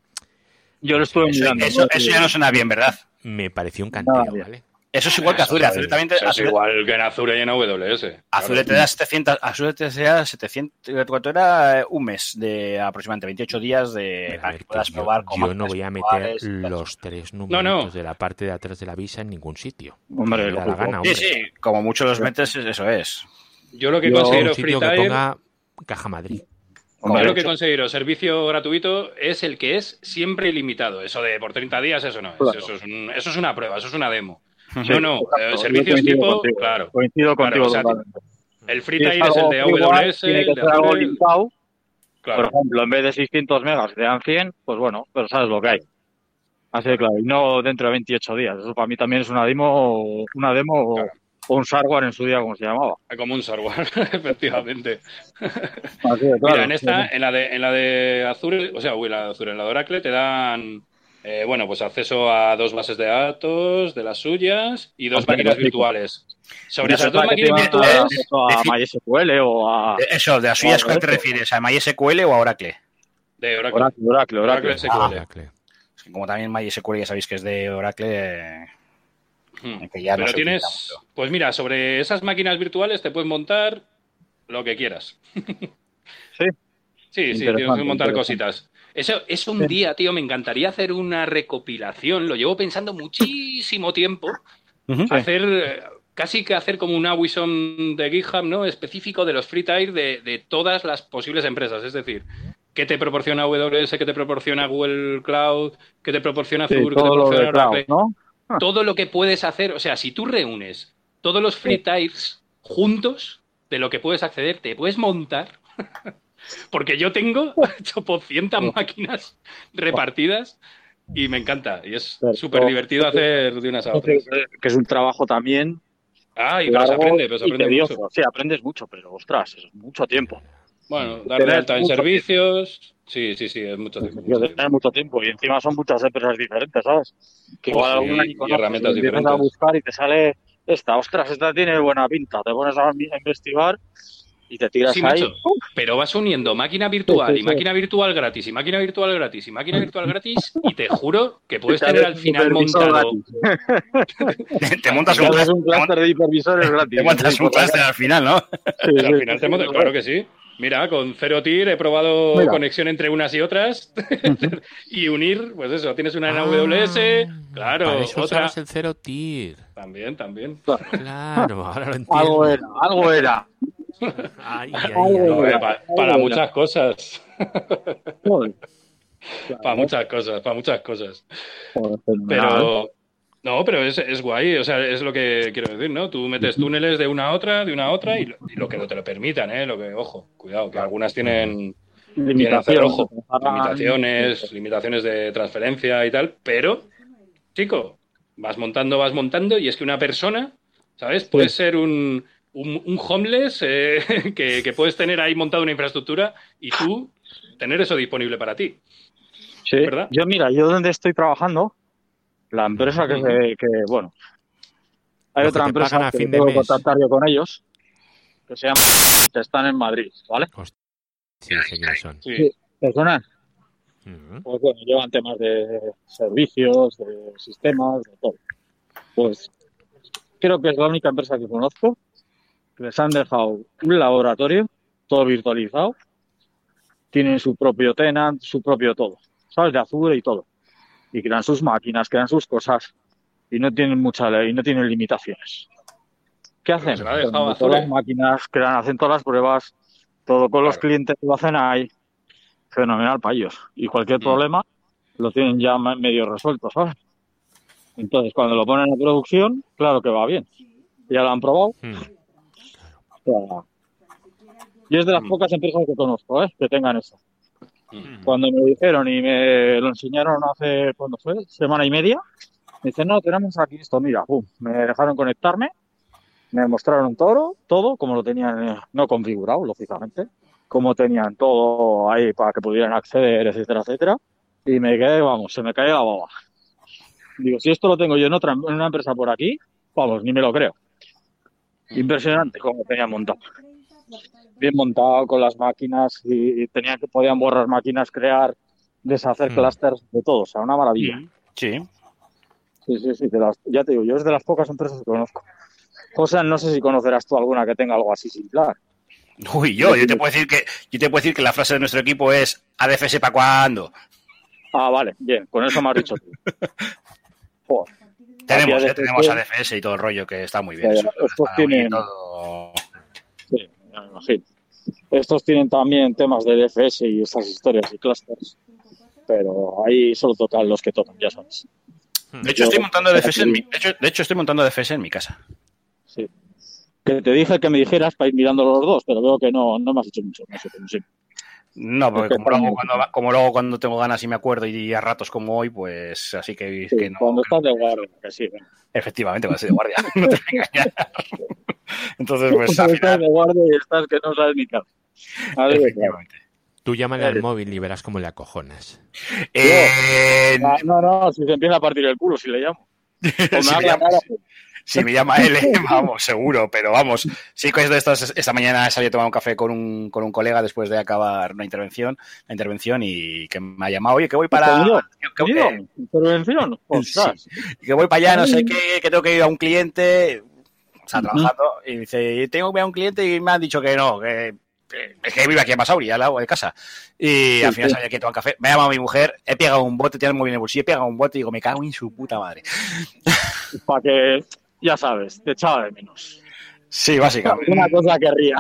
G: Yo lo estuve
C: Eso,
G: mirando.
C: eso, eso ya no suena bien, ¿verdad?
A: Me pareció un canteo,
G: Nada bien.
A: ¿vale?
C: Eso es igual que Azure. Azure también te,
B: Eso es
C: Azure,
B: igual que en Azure y en A W S.
C: Azure te da setecientos, Azure te da setecientos, ¿cuánto era? Un mes de aproximadamente veintiocho días de
A: Pero a
C: para
A: ver,
C: que
A: que
C: puedas
A: yo,
C: probar con
A: yo no
C: máquinas
A: voy a meter
C: virtuales y tal.
A: los tres
B: No,
A: numeritos
B: no.
A: de la parte de atrás de la visa en ningún sitio.
G: Hombre,
A: Me da la
G: lógico.
A: gana,
C: Sí,
A: hombre.
C: sí, como mucho los metes, eso es.
B: Yo lo que
G: Yo-
B: considero
A: Un
B: Free
A: sitio que
B: Tire,
A: ponga Caja Madrid.
B: yo lo que considero servicio gratuito es el que es siempre ilimitado. Eso de por treinta días, eso no es.
G: Claro.
B: Eso es, un- eso es una prueba, eso es una demo.
G: Sí,
B: No, no,
G: exacto.
B: eh,
G: Yo
B: servicios
G: coincido
B: tipo,
G: contigo.
B: claro.
G: Coincido
B: Claro,
G: contigo
B: o sea,
G: totalmente.
B: El Free
G: Si es
B: Tire es el
G: algo
B: de
G: igual,
B: A W S,
G: tiene que
B: el de
G: ser algo
B: Azure.
G: limitado.
B: Claro.
G: Por ejemplo, en vez de seiscientos megas te dan cien, pues bueno, pero sabes lo que hay. Así de claro, y no dentro de veintiocho días. Eso para mí también es una demo, una demo o-
B: Claro.
G: o un hardware en su día, como se llamaba.
B: Como un software, efectivamente.
G: Así de claro.
B: Mira, en esta, en la de, en la de Azure, o sea, uy, la de Azure, en la de Oracle te dan, eh, bueno, pues acceso a dos bases de datos de las suyas y dos
G: Hombre,
B: máquinas
G: lógico.
B: virtuales. Sobre
G: No
B: esas
G: hace
B: dos
G: falta que
B: máquinas
G: tenga
B: virtuales,
G: acceso a
C: Decir-
G: MySQL o a
C: Eso, de las suyas, ¿cuál te
G: Correcto.
C: refieres? ¿A MySQL o a Oracle?
B: de Oracle.
G: Oracle, Oracle,
B: Oracle
G: Oracle.
B: S Q L.
A: Oracle.
C: Es que como también MySQL ya sabéis que es de Oracle, eh,
B: Hmm.
C: que ya no
B: Pero
C: se
B: tienes,
C: utiliza mucho.
B: pues mira, sobre esas máquinas virtuales te puedes montar lo que quieras.
G: Sí.
B: Sí, sí,
G: Interesante,
B: tienes que montar
G: interesante.
B: cositas. Eso es un día, tío, me encantaría hacer una recopilación. Lo llevo pensando muchísimo tiempo.
C: Ujú.
B: Hacer, eh, casi que hacer como una WISOM de GitHub, ¿no? Específico de los Free Tire de, de todas las posibles empresas. Es decir, ¿qué te proporciona A W S? ¿Qué te proporciona Google Cloud? ¿Qué te proporciona
G: Sí,
B: Azure? ¿Qué te
G: todo lo
B: proporciona
G: de cloud,
B: Oracle?
G: ¿no?
B: Todo lo que puedes hacer, o sea, si tú reúnes todos los Free Tires juntos de lo que puedes acceder, te puedes montar. Porque yo tengo ochocientas máquinas repartidas y me encanta. Y es
G: Pero-
B: súper divertido hacer de unas a otras.
G: Que es un trabajo también
B: Ah, y pero se
G: largo
B: aprende, pero se
G: y
B: aprende
G: tedioso.
B: mucho.
G: Sí, aprendes mucho, pero ostras, es mucho tiempo.
B: Bueno, darle
G: Tener
B: alta en
G: mucho
B: servicios. Sí, sí, sí, es mucho tiempo.
G: Hay
B: mucho
G: que
B: tiempo.
G: tener mucho tiempo y encima son muchas empresas diferentes, ¿sabes? Que igual
B: Sí,
G: alguna
B: y
G: ni conoces,
B: herramientas
G: y empiezas a
B: diferentes.
G: buscar y te sale esta, ostras, esta tiene buena pinta. Te pones a a investigar y te tiras
B: Sí,
G: ahí.
B: macho. Pero vas uniendo máquina virtual
G: Sí, sí,
B: y
G: sí.
B: máquina virtual gratis y máquina virtual gratis y máquina virtual gratis y te juro que puedes
G: Te
B: tener
G: haces
B: al final
G: supervisor
B: montado.
G: gratis.
C: Te montas
G: Te
C: un
G: haces
C: clúster
G: un clúster de hipervisores gratis.
C: te montas
G: Sí,
C: un
G: por la
C: clúster al final, ¿no?
G: Sí,
B: Al
G: sí,
B: final
G: sí,
B: te montas,
G: sí,
B: claro que sí. Mira, con Zero Tier he probado
G: Mira.
B: conexión entre unas y otras y unir, pues eso, tienes una en
A: Ah,
B: A W S, claro,
A: Para eso
B: otra.
A: usabas el Zero Tier.
B: También, también.
A: Claro, ahora lo entiendo.
G: Algo era, algo era.
A: Ay, ay,
G: Algo
A: ay.
B: No,
G: era.
B: eh, pa- para
G: Algo
B: muchas cosas.
G: Joder.
B: Para muchas cosas, para muchas cosas.
G: Joder, fenomenal.
B: Pero. No, pero es, es guay, o sea, es lo que quiero decir, ¿no? Tú metes túneles de una a otra, de una a otra, y lo, y lo que te lo permitan, ¿eh? Lo que, ojo, cuidado, que algunas tienen, tienen
G: Limitaciones,
B: cerrojo,
G: trabajarán-
B: limitaciones, limitaciones de transferencia y tal, pero, chico, vas montando, vas montando, y es que una persona, ¿sabes? Puede ser un, un, un homeless eh, que, que puedes tener ahí montado una infraestructura y tú tener eso disponible para ti.
G: Sí,
B: ¿verdad?
G: yo mira, yo donde estoy trabajando, la empresa que, se, que bueno, hay
A: Los que
G: otra
A: te
G: empresa
A: pagan a
G: que
A: fin de
G: tengo que
A: mes.
G: contactar yo con ellos, que se llama, que están en Madrid, ¿vale?
A: Sí, sé quiénes son.
B: Sí.
G: Personas,
A: Ujú.
G: pues bueno, llevan temas de servicios, de sistemas, de todo. Pues creo que es la única empresa que conozco que les han dejado un laboratorio, todo virtualizado, tienen su propio tenant, su propio todo, ¿sabes? De Azure y todo. Y crean sus máquinas, crean sus cosas y no tienen mucha ley, no tienen limitaciones. ¿Qué hacen?
B: se la ha dejado
G: Ponen todas
B: Azure.
G: las máquinas, crean, hacen todas las pruebas, todo con los
B: Claro.
G: clientes lo hacen ahí. Fenomenal para ellos. Y cualquier
B: Mm.
G: problema lo tienen ya ma- medio resuelto, ¿sabes? Entonces, cuando lo ponen en producción, claro que va bien. Ya lo han probado.
A: Mm.
G: O sea, y es de las
B: Mm.
G: pocas empresas que conozco, ¿eh? Que tengan eso.
B: Mm.
G: Cuando me lo dijeron y me lo enseñaron hace, ¿cuándo fue? Semana y media. Me dicen, no, tenemos aquí esto, mira, pum. Me dejaron conectarme, me mostraron todo, todo, como lo tenían eh, no configurado, lógicamente. cómo tenían todo ahí para que pudieran acceder, etcétera, etcétera. Y me quedé, vamos, se me cae la baba. Digo, si esto lo tengo yo en otra, en una empresa por aquí, vamos, ni me lo creo. Impresionante cómo tenían montado. Bien montado con las máquinas y tenían que podían borrar máquinas, crear, deshacer
A: Mm.
G: clusters, de todo, o sea, una maravilla.
C: Sí.
G: Sí, sí, sí, de las, ya te digo, yo es de las pocas empresas que conozco. José, no sé si conocerás tú alguna que tenga algo así similar.
C: Uy, yo, yo te puedo decir que, yo te puedo decir que la frase de nuestro equipo es ¿A D F S para cuándo?
G: Ah, vale, bien, con eso me has dicho tú. Joder.
C: Tenemos,
G: Aquí
C: eh,
G: A D F S,
C: tenemos A D F S y todo el rollo que está muy bien.
G: Ya,
C: Eso,
G: ya, estos
C: está muy bien
G: tienen-
C: todo.
G: Sí, ya me imagino. Estos tienen también temas de D F S y estas historias y clusters, pero ahí solo tocan los que tocan, ya sabes.
C: De hecho,
G: Yo-
C: estoy montando A D F S en mi, de hecho, de hecho, estoy montando A D F S en mi casa.
G: Sí. Que te dije que me dijeras para ir mirando los dos, pero veo que no, no me has hecho mucho caso, como siempre.
C: No, porque
G: Es que
C: como luego,
G: está muy
C: cuando, como luego cuando tengo ganas y me acuerdo y a ratos como hoy, pues así que,
G: Sí,
C: que no.
G: cuando estás de guardia, que sí. bueno.
C: Efectivamente, cuando estoy de guardia. No te voy a engañar. Entonces, pues al
G: Cuando estás
C: final.
G: de guardia y estás que no sabes ni qué hacer. A ver, claro.
C: Efectivamente.
A: Tú llámale al
G: Eres-
A: móvil y verás cómo le acojonas.
C: Eh,
G: Ah, No, no, si se empieza a partir el culo, si le llamo. O me
C: si, me
G: habla
C: llama,
G: nada,
C: si me llama él, vamos, seguro, pero vamos. Sí que es de estos. Esta mañana salí a tomar un café con un, con un colega después de acabar una intervención, la intervención y que me ha llamado, oye, que voy para.
G: ¿Conmigo?
C: que- que-
G: ¿Conmigo? ¿Intervención? Ostras.
C: que voy para allá, no sé qué, que tengo que ir a un cliente, o sea,
G: Ujú.
C: trabajando, y dice, tengo que ir a un cliente y me han dicho que no, que, que- es que vive aquí en Basauri, al lado de casa. Y al final
G: sí.
C: salí aquí a tomar café, me ha llamado mi mujer, he pegado un bote, tiene el móvil en el bolsillo, he pegado un bote y digo, me cago en su puta madre.
G: Para que, ya sabes, te echaba de menos.
C: Sí, básicamente.
G: Una cosa querría.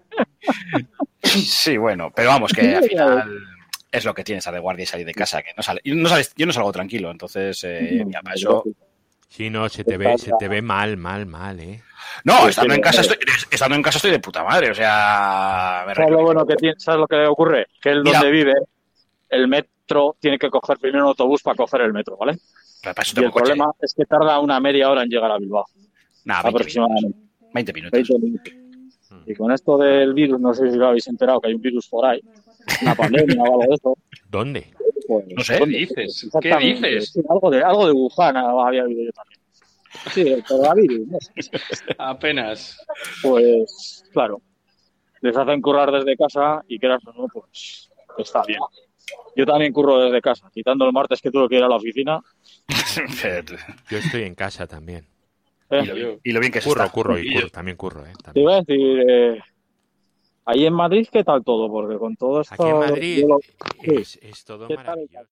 C: Sí, bueno, pero vamos, que al final es lo que tienes estar de guardia y salir de casa, que no sale, yo no, sales- yo no salgo tranquilo, entonces, eh, mira, para eso...
A: Sí, no, se te ve, se te ve mal, mal, mal, ¿eh?
C: No,
G: Sí,
C: estando
G: sí,
C: en casa
G: sí.
C: estoy, estando en casa estoy de puta madre, o sea, me
G: ¿Sabes lo bueno que tiene? ¿Sabes lo que le ocurre? Que él
C: Mira.
G: donde vive, el metro tiene que coger primero un autobús para coger el metro, ¿vale?
C: Pero para eso
G: Y
C: tengo
G: el
C: coche.
G: problema es que tarda una media hora en llegar a Bilbao,
C: Nah, veinte
G: aproximadamente.
C: minutos. veinte minutos.
G: veinte minutos. Y con esto del virus, no sé si lo habéis enterado, que hay un virus por ahí, una pandemia o algo de eso.
A: ¿Dónde?
G: Pues,
C: No sé.
B: ¿Qué dices? ¿Qué
G: exactamente,
B: dices?
G: sí, algo, de, algo de Wuhan había habido yo también. Sí, el coronavirus, no sé.
B: Apenas.
G: Pues, claro, les hacen currar desde casa y quieras o no, pues está bien. Yo también curro desde casa, quitando el martes que tuve que ir a la oficina.
A: Yo estoy en casa también.
G: ¿eh?
C: y, lo, y lo bien que se
A: Curro,
C: está.
A: curro y
B: Y
A: curro,
B: yo-
A: también curro, ¿eh?
G: Te
A: También.
G: iba a decir, eh, ahí en Madrid, ¿qué tal todo? Porque con todo esto...
A: Aquí en Madrid
G: yo lo-
A: es, es todo
G: ¿Qué tal?
A: maravilloso.